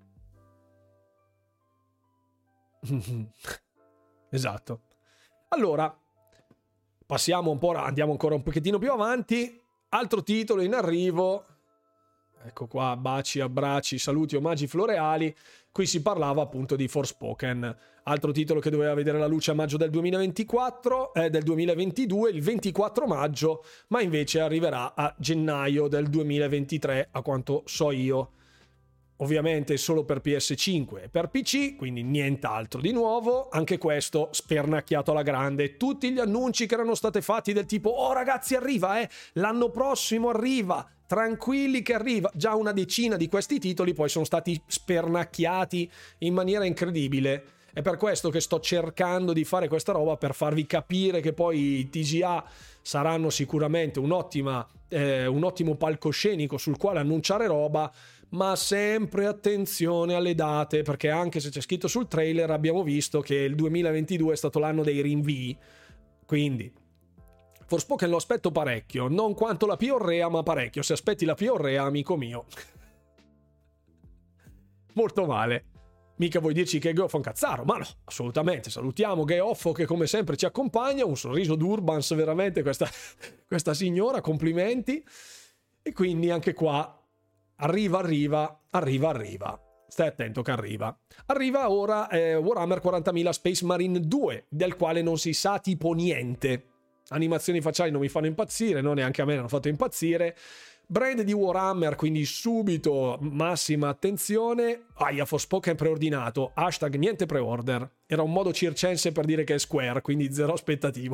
Esatto. Allora passiamo un po', andiamo ancora un pochettino più avanti. Altro titolo in arrivo. Ecco qua, baci, abbracci, saluti, omaggi floreali. Qui si parlava appunto di Forspoken, altro titolo che doveva vedere la luce a maggio del duemilaventiquattro, eh, del duemilaventidue, il ventiquattro maggio, ma invece arriverà a gennaio del duemilaventitré, a quanto so io. Ovviamente solo per P S cinque e per P C, quindi nient'altro di nuovo. Anche questo spernacchiato alla grande. Tutti gli annunci che erano stati fatti del tipo oh ragazzi arriva, eh, l'anno prossimo arriva, tranquilli che arriva. Già una decina di questi titoli poi sono stati spernacchiati in maniera incredibile. È per questo che sto cercando di fare questa roba, per farvi capire che poi i T G A saranno sicuramente un'ottima, eh, un ottimo palcoscenico sul quale annunciare roba, ma sempre attenzione alle date, perché anche se c'è scritto sul trailer abbiamo visto che il duemilaventidue è stato l'anno dei rinvii. Quindi Forspoken lo aspetto parecchio, non quanto la Piorrea, ma parecchio. Se aspetti la Piorrea, amico mio, molto male. Mica vuoi dirci che Geoff è un cazzaro? Ma no, assolutamente. Salutiamo Geoff che come sempre ci accompagna. Un sorriso d'Urbans veramente questa, questa signora, complimenti. E quindi anche qua arriva, arriva, arriva, arriva. Stai attento che arriva. Arriva ora eh, Warhammer quarantamila Space Marine due, del quale non si sa tipo niente. Animazioni facciali non mi fanno impazzire, non neanche a me hanno fatto impazzire. Brand di Warhammer, quindi subito massima attenzione. Aia, Forspoken preordinato. Hashtag niente pre-order. Era un modo circense per dire che è Square, quindi zero aspettativa.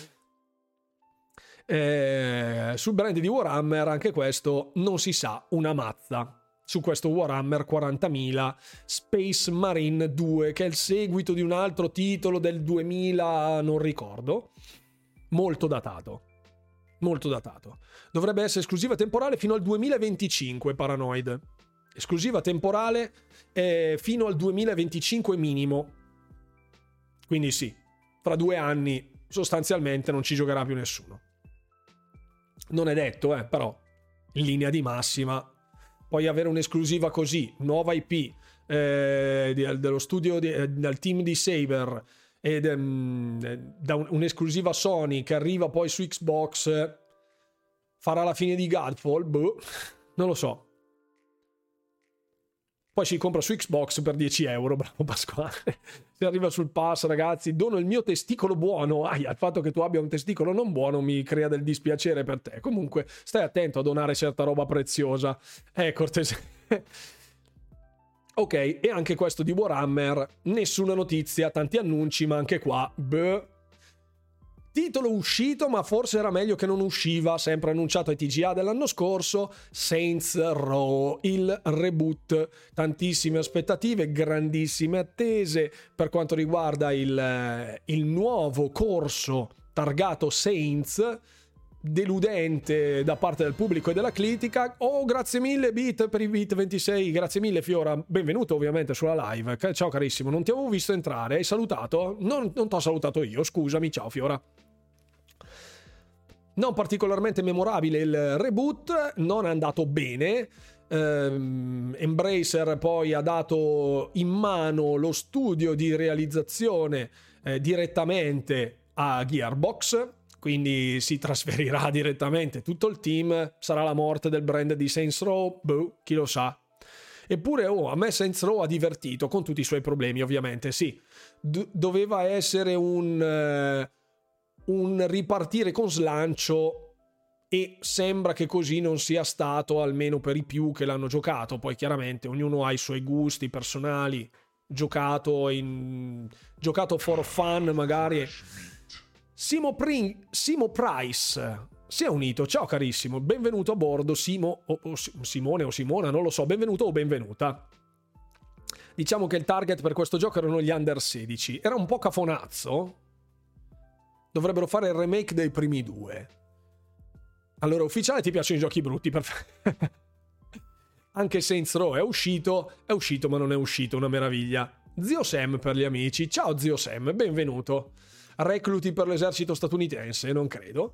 Eh, sul brand di Warhammer anche questo non si sa una mazza su questo Warhammer quarantamila Space Marine due, che è il seguito di un altro titolo del duemila, non ricordo, molto datato molto datato. Dovrebbe essere esclusiva temporale fino al duemilaventicinque, Paranoid. esclusiva temporale eh, fino al duemilaventicinque minimo. Quindi sì, fra due anni sostanzialmente non ci giocherà più nessuno. Non è detto, eh, però in linea di massima puoi avere un'esclusiva così, nuova I P eh, di, dello studio di, eh, dal team di Saber ed um, da un, un'esclusiva Sony che arriva poi su Xbox, farà la fine di Godfall? Boh, non lo so. Poi si compra su Xbox per dieci euro, bravo Pasquale. Se arriva sul pass, ragazzi, dono il mio testicolo buono. Ah, il fatto che tu abbia un testicolo non buono mi crea del dispiacere per te. Comunque, stai attento a donare certa roba preziosa. Eh, cortesia. Ok, e anche questo di Warhammer, nessuna notizia, tanti annunci, ma anche qua, beh. Titolo uscito, ma forse era meglio che non usciva, sempre annunciato ai T G A dell'anno scorso, Saints Row, il reboot. Tantissime aspettative, grandissime attese per quanto riguarda il, il nuovo corso targato Saints, deludente da parte del pubblico e della critica. Oh, grazie mille Beat per i Beat ventisei, grazie mille Fiora, benvenuto ovviamente sulla live. Ciao carissimo, non ti avevo visto entrare, hai salutato? Non, non ti ho salutato io, scusami, ciao Fiora. Non particolarmente memorabile il reboot, non è andato bene. ehm, Embracer poi ha dato in mano lo studio di realizzazione eh, direttamente a Gearbox, quindi si trasferirà direttamente tutto il team. Sarà la morte del brand di Saints Row? Boh, chi lo sa. Eppure, oh, a me Saints Row ha divertito, con tutti i suoi problemi ovviamente, sì. D- doveva essere un... Uh, un ripartire con slancio, e sembra che così non sia stato, almeno per i più che l'hanno giocato. Poi chiaramente ognuno ha i suoi gusti personali, giocato in giocato for fun magari. Simo, Pring... Simo Price si è unito, ciao carissimo, benvenuto a bordo Simo o, o Simone o Simona, non lo so, benvenuto o benvenuta. Diciamo che il target per questo gioco erano gli under sedici, era un po' cafonazzo. Dovrebbero fare il remake dei primi due. Allora, ufficiale, ti piacciono i giochi brutti? Perfetto. Anche Saints Row è uscito, è uscito ma non è uscito, una meraviglia. Zio Sam per gli amici, ciao Zio Sam, benvenuto. Recluti per l'esercito statunitense, non credo.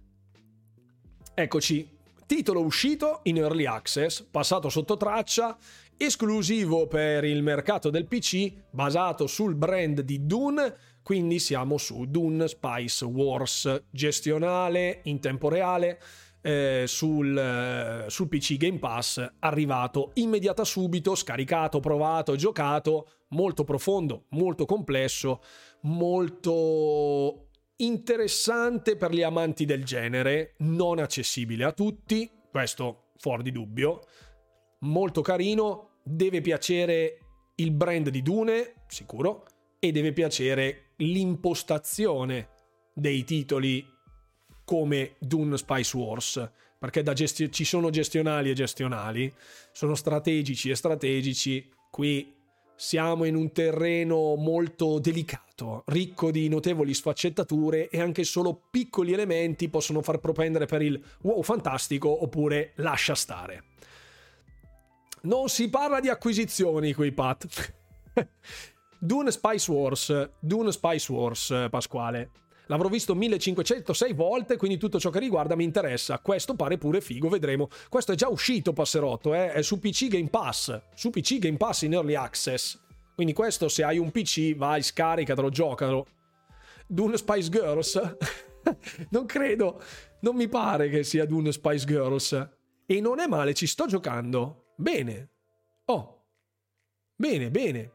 Eccoci, titolo uscito in Early Access, passato sotto traccia, esclusivo per il mercato del P C, basato sul brand di Dune. Quindi siamo su Dune Spice Wars, gestionale in tempo reale eh, sul, eh, sul P C Game Pass, arrivato immediata subito, scaricato, provato, giocato, molto profondo, molto complesso, molto interessante per gli amanti del genere, non accessibile a tutti, questo fuori di dubbio, molto carino, deve piacere il brand di Dune, sicuro, e deve piacere l'impostazione dei titoli come Dune Spice Wars, perché da gesti- ci sono gestionali e gestionali, sono strategici e strategici. Qui siamo in un terreno molto delicato, ricco di notevoli sfaccettature, e anche solo piccoli elementi possono far propendere per il wow fantastico oppure lascia stare. Non si parla di acquisizioni qui, Pat. Dune Spice Wars, Dune Spice Wars, Pasquale. L'avrò visto millecinquecentosei volte, quindi tutto ciò che riguarda mi interessa. Questo pare pure figo, vedremo. Questo è già uscito, passerotto, eh? È su P C Game Pass. Su P C Game Pass in Early Access. Quindi questo, se hai un P C, vai, scaricatelo, giocalo. Dune Spice Girls? Non credo. Non mi pare che sia Dune Spice Girls. E non è male, ci sto giocando. Bene. Oh. Bene, bene.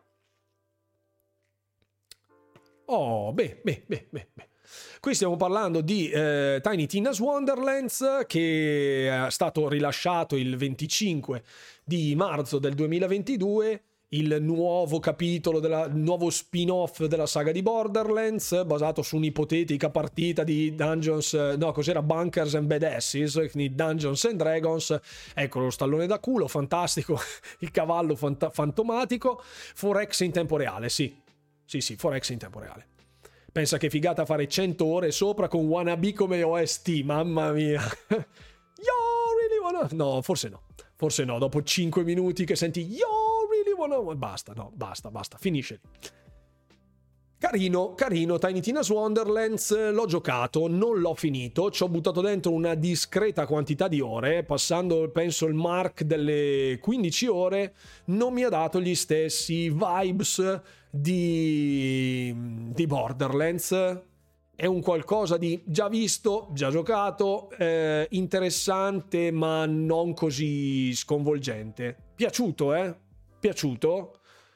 Oh, beh, beh, beh, beh, beh. Qui stiamo parlando di eh, Tiny Tina's Wonderlands, che è stato rilasciato il venticinque di marzo del duemilaventidue, il nuovo capitolo, della, il nuovo spin-off della saga di Borderlands, basato su un'ipotetica partita di Dungeons, no, cos'era? Bunkers and Badasses, quindi Dungeons and Dragons. Ecco lo stallone da culo, fantastico, il cavallo fant- fantomatico, four X in tempo reale, sì. Sì, sì, four X in tempo reale. Pensa che figata fare cento ore sopra con Wannabe come O S T, mamma mia. Yo, really wanna... No, forse no. Forse no, dopo cinque minuti che senti yo really wanna... Basta, no, basta, basta, finisce lì. Carino, carino, Tiny Tina's Wonderlands, l'ho giocato, non l'ho finito, ci ho buttato dentro una discreta quantità di ore, passando penso il mark delle quindici ore, non mi ha dato gli stessi vibes di, di Borderlands. È un qualcosa di già visto, già giocato, eh, interessante ma non così sconvolgente. Piaciuto, eh? Piaciuto.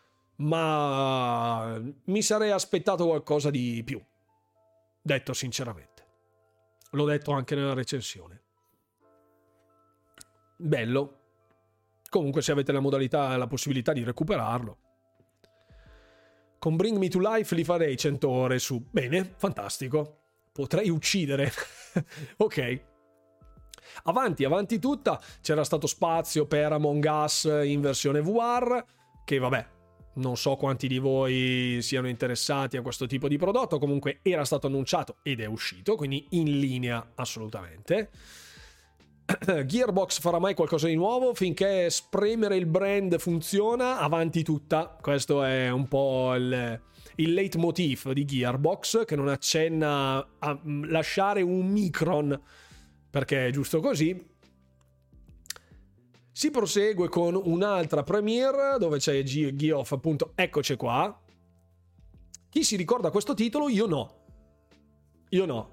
Ma mi sarei aspettato qualcosa di più, detto sinceramente. L'ho detto anche nella recensione. Bello. Comunque se avete la modalità e la possibilità di recuperarlo, con Bring Me to Life li farei cento ore su. Bene, fantastico. Potrei uccidere. Ok. Avanti, avanti tutta. C'era stato spazio per Among Us in versione V R, che vabbè, non so quanti di voi siano interessati a questo tipo di prodotto, comunque era stato annunciato ed è uscito, quindi in linea assolutamente. Gearbox farà mai qualcosa di nuovo? Finché spremere il brand funziona, avanti tutta. Questo è un po' il, il leitmotiv di Gearbox, che non accenna a lasciare un micron, perché è giusto così. Si prosegue con un'altra premiere dove c'è Ge- Geoff, appunto, eccoci qua. Chi si ricorda questo titolo? Io no. Io no.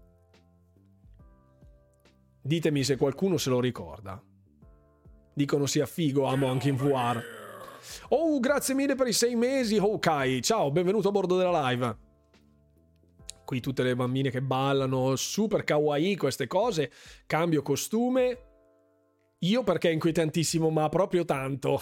Ditemi se qualcuno se lo ricorda. Dicono sia figo Among in V R. Oh, grazie mille per i sei mesi, Hawkeye. Ciao, benvenuto a bordo della live. Qui tutte le bambine che ballano, super kawaii queste cose. Cambio costume. Io perché è inquietantissimo, ma proprio tanto.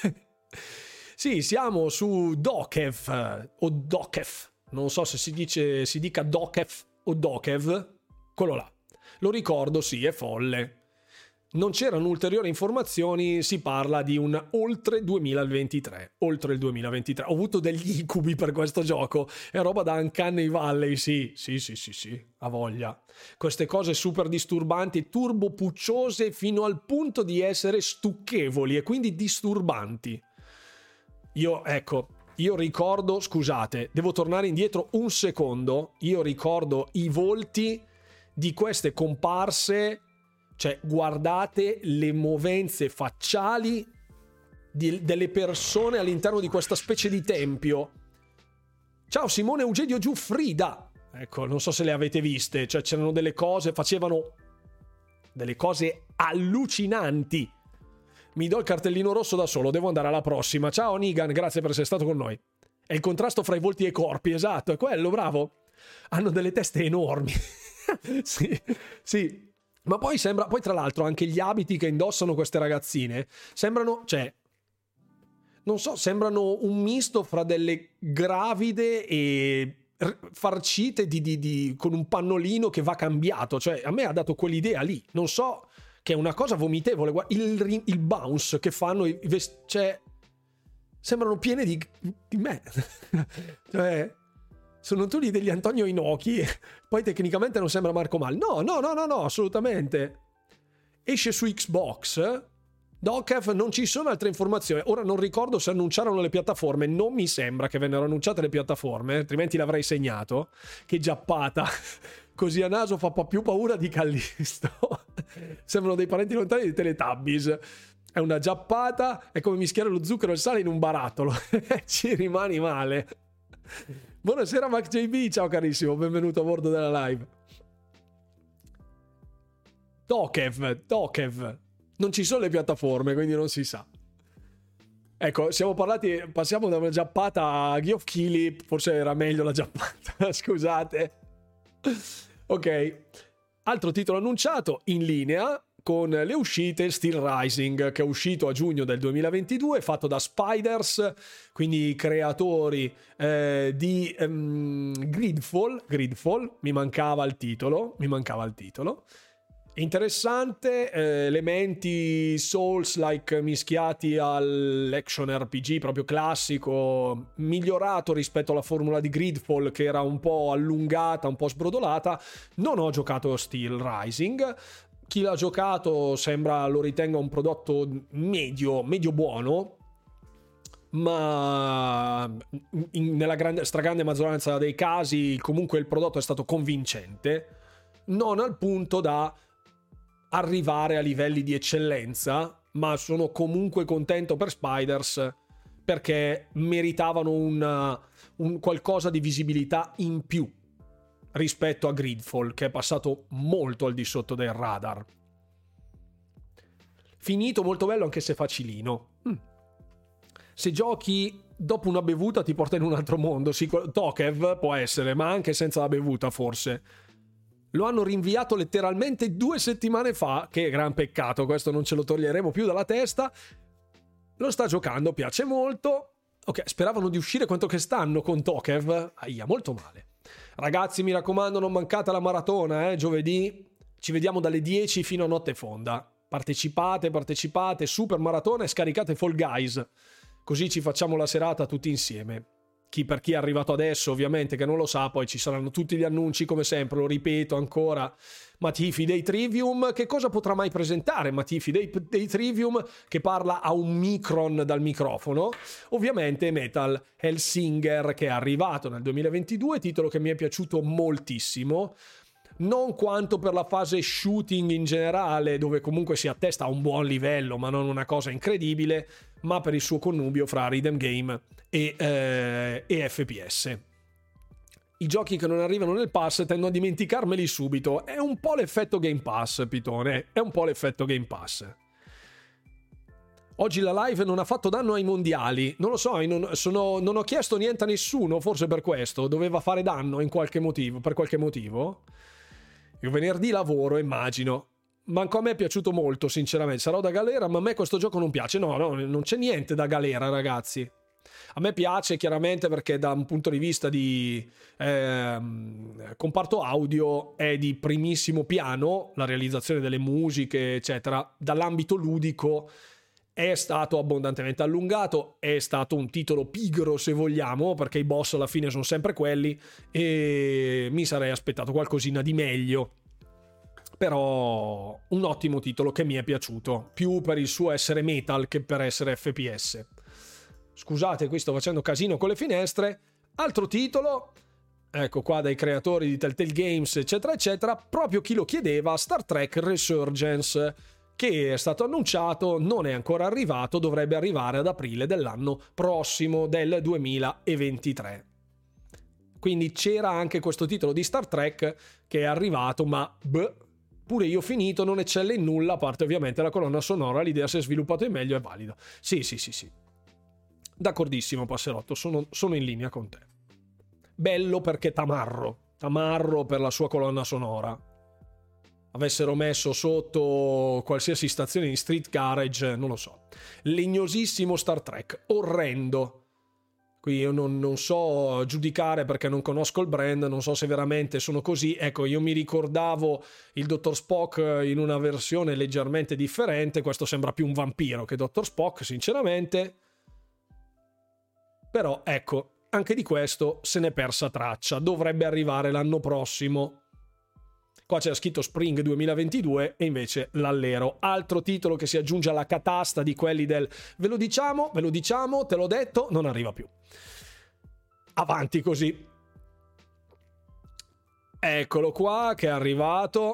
Sì, siamo su Dokev o Dokev. Non so se si dice si dica Dokev o Dokev. Quello là. Lo ricordo, sì, è folle. Non c'erano ulteriori informazioni, si parla di un oltre duemilaventitré. Oltre il duemilaventitré. Ho avuto degli incubi per questo gioco. È roba da Uncanny Valley, sì. Sì, sì, sì, sì. Ha voglia. Queste cose super disturbanti, turbo pucciose fino al punto di essere stucchevoli e quindi disturbanti. Io, ecco, io ricordo, scusate, devo tornare indietro un secondo. Io ricordo i volti di queste comparse, cioè guardate le movenze facciali di, delle persone all'interno di questa specie di tempio. Ciao Simone Eugenio Giuffrida, ecco, non so se le avete viste, cioè c'erano delle cose, facevano delle cose allucinanti. Mi do il cartellino rosso da solo, devo andare alla prossima. Ciao Nigan, grazie per essere stato con noi. È il contrasto fra i volti e i corpi, esatto, è quello, bravo. Hanno delle teste enormi. Sì, sì, ma poi sembra, poi tra l'altro anche gli abiti che indossano queste ragazzine sembrano, cioè, non so, sembrano un misto fra delle gravide e farcite di, di, di, con un pannolino che va cambiato, cioè a me ha dato quell'idea lì, non so, che è una cosa vomitevole, il, il bounce che fanno, i vest- cioè, sembrano piene di, di me, cioè... Sono tutti degli Antonio Inoki. Poi tecnicamente non sembra Marco Mal. No, no, no, no, no, assolutamente. Esce su Xbox. Dokev, non ci sono altre informazioni. Ora non ricordo se annunciarono le piattaforme. Non mi sembra che vennero annunciate le piattaforme, altrimenti l'avrei segnato. Che giappata. Così a naso fa più paura di Callisto. Sembrano dei parenti lontani di Teletubbies. È una giappata. È come mischiare lo zucchero e il sale in un barattolo. Ci rimani male. Buonasera Mac J B, ciao carissimo, benvenuto a bordo della live. Dokev, Dokev. Non ci sono le piattaforme, quindi non si sa. Ecco, siamo parlati, passiamo da una giappata a Geoff Keighley, forse era meglio la giappata, scusate. Ok, altro titolo annunciato in linea con le uscite, Steel Rising, che è uscito a giugno del duemilaventidue, fatto da Spiders, quindi i creatori eh, di um, Gridfall, Gridfall, mi mancava il titolo, mi mancava il titolo. Interessante, eh, elementi Souls-like mischiati all'action R P G proprio classico, migliorato rispetto alla formula di Gridfall che era un po' allungata, un po' sbrodolata. Non ho giocato Steel Rising, chi l'ha giocato sembra lo ritenga un prodotto medio, medio buono, ma in, nella grande, stragrande maggioranza dei casi comunque il prodotto è stato convincente, non al punto da arrivare a livelli di eccellenza, ma sono comunque contento per Spiders perché meritavano un, un qualcosa di visibilità in più rispetto a Gridfall, che è passato molto al di sotto del radar. Finito molto bello, anche se facilino. Mm. Se giochi dopo una bevuta ti porta in un altro mondo. Sì, Tokev può essere, ma anche senza la bevuta forse. Lo hanno rinviato letteralmente due settimane fa, che gran peccato, questo non ce lo toglieremo più dalla testa. Lo sta giocando, piace molto. Ok, speravano di uscire quanto che stanno con Tokev. Aia, molto male. Ragazzi, mi raccomando, non mancate la maratona, eh, giovedì. Ci vediamo dalle dieci fino a notte fonda. Partecipate, partecipate, super maratona e scaricate Fall Guys. Così ci facciamo la serata tutti insieme. Chi per chi è arrivato adesso, ovviamente, che non lo sa, poi ci saranno tutti gli annunci, come sempre, lo ripeto ancora. Matifi dei Trivium, che cosa potrà mai presentare Matifi dei, dei Trivium, che parla a un micron dal microfono? Ovviamente Metal Hellsinger, che è arrivato nel duemilaventidue, titolo che mi è piaciuto moltissimo, non quanto per la fase shooting in generale, dove comunque si attesta a un buon livello, ma non una cosa incredibile, ma per il suo connubio fra rhythm game e, eh, e F P S. I giochi che non arrivano nel pass tendo a dimenticarmeli subito. È un po' l'effetto Game Pass, Pitone. È un po' l'effetto Game Pass. Oggi la live non ha fatto danno ai mondiali. Non lo so, non, sono, non ho chiesto niente a nessuno, forse per questo. Doveva fare danno in qualche motivo, per qualche motivo. Io venerdì lavoro, immagino. Manco a me è piaciuto molto, sinceramente. Sarò da galera, ma a me questo gioco non piace. No, no, non c'è niente da galera, ragazzi. A me piace chiaramente perché da un punto di vista di eh, comparto audio è di primissimo piano, la realizzazione delle musiche eccetera. Dall'ambito ludico è stato abbondantemente allungato, è stato un titolo pigro se vogliamo, perché i boss alla fine sono sempre quelli e mi sarei aspettato qualcosina di meglio. Però un ottimo titolo che mi è piaciuto, più per il suo essere metal che per essere F P S. Scusate, qui sto facendo casino con le finestre. Altro titolo, ecco qua, dai creatori di Telltale Games eccetera eccetera, proprio chi lo chiedeva, Star Trek Resurgence, che è stato annunciato, non è ancora arrivato, dovrebbe arrivare ad aprile dell'anno prossimo, del duemilaventitré. Quindi c'era anche questo titolo di Star Trek che è arrivato, ma beh, pure io finito, non eccelle in nulla, a parte ovviamente la colonna sonora, l'idea si è sviluppata in meglio, è valido. Sì, sì, sì, sì. D'accordissimo, Passerotto, sono, sono in linea con te. Bello perché tamarro, tamarro per la sua colonna sonora. Avessero messo sotto qualsiasi stazione di Street Garage, non lo so. Legnosissimo Star Trek, orrendo. Qui io non, non so giudicare perché non conosco il brand, non so se veramente sono così. Ecco, io mi ricordavo il dottor Spock in una versione leggermente differente, questo sembra più un vampiro che dottor Spock, sinceramente. Però ecco, anche di questo se n'è persa traccia, dovrebbe arrivare l'anno prossimo. Qua c'è scritto Spring duemilaventidue e invece l'allero. Altro titolo che si aggiunge alla catasta di quelli del ve lo diciamo, ve lo diciamo, te l'ho detto, non arriva più. Avanti così. Eccolo qua che è arrivato.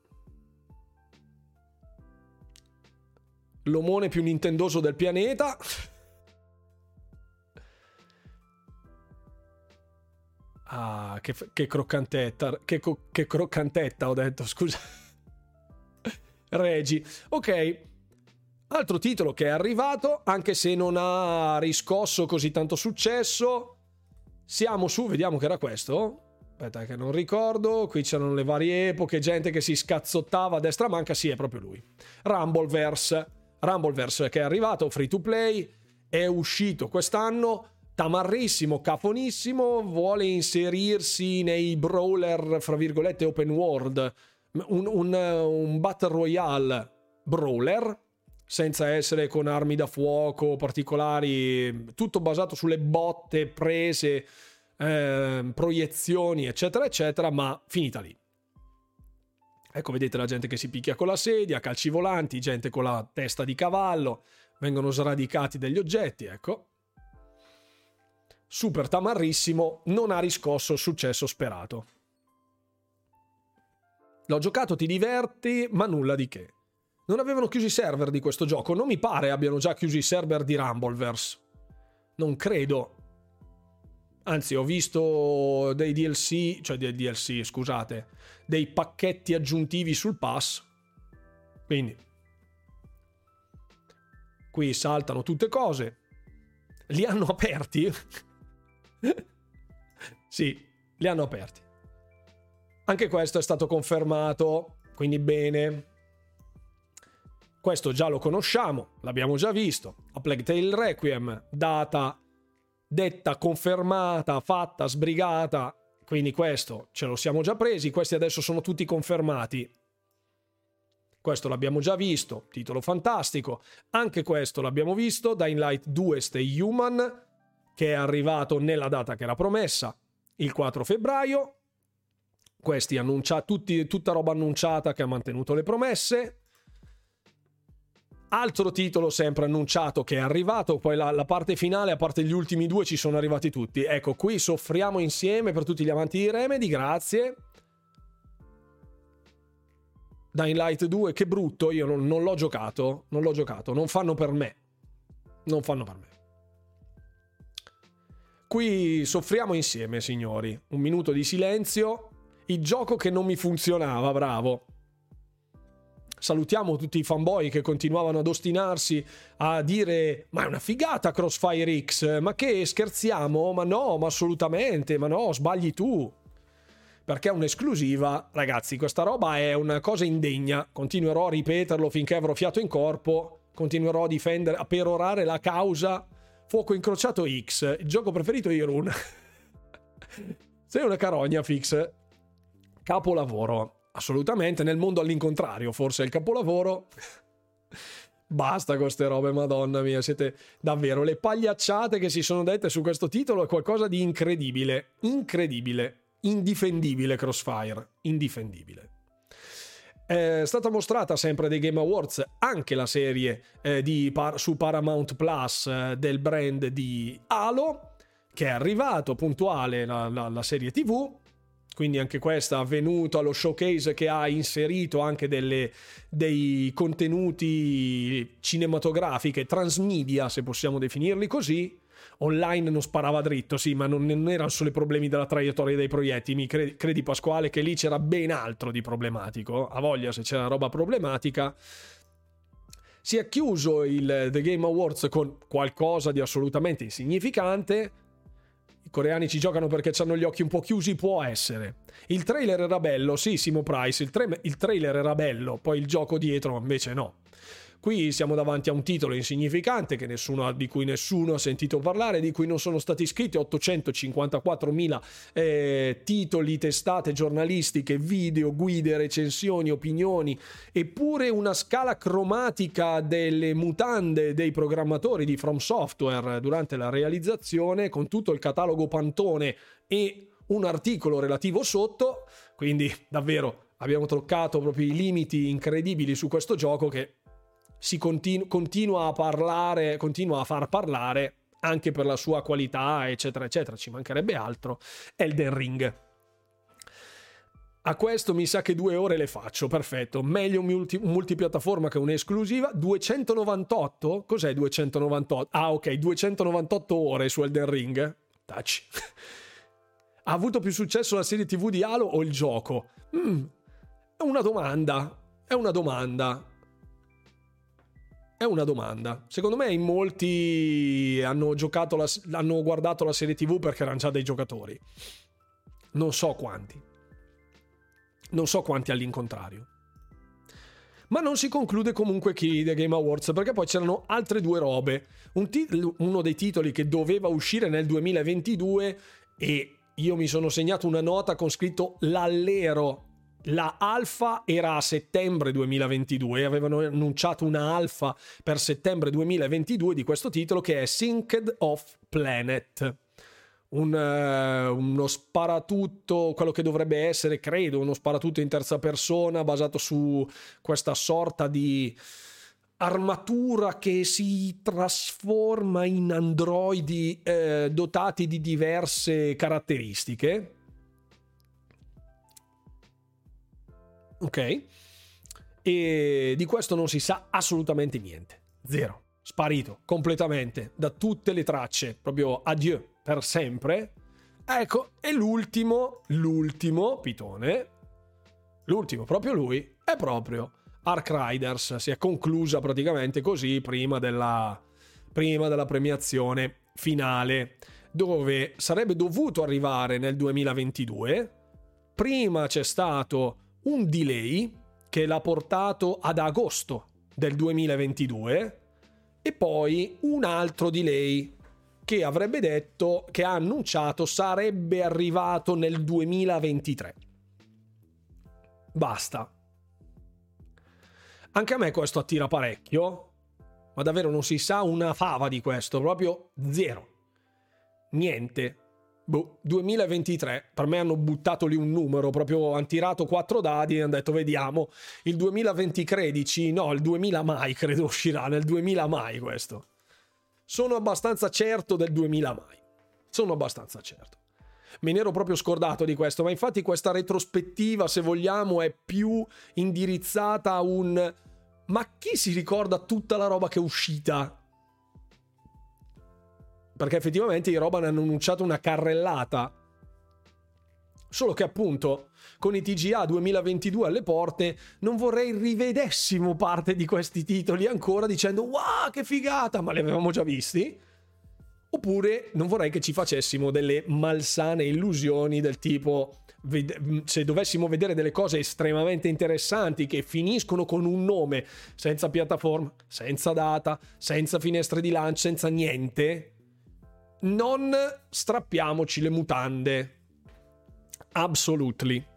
L'omone più nintendoso del pianeta. Ah, che, che croccantetta, che, che croccantetta ho detto, scusa. Regi. Ok, altro titolo che è arrivato, anche se non ha riscosso così tanto successo. Siamo su, vediamo che era questo. Aspetta che non ricordo, qui c'erano le varie epoche, gente che si scazzottava a destra manca, sì, è proprio lui. Rumbleverse, Rumbleverse che è arrivato, free to play, è uscito quest'anno. Tamarrissimo, cafonissimo, vuole inserirsi nei brawler, fra virgolette, open world, un, un, un battle royale brawler, senza essere con armi da fuoco particolari, tutto basato sulle botte, prese, eh, proiezioni, eccetera, eccetera, ma finita lì. Ecco, vedete la gente che si picchia con la sedia, calci volanti, gente con la testa di cavallo, vengono sradicati degli oggetti, ecco. Super tamarrissimo, non ha riscosso il successo sperato. L'ho giocato, ti diverti, ma nulla di che. Non avevano chiuso i server di questo gioco, non mi pare abbiano già chiuso i server di Rumbleverse. Non credo. Anzi, ho visto dei D L C, cioè dei D L C, scusate, dei pacchetti aggiuntivi sul pass. Quindi qui saltano tutte cose. Li hanno aperti? Sì, li hanno aperti. Anche questo è stato confermato, quindi bene. Questo già lo conosciamo, l'abbiamo già visto. A Plague Tale Requiem, data detta, confermata, fatta, sbrigata, quindi questo ce lo siamo già presi, questi adesso sono tutti confermati. Questo l'abbiamo già visto, titolo fantastico. Anche questo l'abbiamo visto, Dying Light due Stay Human, che è arrivato nella data che era promessa, il quattro febbraio. Questi annunciati, tutti, tutta roba annunciata che ha mantenuto le promesse. Altro titolo sempre annunciato che è arrivato, poi la, la parte finale, a parte gli ultimi due, ci sono arrivati tutti. Ecco, qui soffriamo insieme per tutti gli amanti di Remedy, grazie. Dying Light due, che brutto, io non, non l'ho giocato, non l'ho giocato, non fanno per me. Non fanno per me. Qui soffriamo insieme, signori. Un minuto di silenzio. Il gioco che non mi funzionava, bravo. Salutiamo tutti i fanboy che continuavano ad ostinarsi a dire ma è una figata Crossfire X, ma che scherziamo? Ma no, ma assolutamente, ma no, sbagli tu. Perché è un'esclusiva, ragazzi, questa roba è una cosa indegna, continuerò a ripeterlo finché avrò fiato in corpo, continuerò a difendere, a perorare la causa Fuoco Incrociato X, il gioco preferito di Rune. Sei una carogna, Fix. Capolavoro. Assolutamente, nel mondo all'incontrario, forse è il capolavoro. Basta con queste robe, madonna mia, siete davvero le pagliacciate che si sono dette su questo titolo, è qualcosa di incredibile, incredibile, indifendibile. Crossfire, indifendibile. È stata mostrata sempre dai Game Awards anche la serie eh, di par- su Paramount Plus eh, del brand di Halo, che è arrivato puntuale la, la, la serie tivù. Quindi anche questa è avvenuto allo showcase che ha inserito anche delle, dei contenuti cinematografiche, transmedia se possiamo definirli così. Online non sparava dritto, sì, ma non, non erano solo i problemi della traiettoria dei proiettili. Mi credi, credi Pasquale che lì c'era ben altro di problematico. A voglia se c'era roba problematica. Si è chiuso il The Game Awards con qualcosa di assolutamente insignificante. I coreani ci giocano perché hanno gli occhi un po' chiusi, può essere. Il trailer era bello, sì, Simo Price, il, tra- il trailer era bello, poi il gioco dietro invece no. Qui siamo davanti a un titolo insignificante che nessuno, di cui nessuno ha sentito parlare, di cui non sono stati scritti ottocentocinquantaquattromila eh, titoli, testate giornalistiche, video, guide, recensioni, opinioni, eppure una scala cromatica delle mutande dei programmatori di From Software durante la realizzazione, con tutto il catalogo Pantone e un articolo relativo sotto. Quindi davvero abbiamo toccato proprio i limiti incredibili su questo gioco che si continu- continua a parlare, continua a far parlare anche per la sua qualità, eccetera, eccetera. Ci mancherebbe altro. Elden Ring. A questo mi sa che due ore le faccio, perfetto. Meglio un, multi- un multipiattaforma che un'esclusiva. duecentonovantotto? Cos'è duecentonovantotto? Ah, ok, duecentonovantotto ore su Elden Ring. Taci. Ha avuto più successo la serie tivù di Halo o il gioco? Mm, è una domanda. È una domanda. È una domanda. Secondo me in molti hanno giocato la, hanno guardato la serie tivù perché erano già dei giocatori. Non so quanti. Non so quanti all'incontrario. Ma non si conclude comunque qui The Game Awards, perché poi c'erano altre due robe. Un tit- uno dei titoli che doveva uscire nel duemilaventidue e io mi sono segnato una nota con scritto l'allero. La alfa era a settembre duemilaventidue, avevano annunciato una alfa per settembre duemilaventidue di questo titolo che è Synced of Planet, un, uh, uno sparatutto, quello che dovrebbe essere, credo, uno sparatutto in terza persona basato su questa sorta di armatura che si trasforma in androidi eh, dotati di diverse caratteristiche. Ok, e di questo non si sa assolutamente niente, zero, sparito completamente da tutte le tracce, proprio adieu per sempre. Ecco, e l'ultimo, l'ultimo pitone, l'ultimo, proprio lui, è proprio Ark Riders. Si è conclusa praticamente così prima della, prima della premiazione finale, dove sarebbe dovuto arrivare nel duemilaventidue. Prima c'è stato un delay che l'ha portato ad agosto del duemilaventidue e poi un altro delay che avrebbe detto, che ha annunciato sarebbe arrivato nel duemilaventitré. Basta. Anche a me questo attira parecchio, ma davvero non si sa una fava di questo, proprio zero. Niente. Boh, duemilaventitré, per me hanno buttato lì un numero, proprio hanno tirato quattro dadi e hanno detto vediamo, il duemilatredici, no, il duemila mai credo uscirà, nel duemila mai questo. Sono abbastanza certo del duemila mai, sono abbastanza certo. Me ne ero proprio scordato di questo, ma infatti questa retrospettiva, se vogliamo, è più indirizzata a un ma chi si ricorda tutta la roba che è uscita? Perché effettivamente i roba ne hanno annunciato una carrellata. Solo che appunto con i T G A duemilaventidue alle porte non vorrei rivedessimo parte di questi titoli ancora dicendo wow che figata, ma li avevamo già visti. Oppure non vorrei che ci facessimo delle malsane illusioni del tipo se dovessimo vedere delle cose estremamente interessanti che finiscono con un nome senza piattaforma, senza data, senza finestre di lancio, senza niente, non strappiamoci le mutande. Absolutely.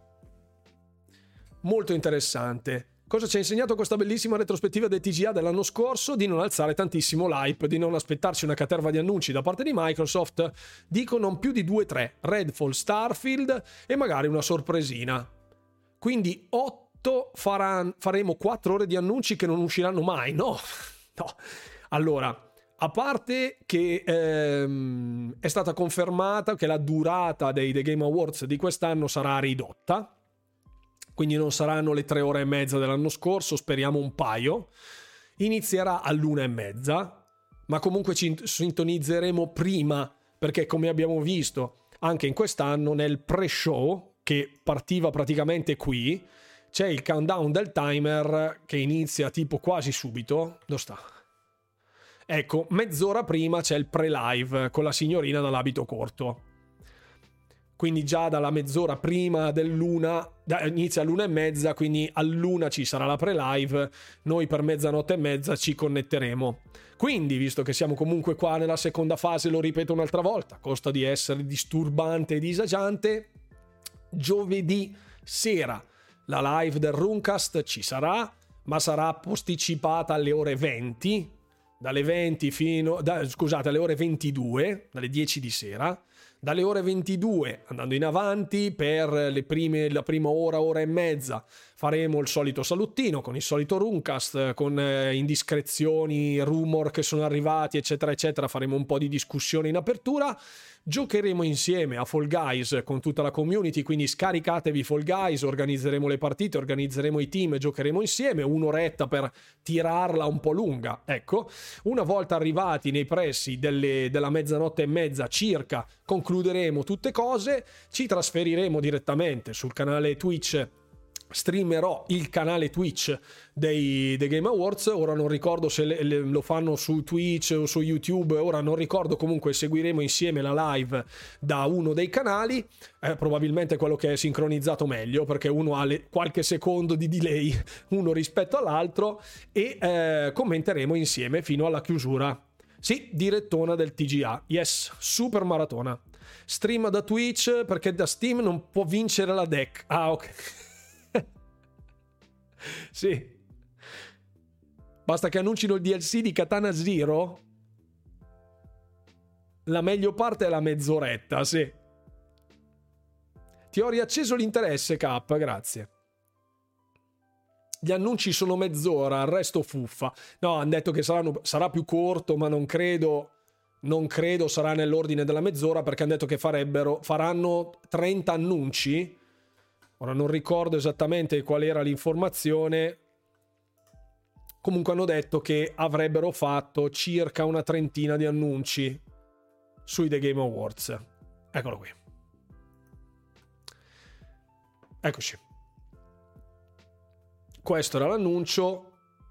Molto interessante. Cosa ci ha insegnato questa bellissima retrospettiva del T G A dell'anno scorso? Di non alzare tantissimo l'hype, di non aspettarci una caterva di annunci da parte di Microsoft. Dico non più di due tre, Redfall, Starfield e magari una sorpresina. Quindi otto faran, faremo quattro ore di annunci che non usciranno mai, no? No. Allora, a parte che ehm, è stata confermata che la durata dei The Game Awards di quest'anno sarà ridotta, quindi non saranno le tre ore e mezza dell'anno scorso, speriamo un paio. Inizierà all'una e mezza, ma comunque ci sintonizzeremo prima, perché come abbiamo visto anche in quest'anno nel pre-show, che partiva praticamente qui, c'è il countdown del timer che inizia tipo quasi subito. Dove sta? Ecco, mezz'ora prima c'è il pre-live con la signorina dall'abito corto. Quindi già dalla mezz'ora prima dell'una, inizia all'una e mezza, quindi all'una ci sarà la pre-live, noi per mezzanotte e mezza ci connetteremo. Quindi, visto che siamo comunque qua nella seconda fase, lo ripeto un'altra volta, costa di essere disturbante e disagiante, giovedì sera la live del Runcast ci sarà, ma sarà posticipata alle ore venti, dalle venti fino, da, scusate, alle ore ventidue, dalle dieci di sera. Dalle ore ventidue andando in avanti per le prime, la prima ora, ora e mezza faremo il solito salottino con il solito Runcast, con eh, indiscrezioni, rumor che sono arrivati eccetera eccetera, faremo un po' di discussione in apertura, giocheremo insieme a Fall Guys con tutta la community, quindi scaricatevi Fall Guys, organizzeremo le partite, organizzeremo i team, giocheremo insieme, un'oretta per tirarla un po' lunga, ecco, una volta arrivati nei pressi delle, della mezzanotte e mezza circa concluderemo tutte cose, ci trasferiremo direttamente sul canale Twitch, streamerò il canale Twitch dei The Game Awards, ora non ricordo se le, le, lo fanno su Twitch o su YouTube, ora non ricordo, comunque seguiremo insieme la live da uno dei canali, eh, probabilmente quello che è sincronizzato meglio perché uno ha le, qualche secondo di delay uno rispetto all'altro e eh, commenteremo insieme fino alla chiusura. Sì, direttona del T G A, yes, super maratona. Stream da Twitch perché da Steam non può vincere la deck. Ah, ok. Sì. Basta che annuncino il D L C di Katana Zero. La meglio parte è la mezz'oretta, sì. Ti ho riacceso l'interesse, K, grazie. Gli annunci sono mezz'ora, il resto fuffa. No, hanno detto che saranno, sarà più corto, ma non credo, non credo sarà nell'ordine della mezz'ora, perché hanno detto che farebbero, faranno trenta annunci. Ora non ricordo esattamente qual era l'informazione. Comunque hanno detto che avrebbero fatto circa una trentina di annunci sui The Game Awards. Eccolo qui. Eccoci. Questo era l'annuncio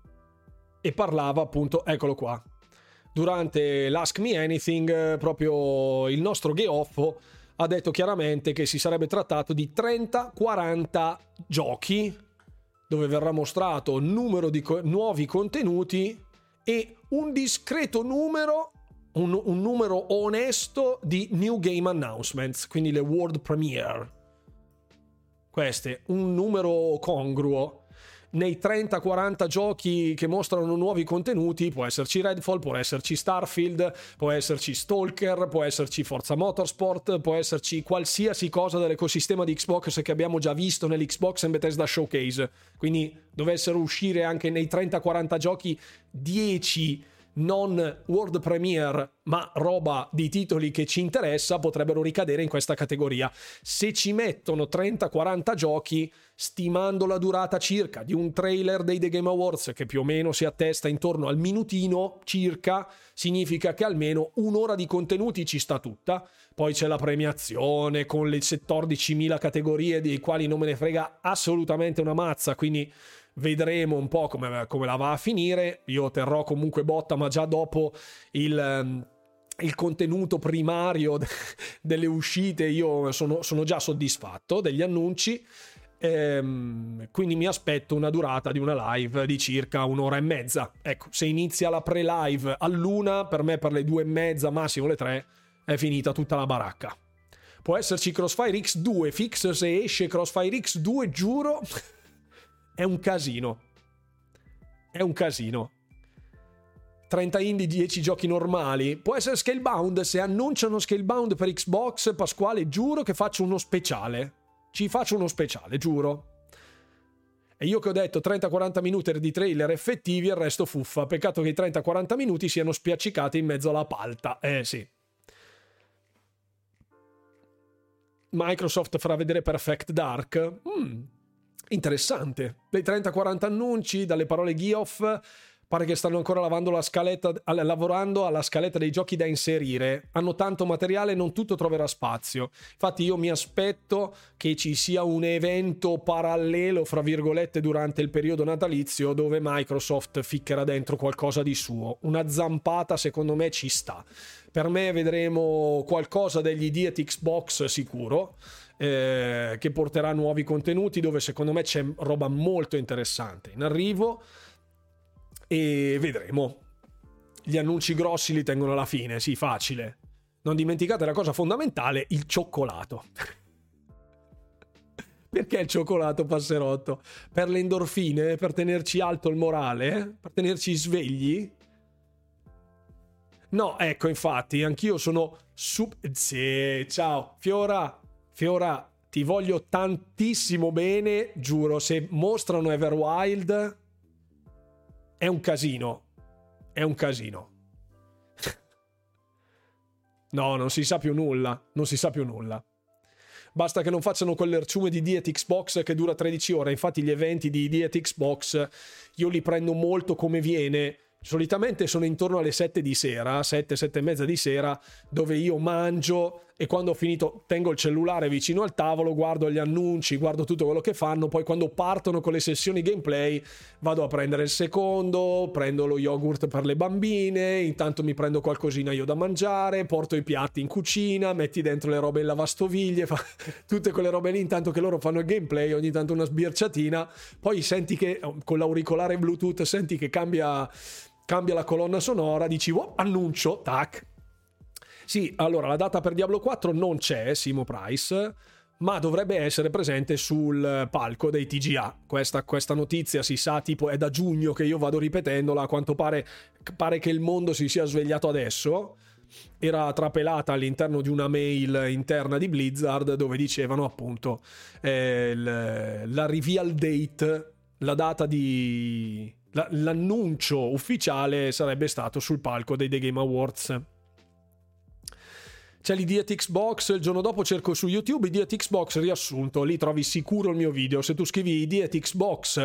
e parlava appunto, eccolo qua, durante l'Ask Me Anything proprio il nostro Geoffo ha detto chiaramente che si sarebbe trattato di trenta quaranta giochi dove verrà mostrato un numero di co- nuovi contenuti e un discreto numero, un, un numero onesto di new game announcements, quindi le world premiere. Queste, un numero congruo. Nei trenta quaranta giochi che mostrano nuovi contenuti può esserci Redfall, può esserci Starfield, può esserci Stalker, può esserci Forza Motorsport, può esserci qualsiasi cosa dell'ecosistema di Xbox che abbiamo già visto nell'Xbox and Bethesda Showcase. Quindi dovessero uscire anche nei trenta quaranta giochi dieci non world premiere ma roba di titoli che ci interessa, potrebbero ricadere in questa categoria. Se ci mettono trenta quaranta giochi, stimando la durata circa di un trailer dei The Game Awards che più o meno si attesta intorno al minutino circa, significa che almeno un'ora di contenuti ci sta tutta. Poi c'è la premiazione con le quattordicimila categorie dei quali non me ne frega assolutamente una mazza, quindi vedremo un po' come, come la va a finire. Io terrò comunque botta, ma già dopo il, il contenuto primario delle uscite io sono, sono già soddisfatto degli annunci. Ehm, quindi mi aspetto una durata di una live di circa un'ora e mezza. Ecco, se inizia la pre-live all'una, per me per le due e mezza, massimo le tre, è finita tutta la baracca. Può esserci Crossfire X due, fix se esce Crossfire X due, giuro... È un casino. È un casino. trenta indie, dieci giochi normali. Può essere Scalebound. Se annunciano Scalebound per Xbox, Pasquale, giuro che faccio uno speciale. Ci faccio uno speciale, giuro. E io che ho detto trenta quaranta minuti di trailer effettivi, il resto fuffa. Peccato che i trenta quaranta minuti siano spiaccicati in mezzo alla palta. Eh sì. Microsoft farà vedere Perfect Dark. Mm. Interessante. Dei trenta quaranta annunci, dalle parole Geoff, pare che stanno ancora lavando la scaletta, lavorando alla scaletta dei giochi da inserire. Hanno tanto materiale, non tutto troverà spazio. Infatti io mi aspetto che ci sia un evento parallelo, fra virgolette, durante il periodo natalizio, dove Microsoft ficcherà dentro qualcosa di suo. Una zampata secondo me ci sta. Per me vedremo qualcosa degli D at Xbox sicuro, eh, che porterà nuovi contenuti, dove secondo me c'è roba molto interessante in arrivo, e vedremo. Gli annunci grossi li tengono alla fine, sì, facile. Non dimenticate la cosa fondamentale, il cioccolato. Perché il cioccolato, passerotto? Per le endorfine? Per tenerci alto il morale? Per tenerci svegli? No, ecco, infatti, anch'io sono sub... Sì, ciao, Fiora, Fiora, ti voglio tantissimo bene, giuro, se mostrano Everwild è un casino, è un casino. No, non si sa più nulla, non si sa più nulla. Basta che non facciano quell'erciume di D at Xbox che dura tredici ore, infatti gli eventi di D at Xbox io li prendo molto come viene. Solitamente sono intorno alle sette di sera, sette, sette e mezza di sera, dove io mangio e quando ho finito tengo il cellulare vicino al tavolo, guardo gli annunci, guardo tutto quello che fanno, poi quando partono con le sessioni gameplay vado a prendere il secondo, prendo lo yogurt per le bambine, intanto mi prendo qualcosina io da mangiare, porto i piatti in cucina, metti dentro le robe in lavastoviglie, fa... tutte quelle robe lì, intanto che loro fanno il gameplay, ogni tanto una sbirciatina, poi senti che con l'auricolare Bluetooth senti che cambia... cambia la colonna sonora, dici wow, annuncio, tac. Sì, allora la data per Diablo quattro non c'è, Simo Price, ma dovrebbe essere presente sul palco dei T G A. Questa, questa notizia si sa, tipo è da giugno che io vado ripetendola, a quanto pare, pare che il mondo si sia svegliato adesso. era trapelata all'interno di una mail interna di Blizzard dove dicevano appunto eh, l- la reveal date, la data di... La- l'annuncio ufficiale sarebbe stato sul palco dei The Game Awards. C'è l'Idiot Xbox, il giorno dopo cerco su YouTube Idiot Xbox riassunto, lì trovi sicuro il mio video. Se tu scrivi Idiot Xbox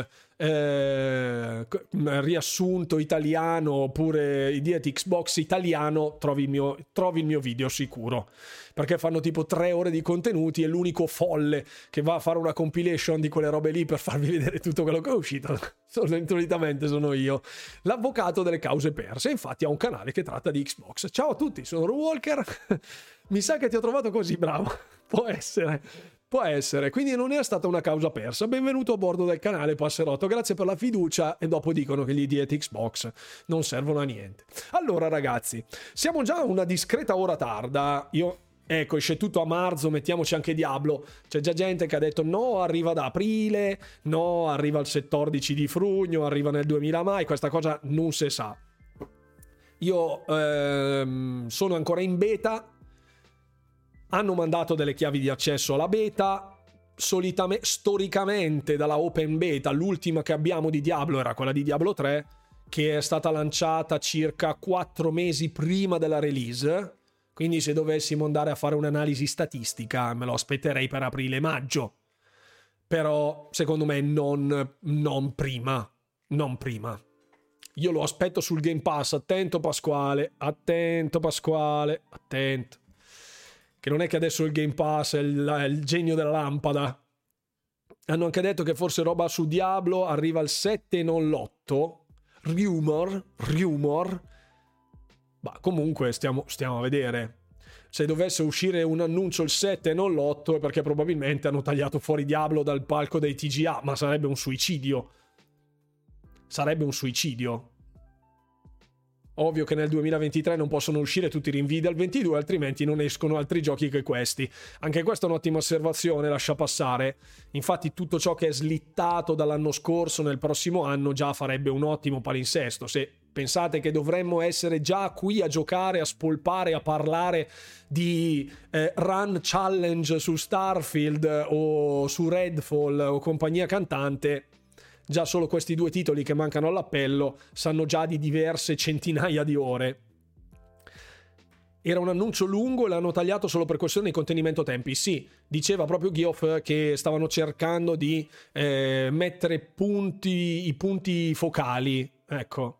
eh, riassunto italiano oppure Idiot Xbox italiano, trovi il, mio, trovi il mio video sicuro, perché fanno tipo tre ore di contenuti e l'unico folle che va a fare una compilation di quelle robe lì per farvi vedere tutto quello che è uscito solitamente sono io, l'avvocato delle cause perse. Infatti ha un canale che tratta di Xbox. Ciao a tutti, sono Ru Walker. Mi sa che ti ho trovato così bravo. Può essere, può essere. Quindi non è stata una causa persa. Benvenuto a bordo del canale Passerotto, grazie per la fiducia. E dopo dicono che gli idiot Xbox non servono a niente. Allora ragazzi, siamo già a una discreta ora tarda. Io ecco, esce tutto a marzo, mettiamoci anche Diablo. C'è già gente che ha detto no, arriva ad aprile, no, arriva il settordici di frugno, arriva nel duemila mai, questa cosa non si sa. Io ehm, sono ancora in beta, hanno mandato delle chiavi di accesso alla beta, solitamente, storicamente dalla open beta, l'ultima che abbiamo di Diablo era quella di Diablo tre, che è stata lanciata circa quattro mesi prima della release. Quindi se dovessimo andare a fare un'analisi statistica me lo aspetterei per aprile-maggio. Però secondo me non, non prima. Non prima. Io lo aspetto sul Game Pass. Attento Pasquale. Attento Pasquale. Attento. Che non è che adesso il Game Pass è il, è il genio della lampada. Hanno anche detto che forse roba su Diablo arriva il sette e non l'otto. Rumor. Rumor. Ma comunque stiamo, stiamo a vedere. Se dovesse uscire un annuncio il sette e non l'otto è perché probabilmente hanno tagliato fuori Diablo dal palco dei T G A, ma sarebbe un suicidio. Sarebbe un suicidio. Ovvio che nel duemilaventitré non possono uscire tutti i rinvii del ventidue, altrimenti non escono altri giochi che questi. Anche questa è un'ottima osservazione, lascia passare. Infatti tutto ciò che è slittato dall'anno scorso nel prossimo anno già farebbe un ottimo palinsesto. Se pensate che dovremmo essere già qui a giocare, a spolpare, a parlare di eh, Run Challenge su Starfield o su Redfall o compagnia cantante, già solo questi due titoli che mancano all'appello sanno già di diverse centinaia di ore. Era un annuncio lungo e l'hanno tagliato solo per questione di contenimento tempi. Sì, diceva proprio Geoff che stavano cercando di eh, mettere punti, i punti focali. Ecco.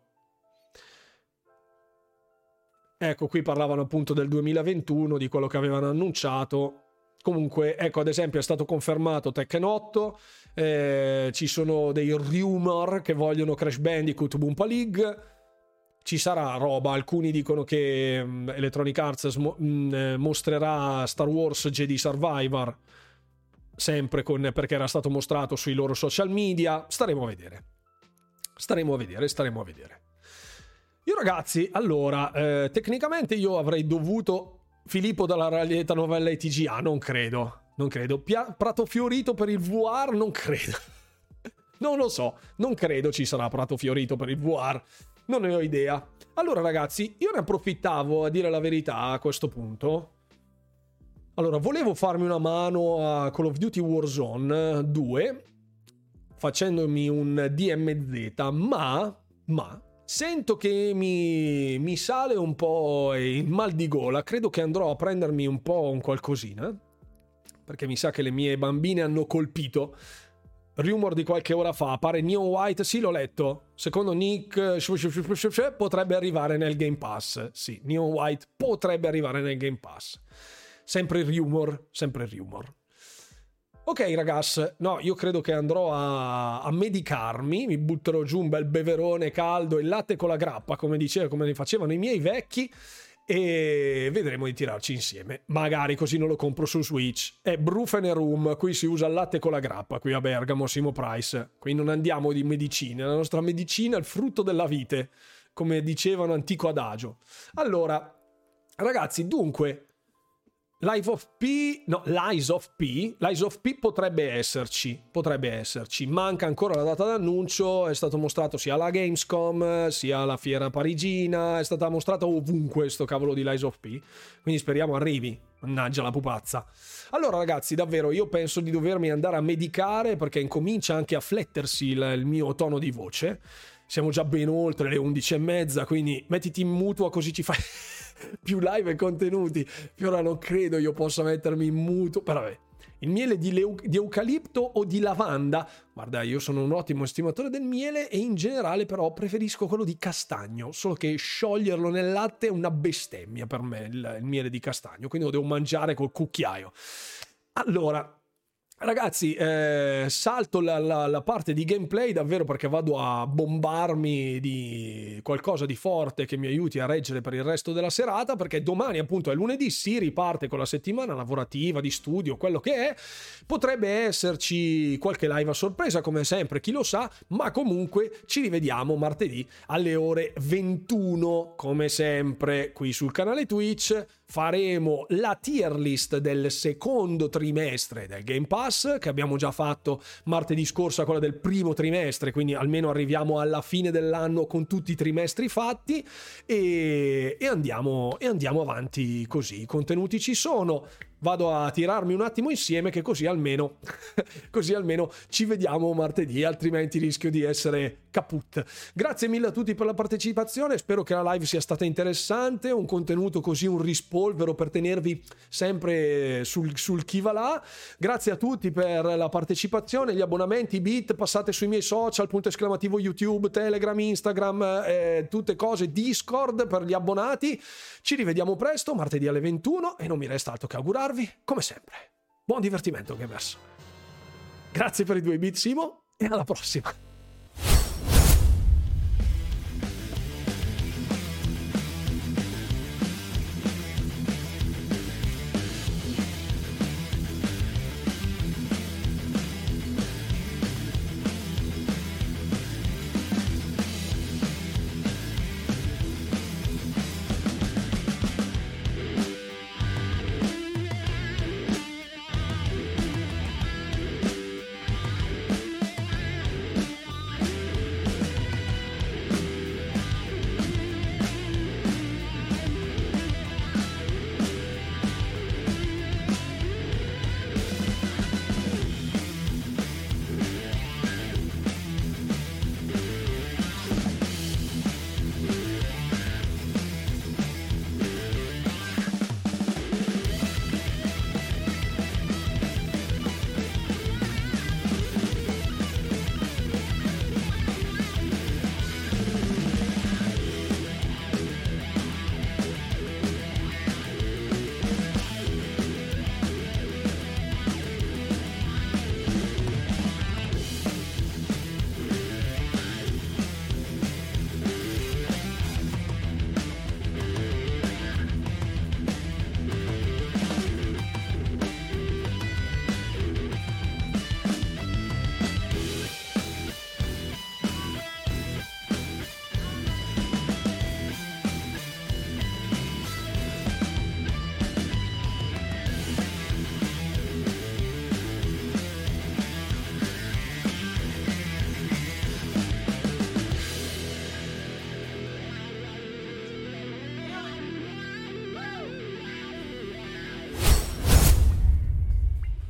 Ecco, qui parlavano appunto del duemilaventuno, di quello che avevano annunciato. Comunque, ecco, ad esempio è stato confermato Tekken otto, eh, ci sono dei rumor che vogliono Crash Bandicoot Boompa League, ci sarà roba, alcuni dicono che um, Electronic Arts mo- mh, mostrerà Star Wars Jedi Survivor, sempre con, perché era stato mostrato sui loro social media. Staremo a vedere, staremo a vedere, staremo a vedere. Io ragazzi, allora, eh, tecnicamente io avrei dovuto... Filippo dalla raglietta novella I T G A, non credo, non credo. Pia- Prato Fiorito per il V R, non credo. Non lo so, non credo ci sarà Prato Fiorito per il V R, non ne ho idea. Allora ragazzi, io ne approfittavo a dire la verità a questo punto. Allora, volevo farmi una mano a Call of Duty Warzone due, facendomi un D M Z, ma, ma... sento che mi, mi sale un po' il mal di gola. Credo che andrò a prendermi un po' un qualcosina, perché mi sa che le mie bambine hanno colpito. Rumor di qualche ora fa, pare Neon White, sì l'ho letto, secondo Nick potrebbe arrivare nel Game Pass. Sì, Neon White potrebbe arrivare nel Game Pass. Sempre rumor, sempre rumor. Ok ragazzi, no, io credo che andrò a, a medicarmi, mi butterò giù un bel beverone caldo, il latte con la grappa, come diceva, come ne facevano i miei vecchi, e vedremo di tirarci insieme. Magari così non lo compro su Switch. È Brufen Room, qui si usa il latte con la grappa, qui a Bergamo, Simo Price. Qui non andiamo di medicine, la nostra medicina è il frutto della vite, come dicevano antico adagio. Allora, ragazzi, dunque... Lies of P, no, Lies of P, Lies of P potrebbe esserci, potrebbe esserci, manca ancora la data d'annuncio, è stato mostrato sia alla Gamescom, sia alla fiera parigina, è stata mostrata ovunque sto cavolo di Lies of P, quindi speriamo arrivi, mannaggia la pupazza. Allora ragazzi, davvero, io penso di dovermi andare a medicare perché incomincia anche a flettersi il, il mio tono di voce, siamo già ben oltre le undici e mezza, quindi mettiti in mutua così ci fai... più live e contenuti. Più ora non credo io possa mettermi in muto, però vabbè. Il miele di, leu- di eucalipto o di lavanda? Guarda, io sono un ottimo estimatore del miele e in generale però preferisco quello di castagno, solo che scioglierlo nel latte è una bestemmia per me, il, il miele di castagno, quindi lo devo mangiare col cucchiaio. Allora, ragazzi, eh, salto la, la, la parte di gameplay davvero perché vado a bombarmi di qualcosa di forte che mi aiuti a reggere per il resto della serata, perché domani appunto è lunedì, si riparte con la settimana lavorativa, di studio, quello che è. Potrebbe esserci qualche live a sorpresa come sempre, chi lo sa, ma comunque ci rivediamo martedì alle ore ventuno come sempre qui sul canale Twitch. Faremo la tier list del secondo trimestre del Game Pass, che abbiamo già fatto martedì scorso a quella del primo trimestre, quindi almeno arriviamo alla fine dell'anno con tutti i trimestri fatti e, e, andiamo, e andiamo avanti così. I contenuti ci sono, vado a tirarmi un attimo insieme che così almeno così almeno ci vediamo martedì, altrimenti rischio di essere caput. Grazie mille a tutti per la partecipazione, spero che la live sia stata interessante, un contenuto così, un rispolvero per tenervi sempre sul, sul chi va là. Grazie a tutti per la partecipazione, gli abbonamenti, i bit, passate sui miei social, punto esclamativo YouTube, Telegram, Instagram, eh, tutte cose, Discord per gli abbonati. Ci rivediamo presto martedì alle ventuno e non mi resta altro che augurarvi, come sempre, buon divertimento gamers. Grazie per i due bit Simo e alla prossima.